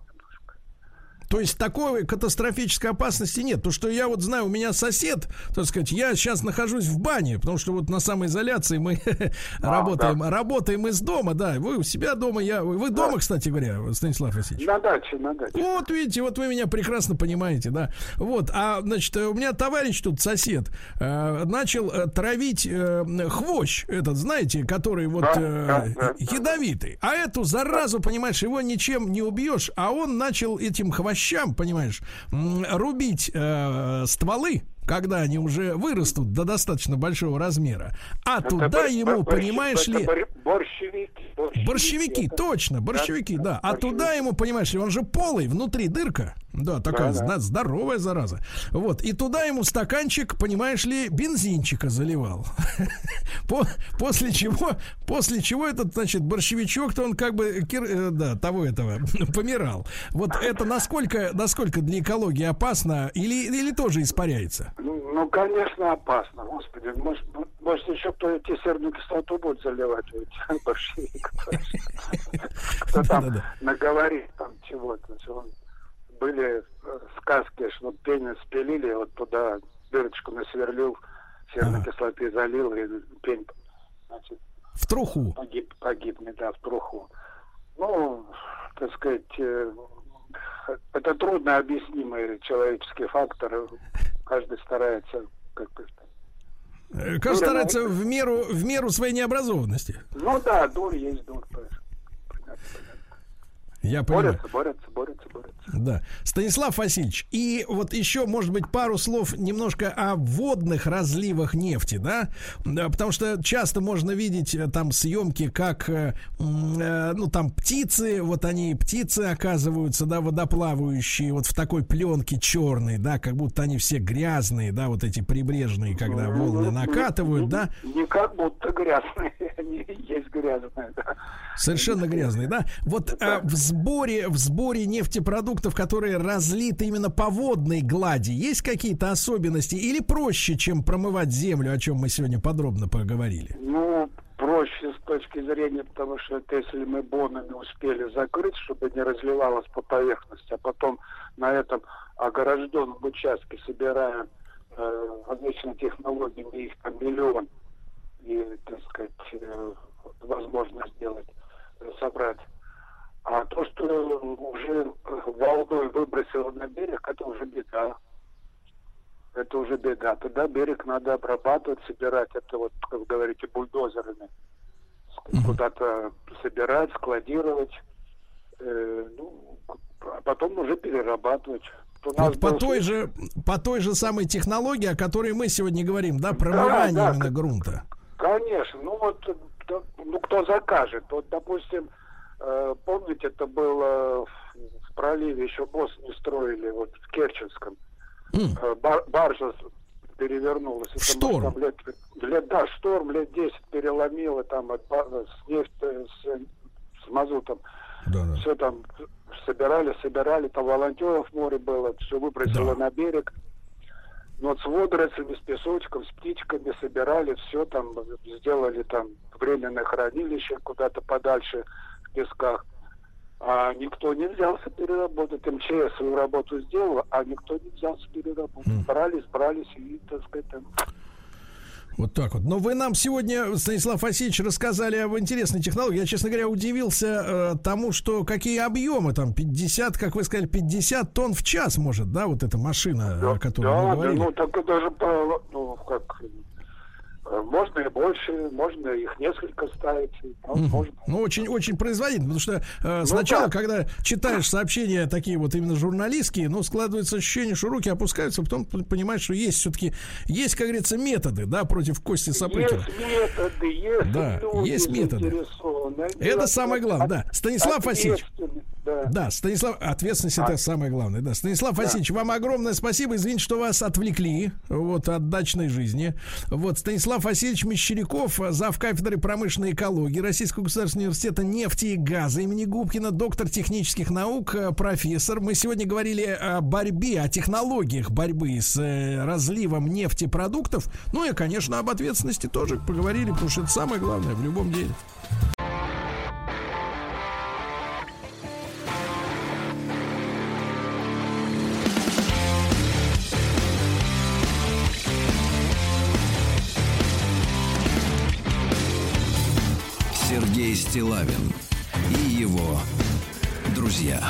То есть такой катастрофической опасности нет. То, что я вот знаю, у меня сосед, так сказать, я сейчас нахожусь в бане, потому что вот на самоизоляции мы а, работаем, да. работаем из дома, да. Вы у себя дома, я... Вы дома, да. кстати говоря, Станислав Васильевич? На даче, на даче. Вот видите, вот вы меня прекрасно понимаете, да. Вот, а, значит, у меня товарищ тут, сосед, э, начал э, травить э, хвощ, этот, знаете, который вот да, э, да, да, ядовитый. А эту заразу, понимаешь, его ничем не убьешь, а он начал этим хвощом, понимаешь, рубить э, стволы, когда они уже вырастут до достаточно большого размера. А это туда бор- ему, бор- понимаешь ли... Бор- борщевики. Борщевики, борщевики это... точно, борщевики, да. да. А борщевики. Туда ему, понимаешь ли, он же полый, внутри дырка. Да, такая да, да. здоровая зараза. Вот, и туда ему стаканчик, понимаешь ли, бензинчика заливал. После чего, после чего этот, значит, борщевичок-то он как бы, да, того этого, помирал. Вот это насколько, насколько для экологии опасно или, или тоже испаряется? Ну, конечно, опасно, господи. Может, может еще кто-то серную кислоту будет заливать в эти борщевики. Кто там наговорит там чего-то. Были сказки, что пень спилили, вот туда дырочку насверлил, серной кислоты залил, и пень, значит, в труху. Погиб, погибнет, да, в труху. Ну, так сказать, это трудно объяснимый человеческий фактор. Каждый старается как-то... Каждый старается в меру, в меру своей необразованности. Ну да, дурь есть дурь. Я понимаю. Борются, борются, борются, борются. Да. Станислав Васильевич, и вот еще, может быть, пару слов немножко о водных разливах нефти, да? Потому что часто можно видеть там съемки, как, э, ну, там птицы, вот они, птицы оказываются, да, водоплавающие, вот в такой пленке черной, да, как будто они все грязные, да, вот эти прибрежные, когда волны накатывают, не, да? Не как будто грязные, они есть грязные, да. Совершенно грязные, да? Вот а, в сборе, в сборе нефтепродуктов, которые разлиты именно по водной глади, есть какие-то особенности или проще, чем промывать землю, о чем мы сегодня подробно поговорили? Ну, проще с точки зрения, потому что это если мы бонами успели закрыть, чтобы не разливалось по поверхности, а потом на этом огражденном участке собираем э, различными технологиями, их там миллион, и, так сказать, э, возможно сделать, собрать. А то, что уже волной выбросило на берег, это уже беда. Это уже беда. Тогда берег надо обрабатывать, собирать. Это вот, как вы говорите, бульдозерами. Mm-hmm. Куда-то собирать, складировать. Э, ну, а потом уже перерабатывать. Вот по той, же, по той же самой технологии, о которой мы сегодня говорим, да, промывание да, да, именно грунта. Конечно. Ну вот, ну кто закажет. Вот, допустим, помните, это было в проливе, еще мост не строили, вот в Керченском. Mm. Бар, баржа перевернулась. В шторм? Там лет, лет, да, шторм лет десять переломило, там от, с нефть, с, с мазутом. Да, да. Все там собирали, собирали, там волонтеров море было, все выбросило да. на берег. Но вот с водорослями, с песочком, с птичками собирали, все там сделали там временное хранилище куда-то подальше в песках. А никто не взялся переработать. МЧС свою работу сделала, а никто не взялся переработать. Mm. Брались, брались и, так сказать, там... Вот так вот. Но вы нам сегодня, Станислав Васильевич, рассказали об интересной технологии. Я, честно говоря, удивился э, тому, что какие объемы там, пятьдесят, как вы сказали, пятьдесят тонн в час может, да, вот эта машина, да, о которой да, вы говорили. Да, ну, так даже, ну, как... Можно и больше, можно их несколько ставить. Mm-hmm. Можно. Ну, очень, очень производительно, потому что э, ну, сначала, да. когда читаешь сообщения такие вот именно журналистские, ну, складывается ощущение, что руки опускаются, потом понимаешь, что есть все-таки, есть, как говорится, методы, да, против Кости Сапрыкина. Есть методы, есть да, люди есть методы. Это самое главное, да. Станислав Васильевич. Да. да, Станислав, ответственность а. это самое главное, да. Станислав да. Васильевич, вам огромное спасибо, извините, что вас отвлекли, вот, от дачной жизни. Вот, Станислав Васильевич Мещеряков, зав. Кафедры промышленной экологии Российского государственного университета нефти и газа имени Губкина, доктор технических наук, профессор. Мы сегодня говорили о борьбе, о технологиях борьбы с разливом нефтепродуктов. Ну и, конечно, об ответственности тоже поговорили, потому что это самое главное в любом деле. Сергей Стиллавин и его друзья.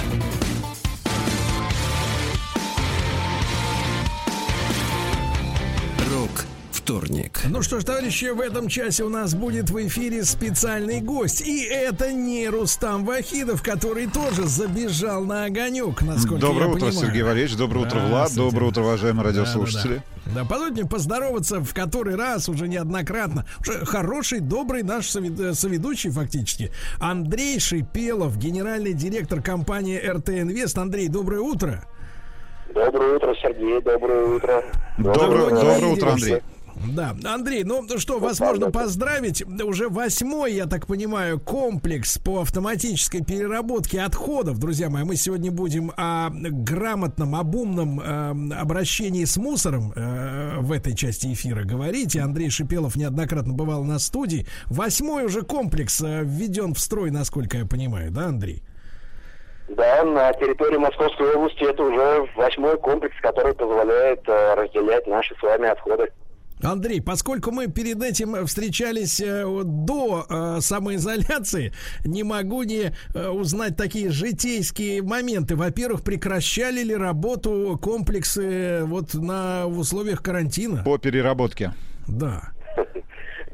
Рок-вторник. Ну что ж, товарищи, в этом часе у нас будет в эфире специальный гость. И это не Рустам Вахидов, который тоже забежал на огонек, насколько Доброе я утро, понимаю. Сергей Валерьевич. Доброе утро, Влад. Доброе утро, уважаемые радиослушатели. Да, да, да. Да, позвольте мне поздороваться в который раз, уже неоднократно. Уже хороший, добрый наш соведущий фактически. Андрей Шипелов, генеральный директор компании эр тэ Инвест. Андрей, доброе утро. Доброе утро, Сергей, доброе утро. Доброе, доброе утро, Андрей. Да, Андрей, ну что, вас можно поздравить. Уже восьмой, я так понимаю, комплекс по автоматической переработке отходов. Друзья мои, мы сегодня будем о грамотном, об умном э, обращении с мусором э, в этой части эфира говорить. И Андрей Шипелов неоднократно бывал на студии. Восьмой уже комплекс э, введен в строй, насколько я понимаю, да, Андрей? Да, на территории Московской области это уже восьмой комплекс, который позволяет э, разделять наши с вами отходы. Андрей, поскольку мы перед этим встречались э, до э, самоизоляции, не могу не э, узнать такие житейские моменты. Во-первых, прекращали ли работу комплексы вот на в условиях карантина? По переработке. Да.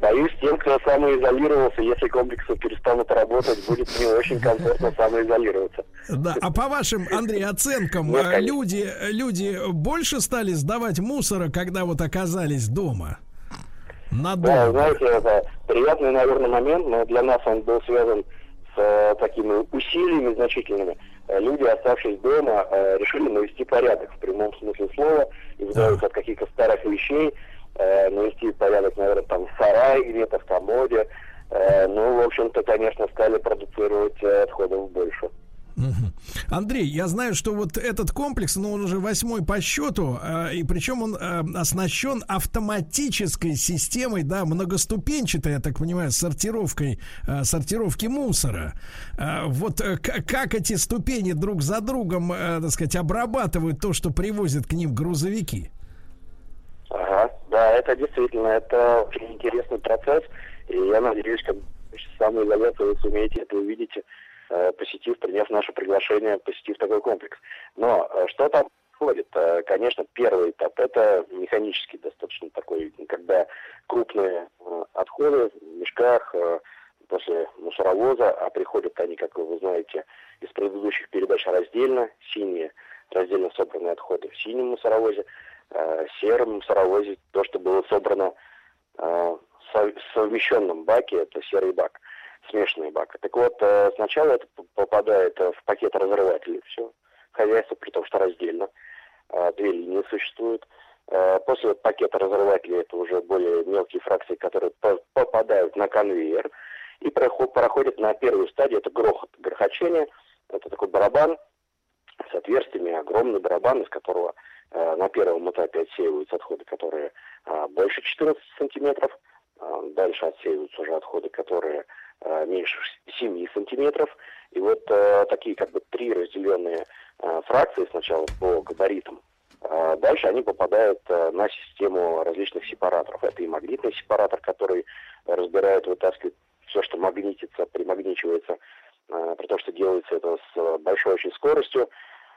Боюсь, тем, кто самоизолировался, если комплексы перестанут работать, будет не очень комфортно самоизолироваться. Да, а по вашим, Андрей, оценкам, Нет, люди, люди больше стали сдавать мусора, когда вот оказались дома? Надолго. Да, знаете, это приятный, наверное, момент, но для нас он был связан с э, такими усилиями значительными. Э, люди, оставшись дома, э, решили навести порядок в прямом смысле слова, избавиться от каких-то старых вещей, э, навести порядок, наверное, там в сарае где-то, в комоде. Э, ну, в общем-то, конечно, стали продуцировать э, отходов больше. Угу. Андрей, я знаю, что вот этот комплекс, ну, он уже восьмой по счету, э, и причем он э, оснащен автоматической системой, да, многоступенчатой, я так понимаю, сортировкой, э, сортировки мусора. Э, вот э, к- как эти ступени друг за другом, э, так сказать, обрабатывают то, что привозят к ним грузовики? Ага, да, это действительно, это очень интересный процесс, и я надеюсь, как самоизоляцию вы сумеете это увидеть, посетив, приняв наше приглашение, посетив такой комплекс. Но что там происходит? Конечно, первый этап — это механический достаточно такой, когда крупные отходы в мешках после мусоровоза, а приходят они, как вы знаете, из предыдущих передач раздельно, синие, раздельно собранные отходы в синем мусоровозе, в сером мусоровозе то, что было собрано в совмещенном баке, это серый бак. Смешанный бак. Так вот, сначала это попадает в пакет разрывателей, все, хозяйство, при том, что раздельно. Две линии существуют. После пакета разрывателей это уже более мелкие фракции, которые попадают на конвейер и проходят на первую стадию, это грохот, грохочение. Это такой барабан с отверстиями, огромный барабан, из которого на первом этапе отсеиваются отходы, которые больше четырнадцати сантиметров. Дальше отсеиваются уже отходы, которые меньше семи сантиметров. И вот э, такие как бы три разделенные э, фракции сначала по габаритам. А дальше они попадают э, на систему различных сепараторов. Это и магнитный сепаратор, который разбирает, вытаскивает все, что магнитится, примагничивается, э, при том, что делается это с большой очень скоростью.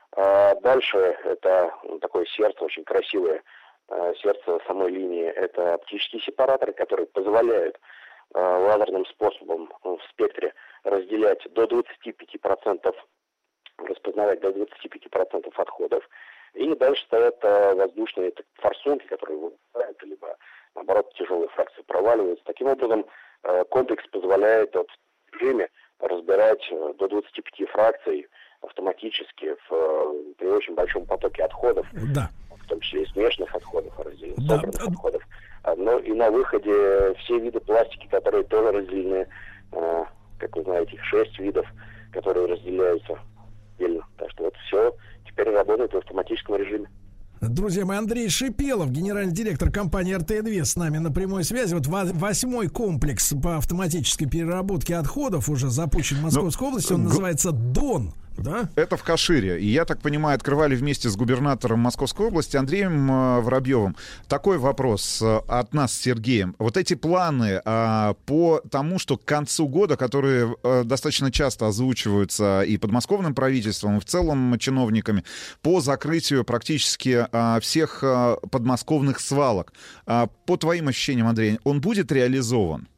А дальше это ну, такое сердце, очень красивое э, сердце самой линии. Это оптические сепараторы, которые позволяют лазерным способом в спектре разделять до двадцати пяти процентов, распознавать до двадцати пяти процентов отходов. И дальше стоят воздушные форсунки, которые выпадают, либо, наоборот, тяжелые фракции проваливаются. Таким образом, комплекс позволяет вот, в режиме разбирать до двадцати пяти фракций автоматически в, при очень большом потоке отходов, да. В том числе и смешанных отходов, раздельных да. собранных отходов. Но и на выходе все виды пластики, которые тоже разделены, э, как вы знаете, их шесть видов, которые разделяются отдельно. Так что вот все теперь работает в автоматическом режиме. Друзья мои, Андрей Шипелов, генеральный директор компании эр тэ инвест, с нами на прямой связи. Вот восьмой комплекс по автоматической переработке отходов уже запущен в Московской ну, области. Он г- называется ДОН. Да? Это в Кашире. И я так понимаю, открывали вместе с губернатором Московской области Андреем э, Воробьевым. Такой вопрос э, от нас с Сергеем. Вот эти планы э, по тому, что к концу года, которые э, достаточно часто озвучиваются и подмосковным правительством, и в целом чиновниками, по закрытию практически э, всех э, подмосковных свалок. Э, по твоим ощущениям, Андрей, он будет реализован?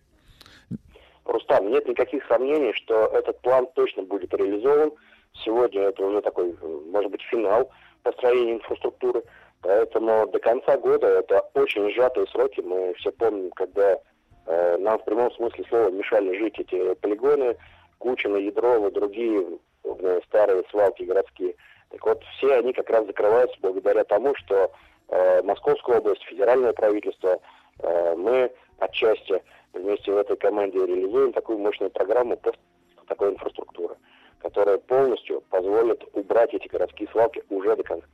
Рустам, нет никаких сомнений, что этот план точно будет реализован. Сегодня это уже такой, может быть, финал построения инфраструктуры. Поэтому до конца года это очень сжатые сроки. Мы все помним, когда э, нам в прямом смысле слова мешали жить эти полигоны, Кучино, Ядрово, другие э, старые свалки городские. Так вот, все они как раз закрываются благодаря тому, что э, Московская область, федеральное правительство, э, мы отчасти вместе в этой команде реализуем такую мощную программу по такой инфраструктуры, которая полностью позволит убрать эти городские свалки уже до конца.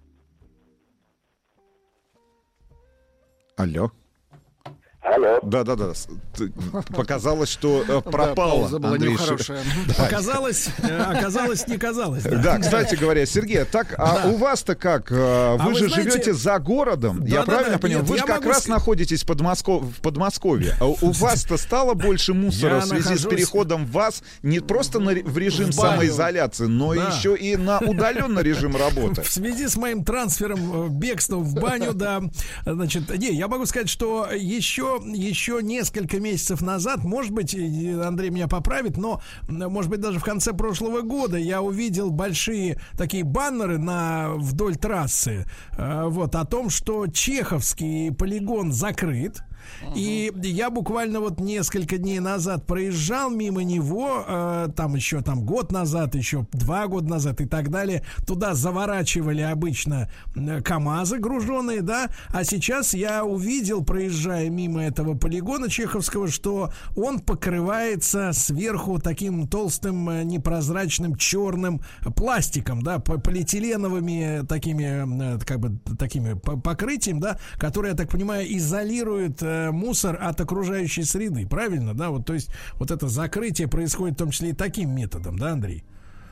Алло. Алло. Да-да-да. Показалось, что э, пропало. Да, была нехорошая. Оказалось, оказалось, не казалось. Да, да кстати говоря, Сергей, так, а да. у вас-то как? Вы а же вы знаете... живете за городом, да, я да, правильно да, понимаю? Нет, вы же как раз с... находитесь в, Подмосков... в Подмосковье. А у вас-то стало больше мусора в связи с переходом вас не просто на... в режим в самоизоляции, но да. еще и на удаленный режим работы. В связи с моим трансфером бегством в баню, да. Значит, не, я могу сказать, что еще еще несколько месяцев назад, может быть, Андрей меня поправит, но, может быть, даже в конце прошлого года я увидел большие такие баннеры на, вдоль трассы, вот, о том, что Чеховский полигон закрыт. И я буквально вот несколько дней назад проезжал мимо него, э, там еще там год назад, еще два года назад и так далее. Туда заворачивали обычно КАМАЗы груженные, да. А сейчас я увидел, проезжая мимо этого полигона Чеховского, что он покрывается сверху таким толстым, непрозрачным, черным пластиком, да, полиэтиленовыми такими, как бы, такими покрытием, да, которые, я так понимаю, изолируют мусор от окружающей среды, правильно, да, вот, то есть вот это закрытие происходит в том числе и таким методом, да, Андрей?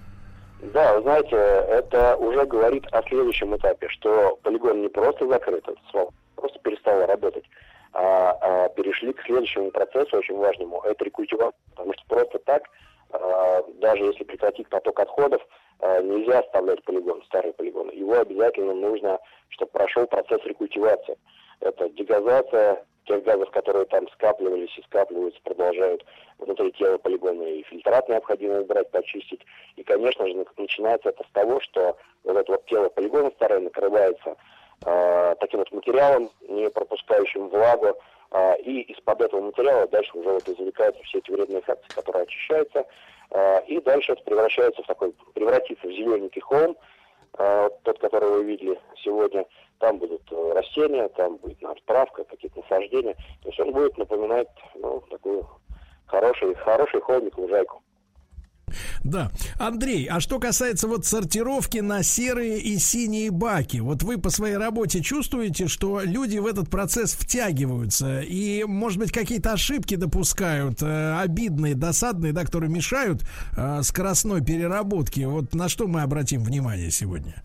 Да, вы знаете, это уже говорит о следующем этапе, что полигон не просто закрыт, просто перестал работать, а, а перешли к следующему процессу очень важному, это рекультивация, потому что просто так, а, даже если прекратить поток отходов, а, нельзя оставлять полигон, старый полигон, его обязательно нужно, чтобы прошел процесс рекультивации, это дегазация тех газов, которые там скапливались и скапливаются, продолжают внутри тела полигона, и фильтрат необходимо убрать, почистить. И, конечно же, начинается это с того, что вот это вот тело полигона старое накрывается э, таким вот материалом, не пропускающим влагу, э, и из-под этого материала дальше уже вот извлекаются все эти вредные факторы, которые очищаются, э, и дальше это превращается в такой, превратится в зелененький холм, э, тот, который вы видели сегодня. Там будут растения, там будет отправка, какие-то насаждения. То есть он будет напоминать, ну, такую хороший, хороший холмик, лужайку. Да. Андрей, а что касается вот сортировки на серые и синие баки, вот вы по своей работе чувствуете, что люди в этот процесс втягиваются и, может быть, какие-то ошибки допускают, э, обидные, досадные, да, которые мешают э, скоростной переработке? Вот на что мы обратим внимание сегодня?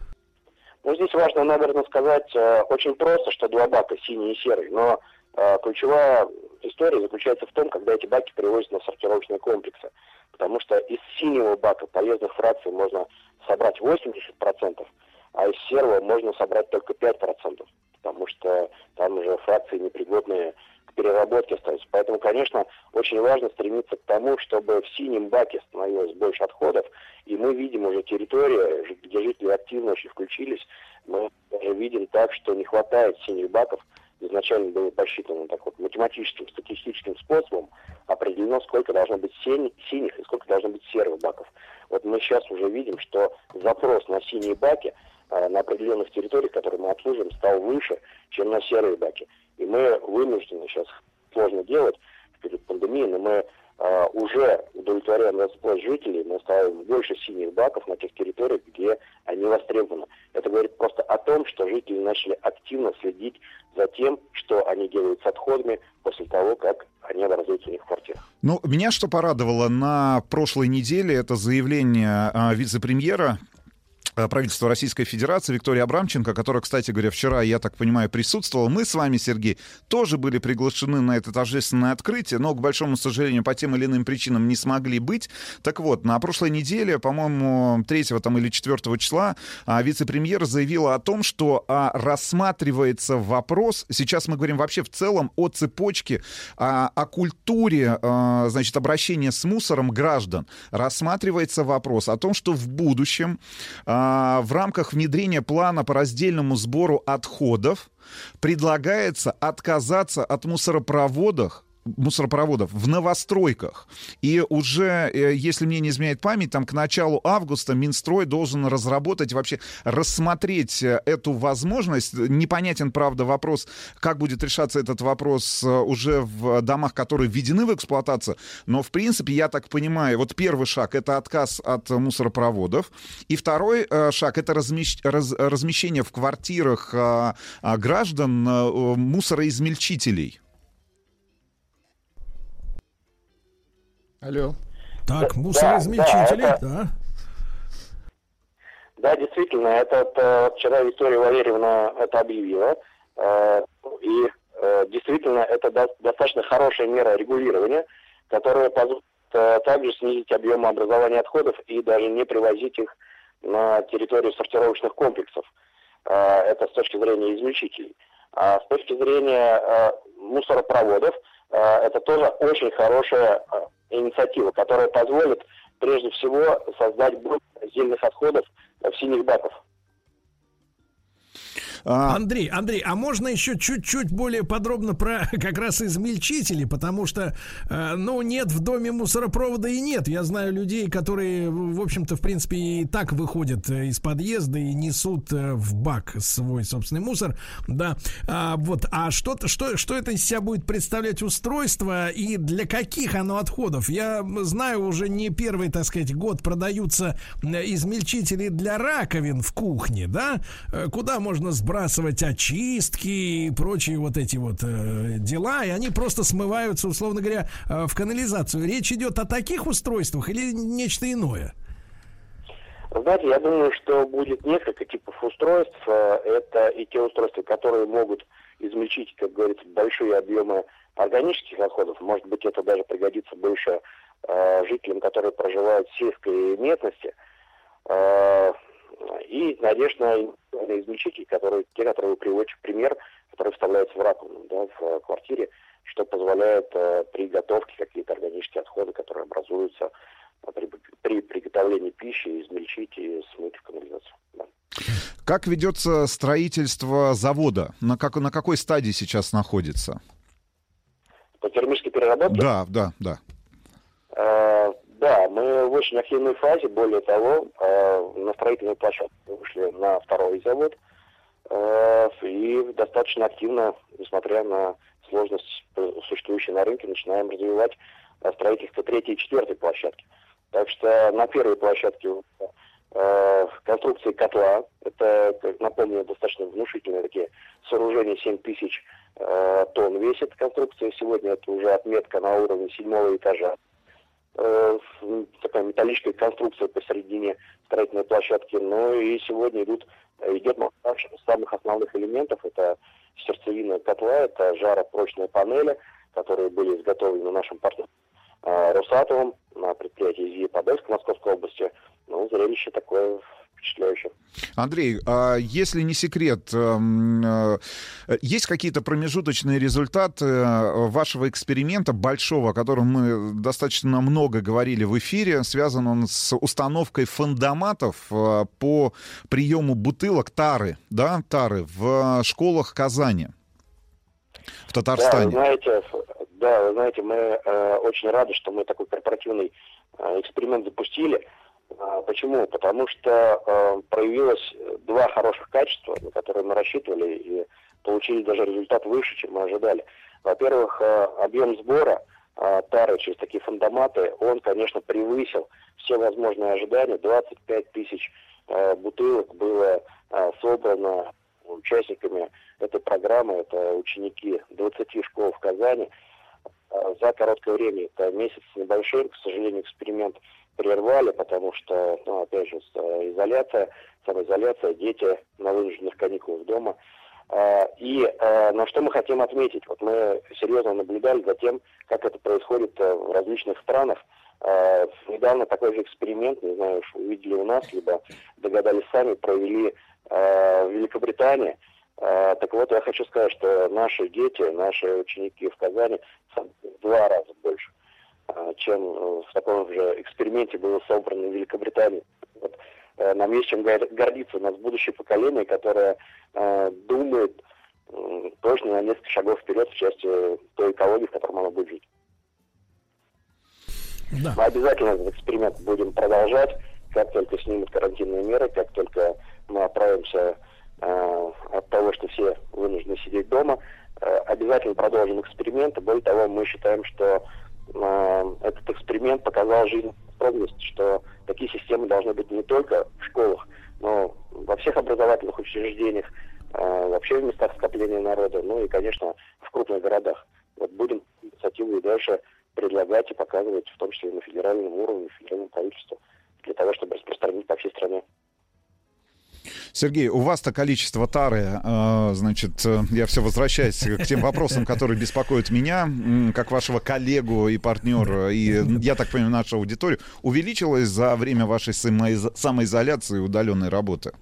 Ну, здесь важно, наверное, сказать э, очень просто, что два бака, синий и серый, но э, ключевая история заключается в том, когда эти баки привозят на сортировочные комплексы, потому что из синего бака полезных фракций можно собрать восемьдесят процентов, а из серого можно собрать только пять процентов, потому что там уже фракции непригодные к переработке остаются. Поэтому, конечно, очень важно стремиться к тому, чтобы в синем баке становилось больше отходов, и мы видим уже территории, где жители активно очень включились, мы даже видим так, что не хватает синих баков. Изначально было посчитано так вот математическим, статистическим способом, определено, сколько должно быть синих и сколько должно быть серых баков. Вот мы сейчас уже видим, что запрос на синие баки э, на определенных территориях, которые мы обслуживаем, стал выше, чем на серые баки. И мы вынуждены, сейчас сложно делать перед пандемией, но мы Uh, уже удовлетворяем запрос жителей, мы ставим больше синих баков на тех территориях, где они востребованы. Это говорит просто о том, что жители начали активно следить за тем, что они делают с отходами после того, как они образуются у них в квартирах. Ну, меня что порадовало на прошлой неделе, это заявление а, вице-премьера правительства Российской Федерации Виктории Абрамченко, которая, кстати говоря, вчера, я так понимаю, присутствовала. Мы с вами, Сергей, тоже были приглашены на это торжественное открытие, но, к большому сожалению, по тем или иным причинам не смогли быть. Так вот, на прошлой неделе, по-моему, третьего там, или четвёртого числа, вице-премьер заявила о том, что рассматривается вопрос, сейчас мы говорим вообще в целом о цепочке, о, о культуре, значит, обращения с мусором граждан. Рассматривается вопрос о том, что в будущем в рамках внедрения плана по раздельному сбору отходов предлагается отказаться от мусоропроводов, мусоропроводов в новостройках. И уже, если мне не изменяет память, там к началу августа Минстрой должен разработать, вообще рассмотреть эту возможность. Непонятен, правда, вопрос, как будет решаться этот вопрос уже в домах, которые введены в эксплуатацию. Но, в принципе, я так понимаю, вот первый шаг — это отказ от мусоропроводов. И второй шаг — это размещ... раз... размещение в квартирах граждан мусороизмельчителей. Алло. Так, мусороизмельчители, да, да, да. Да, действительно, это, это вчера Виктория Валерьевна это объявила. Э, и э, действительно, это до, достаточно хорошая мера регулирования, которая позволит э, также снизить объемы образования отходов и даже не привозить их на территорию сортировочных комплексов. Э, это с точки зрения измельчителей. А с точки зрения э, мусоропроводов. Это тоже очень хорошая инициатива, которая позволит прежде всего создать больше раздельных отходов в синих баках. Андрей, Андрей, а можно еще чуть-чуть более подробно про как раз измельчители, потому что, э, ну, нет в доме мусоропровода и нет. Я знаю людей, которые, в общем-то, в принципе, и так выходят из подъезда и несут в бак свой собственный мусор, да. А, вот, а что, что, что это из себя будет представлять устройство и для каких оно отходов? Я знаю, уже не первый, так сказать, год продаются измельчители для раковин в кухне, да, куда можно сбрасывать сбрасывать очистки и прочие вот эти вот э, дела, и они просто смываются, условно говоря, э, в канализацию. Речь идет о таких устройствах или нечто иное? Знаете, я думаю, что будет несколько типов устройств. Это и те устройства, которые могут измельчить, как говорится, большие объемы органических отходов. Может быть, это даже пригодится больше э, жителям, которые проживают в сельской местности. Э, И, конечно, измельчители, которые, те, которые вы приводите в пример, которые вставляются в раковину, да, в квартире, что позволяет э, при готовке какие-то органические отходы, которые образуются э, при, при приготовлении пищи, измельчить и смыть в канализацию. Да. Как ведется строительство завода? На, как, на какой стадии сейчас находится? По термической переработке? Да, да, да. Э, Да, мы в очень активной фазе. Более того, э, на строительную площадку вышли на второй завод. Э, и достаточно активно, несмотря на сложность, существующую на рынке, начинаем развивать строительство третьей и четвертой площадки. Так что на первой площадке э, конструкции котла. Это, как напомню, достаточно внушительные такие сооружения, семь тысяч э, тонн весит конструкция. Сегодня это уже отметка на уровне седьмого этажа. Такая металлическая конструкция посередине строительной площадки. Ну и сегодня идут, идет монтаж самых основных элементов. Это сердцевина котла, это жаропрочные панели, которые были изготовлены нашим партнером Росатомом на предприятии ЗИЭ Подольск Московской области. Ну, зрелище такое впечатляющее. Андрей, а если не секрет, есть какие-то промежуточные результаты вашего эксперимента большого, о котором мы достаточно много говорили в эфире? Связан он с установкой фондоматов по приему бутылок тары, да, тары в школах Казани, в Татарстане. Да, вы знаете, да, вы знаете, мы э, очень рады, что мы такой корпоративный э, эксперимент запустили. Почему? Потому что э, проявилось два хороших качества, на которые мы рассчитывали, и получили даже результат выше, чем мы ожидали. Во-первых, э, объем сбора э, тары через такие фондоматы, он, конечно, превысил все возможные ожидания. двадцать пять тысяч э, бутылок было э, собрано участниками этой программы, это ученики двадцати школ в Казани. Э, за короткое время, это месяц с небольшим, к сожалению, эксперимент прервали, потому что, ну, опять же, изоляция, самоизоляция, дети на вынужденных каникулах дома. И на что мы хотим отметить, вот мы серьезно наблюдали за тем, как это происходит в различных странах. Недавно такой же эксперимент, не знаю, уж увидели у нас, либо догадались сами, провели в Великобритании. Так вот, я хочу сказать, что наши дети, наши ученики в Казани в два раза больше, чем в таком же эксперименте было собрано в Великобритании. Вот, э, нам есть чем гордиться. У нас будущее поколение, которое э, думает э, точно на несколько шагов вперед в части той экологии, в которой оно будет жить. Да. Мы обязательно этот эксперимент будем продолжать, как только снимут карантинные меры, как только мы оправимся э, от того, что все вынуждены сидеть дома. Э, обязательно продолжим эксперимент. И более того, мы считаем, что этот эксперимент показал жизнеспособность, что такие системы должны быть не только в школах, но во всех образовательных учреждениях, вообще в местах скопления народа, ну и, конечно, в крупных городах. Вот будем инициативу и дальше предлагать и показывать, в том числе и на федеральном уровне, федеральном правительстве, для того, чтобы распространить по всей стране. Сергей, у вас-то количество тары, э, значит, я все возвращаюсь к тем вопросам, которые беспокоят меня, как вашего коллегу и партнера, и, я так понимаю, нашу аудиторию, увеличилось за время вашей самоизоляции и удаленной работы?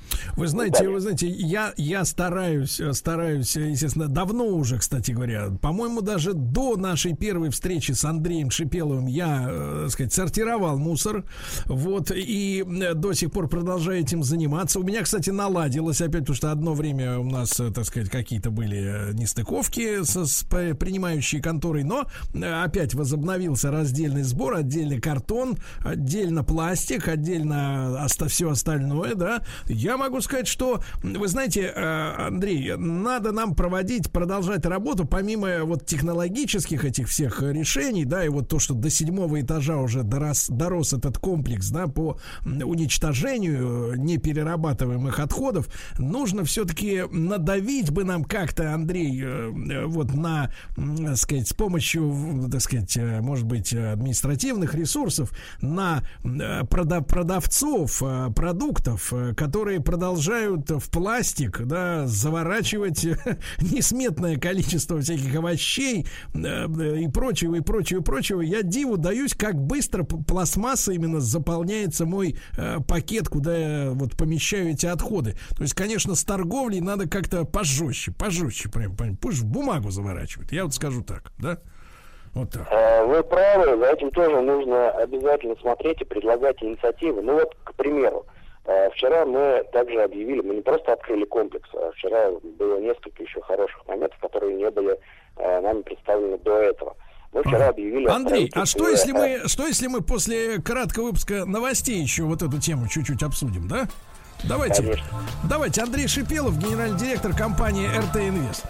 Вы знаете, вы знаете, я, я стараюсь, стараюсь, естественно, давно уже, кстати говоря, по-моему, даже до нашей первой встречи с Андреем Шипеловым я, э, так сказать, сортировал мусор, вот, и до сих пор продолжаю этим заниматься. У меня, кстати, наладилось опять, потому что одно время у нас, так сказать, какие-то были нестыковки с, с принимающей конторой, но опять возобновился раздельный сбор, отдельный картон, отдельно пластик, отдельно оста- все остальное, да. Я могу сказать, что, вы знаете, Андрей, надо нам проводить, продолжать работу, помимо вот технологических этих всех решений, да, и вот то, что до седьмого этажа уже дорос, дорос этот комплекс, да, по уничтожению неперерабатываемых отходов, нужно все-таки надавить бы нам как-то, Андрей, вот на, так сказать, с помощью, так сказать, может быть, административных ресурсов на продав- продавцов продуктов, которые продолжают в пластик, да, заворачивать несметное количество всяких овощей и прочего, и прочего, и прочего. Я диву даюсь, как быстро пластмасса именно заполняется мой э, пакет, куда я вот помещаю эти отходы. То есть, конечно, с торговлей надо как-то пожестче, пожестче, прям, пусть в бумагу заворачивают. Я вот скажу так, да? Вот так. Вы правы, за этим тоже нужно обязательно смотреть и предлагать инициативы. Ну вот, к примеру, вчера мы также объявили, мы не просто открыли комплекс, а вчера было несколько еще хороших моментов, которые не были э, нами представлены до этого. Мы вчера объявили... Андрей, а что если мы, что если мы после краткого выпуска новостей еще вот эту тему чуть-чуть обсудим, да? Давайте, Конечно. давайте, Андрей Шипелов, генеральный директор компании эр тэ Инвест.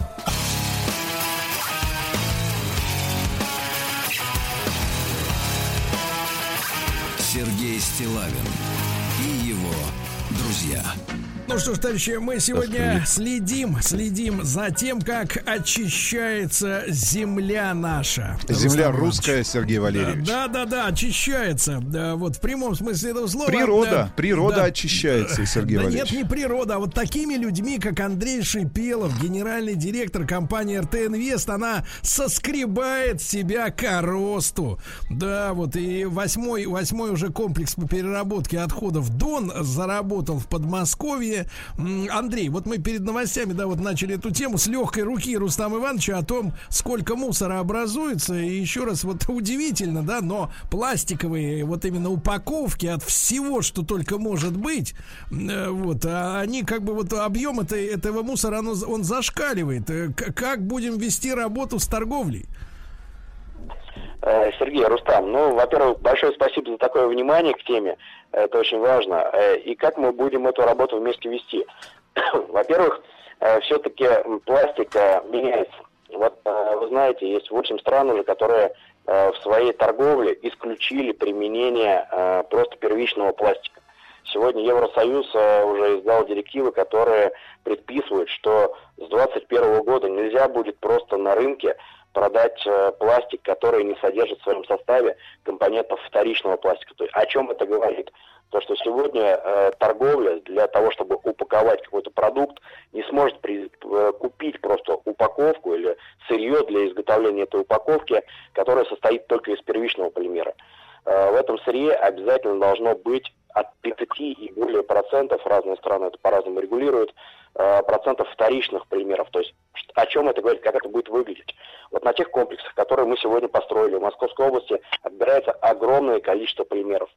Сергей Стиллавин и его друзья. Ну что ж, товарищи, мы сегодня следим, следим за тем, как очищается земля наша. Земля русская, Сергей Валерьевич. Да, да, да, очищается. Да, вот в прямом смысле этого слова. Природа, да, природа да, очищается, Сергей да Валерьевич. Нет, не природа, а вот такими людьми, как Андрей Шипелов, генеральный директор компании эр тэ Инвест, она соскребает себя коросту. Да, вот и восьмой, восьмой уже комплекс по переработке отходов Дон заработал в Подмосковье. Андрей, вот мы перед новостями, да, вот начали эту тему с легкой руки Рустама Ивановича о том, сколько мусора образуется. И еще раз, вот удивительно, да, но пластиковые вот именно упаковки от всего, что только может быть, вот, а они как бы вот объем этой, этого мусора, оно, он зашкаливает. Как будем вести работу с торговлей? Сергей, Рустам, ну, во-первых, большое спасибо за такое внимание к теме. Это очень важно. И как мы будем эту работу вместе вести? Во-первых, все-таки пластик меняется. Вот вы знаете, есть восемь стран уже, которые в своей торговле исключили применение просто первичного пластика. Сегодня Евросоюз уже издал директивы, которые предписывают, что с двадцать первого года нельзя будет просто на рынке продать э, пластик, который не содержит в своем составе компонентов вторичного пластика. То есть о чем это говорит? То, что сегодня э, торговля для того, чтобы упаковать какой-то продукт, не сможет при, э, купить просто упаковку или сырье для изготовления этой упаковки, которая состоит только из первичного полимера. Э, в этом сырье обязательно должно быть от тридцати и более процентов, разные страны это по-разному регулируют, э, процентов вторичных полимеров. То есть о чем это говорит, как это будет выглядеть? Вот на тех комплексах, которые мы сегодня построили в Московской области, отбирается огромное количество полимеров.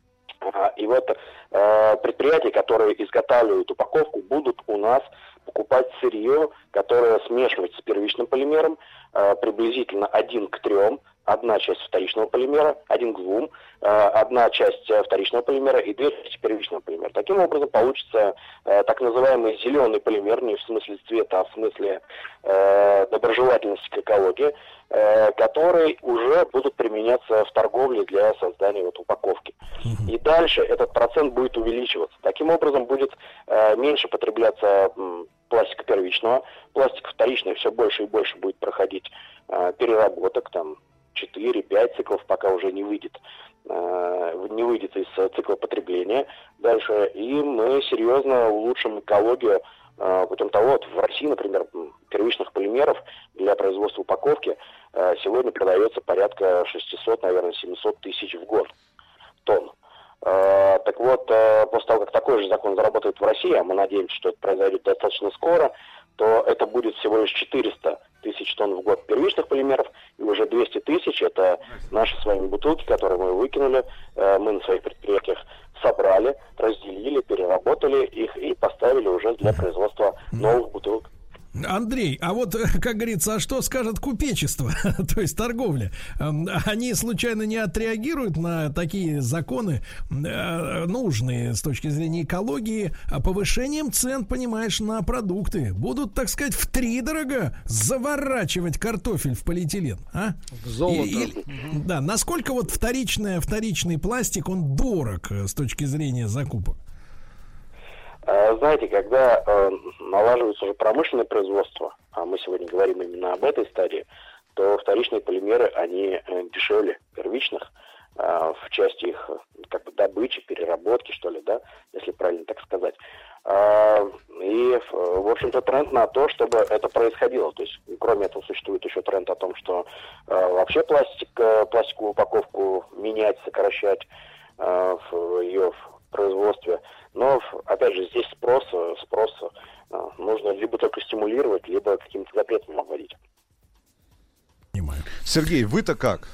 И вот э, предприятия, которые изготавливают упаковку, будут у нас покупать сырье, которое смешивается с первичным полимером, э, приблизительно один к трем, одна часть вторичного полимера, один к двум, э, одна часть вторичного полимера и две части первичного полимера. Таким образом получится э, так называемый зеленый полимер, не в смысле цвета, а в смысле э, доброжелательности к экологии, э, которые уже будут применяться в торговле для создания вот упаковки. И дальше этот процент будет увеличиваться. Таким образом будет э, меньше потребляться м, пластика первичного, пластик вторичный все больше и больше будет проходить э, переработок, там четыре-пять циклов, пока уже не выйдет, э, не выйдет из цикла потребления дальше. И мы серьезно улучшим экологию э, путем того, вот в России, например, первичных полимеров для производства упаковки э, сегодня продается порядка шестьсот, наверное, семьсот тысяч в год тонн. Э, так вот, э, после того, как такой же закон заработает в России, а мы надеемся, что это произойдет достаточно скоро, то это будет всего лишь четыреста тысяч тонн в год первичных полимеров, и уже двести тысяч это наши с вами бутылки, которые мы выкинули, э, мы на своих предприятиях собрали, разделили, переработали их и поставили уже для производства новых бутылок. Андрей, а вот, как говорится, а что скажет купечество, то есть торговля? Они случайно не отреагируют на такие законы, нужные с точки зрения экологии, повышением цен, понимаешь, на продукты? Будут, так сказать, втридорого заворачивать картофель в полиэтилен, а? В золото. И, и, да, насколько вот вторичное, вторичный пластик, он дорог с точки зрения закупок? Знаете, когда э, налаживается уже промышленное производство, а мы сегодня говорим именно об этой стадии, то вторичные полимеры, они э, дешевле первичных э, в части их как бы добычи, переработки, что ли, да, если правильно так сказать. Э, и, в общем-то, тренд на то, чтобы это происходило. То есть, кроме этого, существует еще тренд о том, что э, вообще пластик, э, пластиковую упаковку менять, сокращать э, в ее в производстве. Но, опять же, здесь спрос, спрос нужно либо только стимулировать, либо каким-то запретом обводить. Понимаю. Сергей, вы-то как?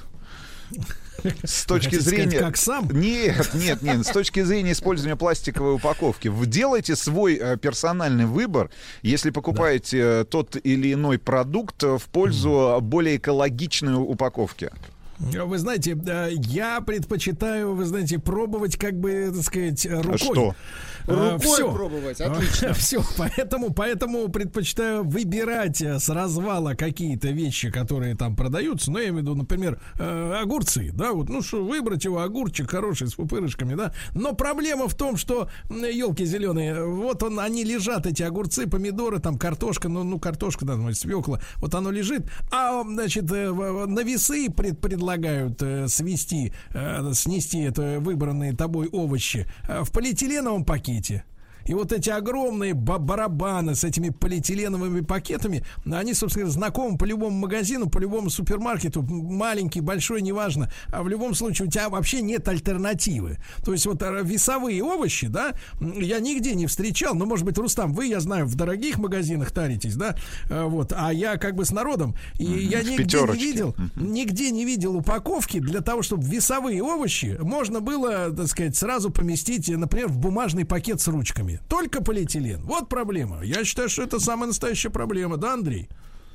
С точки зрения... Сказать, как сам? Нет, нет, нет. С точки зрения использования пластиковой упаковки, вы делаете свой э, персональный выбор, если покупаете да. тот или иной продукт в пользу mm. более экологичной упаковки. Вы знаете, я предпочитаю, вы знаете, пробовать, как бы, так сказать, рукой. Что? Рукой все. пробовать, отлично. Все, поэтому, поэтому предпочитаю выбирать с развала какие-то вещи, которые там продаются. Ну, я имею в виду, например, огурцы, да, вот, ну что, выбрать его, огурчик хороший, с пупырышками, да. Но проблема в том, что, елки зеленые, вот он, они лежат, эти огурцы, помидоры, там, картошка, ну, ну картошка, да, свекла, вот оно лежит, а, значит, на весы пред, предлагают предлагают свести, снести это выбранные тобой овощи в полиэтиленовом пакете. И вот эти огромные барабаны с этими полиэтиленовыми пакетами, они, собственно, знакомы по любому магазину, по любому супермаркету, маленький, большой, неважно. А в любом случае у тебя вообще нет альтернативы. То есть вот весовые овощи, да, я нигде не встречал. Ну, может быть, Рустам, вы, я знаю, в дорогих магазинах таритесь, да, вот, а я как бы с народом. И mm-hmm, я нигде не видел, mm-hmm. нигде не видел упаковки для того, чтобы весовые овощи можно было, так сказать, сразу поместить, например, в бумажный пакет с ручками. Только полиэтилен. Вот проблема. Я считаю, что это самая настоящая проблема. Да, Андрей?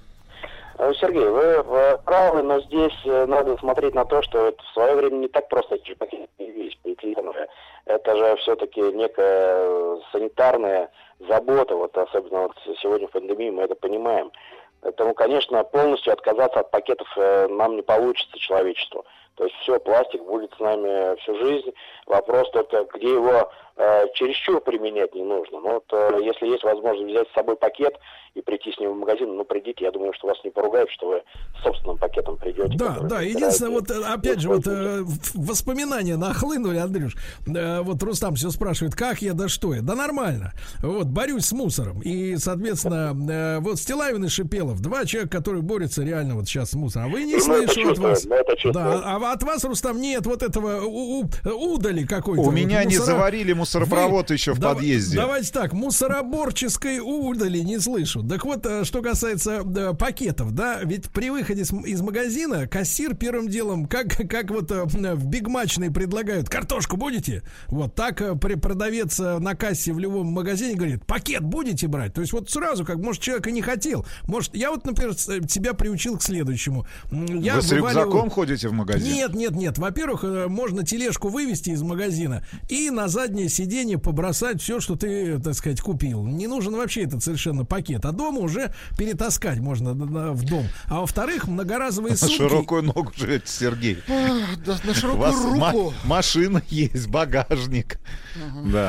Сергей, вы, вы правы, но здесь надо смотреть на то, что это в свое время не так просто эти же пакеты появились, полиэтиленовые. Это же все-таки некая санитарная забота, вот особенно вот сегодня в пандемии мы это понимаем. Поэтому, конечно, полностью отказаться от пакетов нам не получится, человечеству. То есть все, пластик будет с нами всю жизнь. Вопрос только, где его э, чересчур применять не нужно. Но вот, э, если есть возможность взять с собой пакет и прийти с ним в магазин, ну, придите, я думаю, что вас не поругают, что вы с собственным пакетом придете. Да, да, единственное, вот, опять же, вот э, воспоминания нахлынули, Андрюш. Э, вот Рустам все спрашивает, как я, да что я? Да нормально. Вот, борюсь с мусором. И, соответственно, э, вот Стилавин и Шипелов, два человека, которые борются реально вот сейчас с мусором. А вы не слышите от вас. Да, а от вас, Рустам, нет вот этого у, у, удали какой-то. У вот, меня мусора... не заварили мусоропровод Вы... еще в да, подъезде. Давайте так, мусороборческой удали не слышу. Так вот, что касается да, пакетов, да, ведь при выходе из, из магазина кассир первым делом, как, как вот в бигмачной предлагают, картошку будете? Вот так при продавец на кассе в любом магазине говорит, пакет будете брать? То есть вот сразу, как, может, человек и не хотел. Может, я вот, например, себя приучил к следующему. Я Вы с вываливаю... рюкзаком ходите в магазин? Нет, нет, нет. Во-первых, можно тележку вывести из магазина и на заднее сиденье побросать все, что ты, так сказать, купил. Не нужен вообще этот совершенно пакет. А дома уже перетаскать можно в дом. А во-вторых, многоразовые сумки. На широкую ногу живете, Сергей. Да, на широкую У вас руку. Ма- машина есть, багажник. Ага. Да.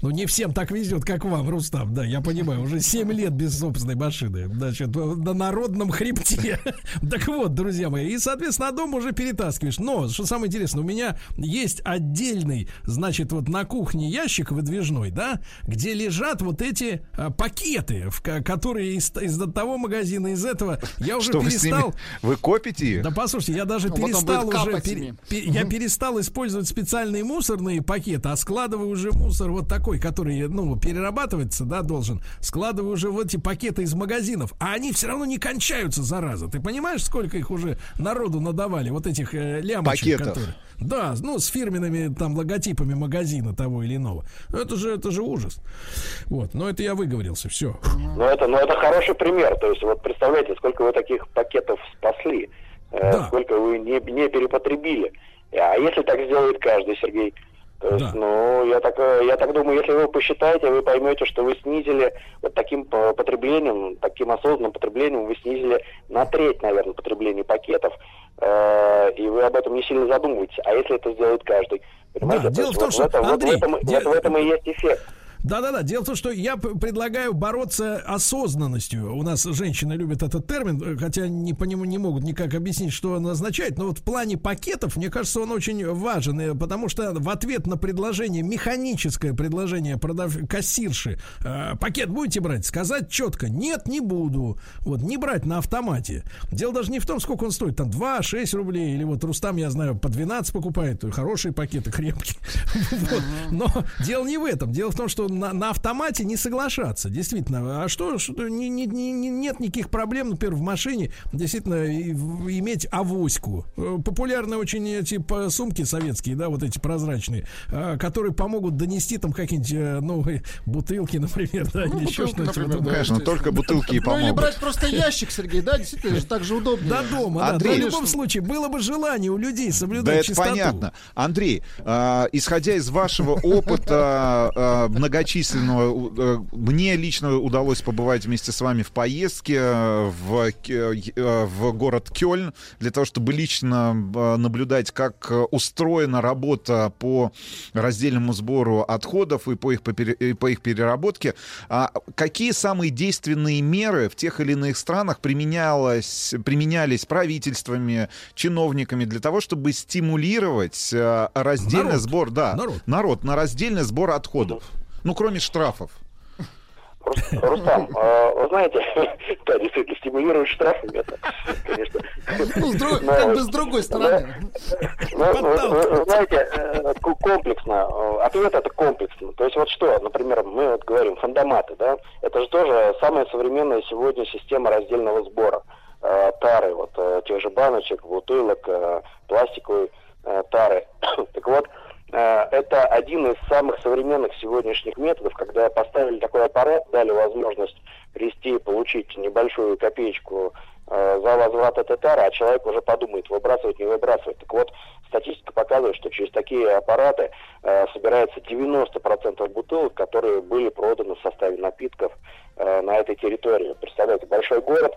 Ну, не всем так везет, как вам, Рустам, да, я понимаю, уже семь лет без собственной машины, значит, на народном хребте. Так вот, друзья мои, и, соответственно, дом уже перетаскиваешь. Но, что самое интересное, у меня есть отдельный, значит, вот на кухне ящик выдвижной, да, где лежат вот эти а, пакеты, в, которые из, из того магазина, из этого, я уже что перестал... Вы, ними, вы копите их? Да, послушайте, я даже ну, перестал уже... Пер, пер, я перестал использовать специальные мусорные пакеты, а складываю уже мусор вот такой, который, ну, перерабатывается, да, должен. Складываю уже в эти пакеты из магазинов, а они все равно не кончаются, зараза. Ты понимаешь, сколько их уже народу надавали, вот этих э, лямочек, пакетов. Которые... Да, ну, с фирменными там логотипами магазина того или иного. Это же, это же ужас. Вот, но это я выговорился, все. Ну, это, ну, это хороший пример. То есть, вот представляете, сколько вы таких пакетов спасли, да. э, сколько вы не, не перепотребили. А если так сделает каждый, Сергей? То есть, да. ну, я так, я так думаю, если вы посчитаете, вы поймете, что вы снизили вот таким потреблением, таким осознанным потреблением, вы снизили на треть, наверное, потребление пакетов, э, и вы об этом не сильно задумываетесь. А если это сделает каждый? Понимаете? Да, дело в том, вот что, в этом, Андрей... Вот в, этом, де... вот в этом и есть эффект. Да-да-да, дело в том, что я предлагаю бороться осознанностью. У нас женщины любят этот термин, хотя не по нему не могут никак объяснить, что он означает. Но вот в плане пакетов, мне кажется, он очень важен, потому что в ответ на предложение, механическое предложение продав... кассирши, э, пакет будете брать? Сказать четко: нет, не буду. Вот, не брать на автомате. Дело даже не в том, сколько он стоит, там два-шесть рублей, или вот Рустам, я знаю, по двенадцать покупает, хорошие пакеты, крепкие. Но дело не в этом. Дело в том, что На, на автомате не соглашаться, действительно. А что, что не, не, не, нет никаких проблем, например, в машине действительно иметь авоську. Популярны очень эти сумки советские, да, вот эти прозрачные, которые помогут донести там какие-нибудь, ну, бутылки, например, да, ну, или еще что-нибудь. Да, конечно, только бутылки и помогут. Ну, или брать просто ящик, Сергей, да, действительно, же так же удобнее. До дома, Андрей, да. Но в любом случае, было бы желание у людей соблюдать да, чистоту. это понятно. Андрей, э, исходя из вашего опыта э, многочисленного, мне лично удалось побывать вместе с вами в поездке в, в город Кёльн для того, чтобы лично наблюдать, как устроена работа по раздельному сбору отходов и по их, и по их переработке. А какие самые действенные меры в тех или иных странах применялось, применялись правительствами, чиновниками для того, чтобы стимулировать раздельный народ. сбор, да, народ. народ на раздельный сбор отходов? Ну, кроме штрафов. Рустам, э, вы знаете, да, действительно, стимулировать штрафами, это, конечно... Ну, с друг, но, как бы с другой стороны. Но, но, вы, вы знаете, комплексно, ответ это комплексно. То есть вот что, например, мы вот говорим, фандоматы, да, это же тоже самая современная сегодня система раздельного сбора. Э, тары, вот, э, тех же баночек, бутылок, э, пластиковой э, тары. Так вот, это один из самых современных сегодняшних методов, когда поставили такой аппарат, дали возможность прийти, получить небольшую копеечку э, за возврат этой тары, а человек уже подумает, выбрасывать, не выбрасывать. Так вот, статистика показывает, что через такие аппараты э, собирается девяносто процентов бутылок, которые были проданы в составе напитков э, на этой территории. Представляете, большой город,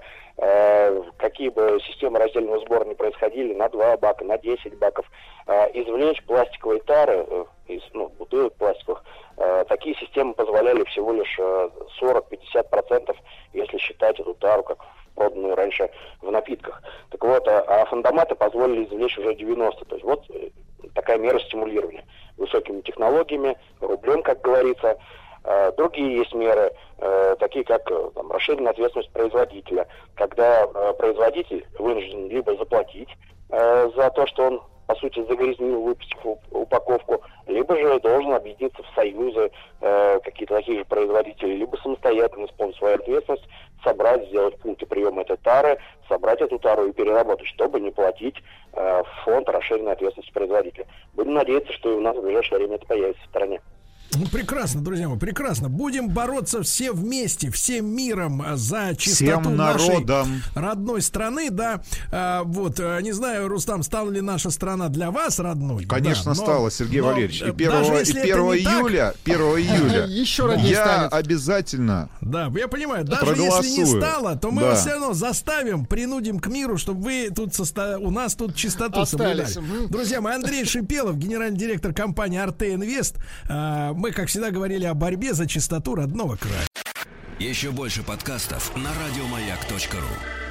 э, какие бы системы раздельного сбора ни происходили, на два бака, на десять баков, э, извлечь пластиковые тары э, из ну, бутылок пластиковых, э, такие системы позволяли всего лишь э, сорок-пятьдесят процентов, если считать эту тару как проданную раньше в напитках. Так вот, а, а фандоматы позволили извлечь уже девяносто. То есть вот э, такая мера стимулирования высокими технологиями, рублем, как говорится. Э, другие есть меры, э, такие как э, там, расширенная ответственность производителя, когда э, производитель вынужден либо заплатить э, за то, что он, по сути, загрязнил, выпустив упаковку, либо же должен объединиться в союзы э, какие-то такие же производители, либо самостоятельно исполнить свою ответственность, собрать, сделать пункты приема этой тары, собрать эту тару и переработать, чтобы не платить э, в фонд расширенной ответственности производителя. Будем надеяться, что и у нас в ближайшее время это появится в стране. Ну, прекрасно, друзья мои, прекрасно. Будем бороться все вместе, всем миром за чистоту всем нашей народом. родной страны, да. А, вот, не знаю, Рустам, стала ли наша страна для вас родной? Конечно, да, но, стала, Сергей но, Валерьевич. И первого июля, первого июля еще я станет. обязательно Да, я понимаю, даже проголосую. если не стало, то мы да. вас все равно заставим, принудим к миру, чтобы вы тут состо... у нас тут чистоту остались. соблюдали. Друзья мои, Андрей Шипелов, генеральный директор компании Arte Invest. Мы мы, как всегда, говорили о борьбе за чистоту родного края. Еще больше подкастов на радиомаяк точка ру.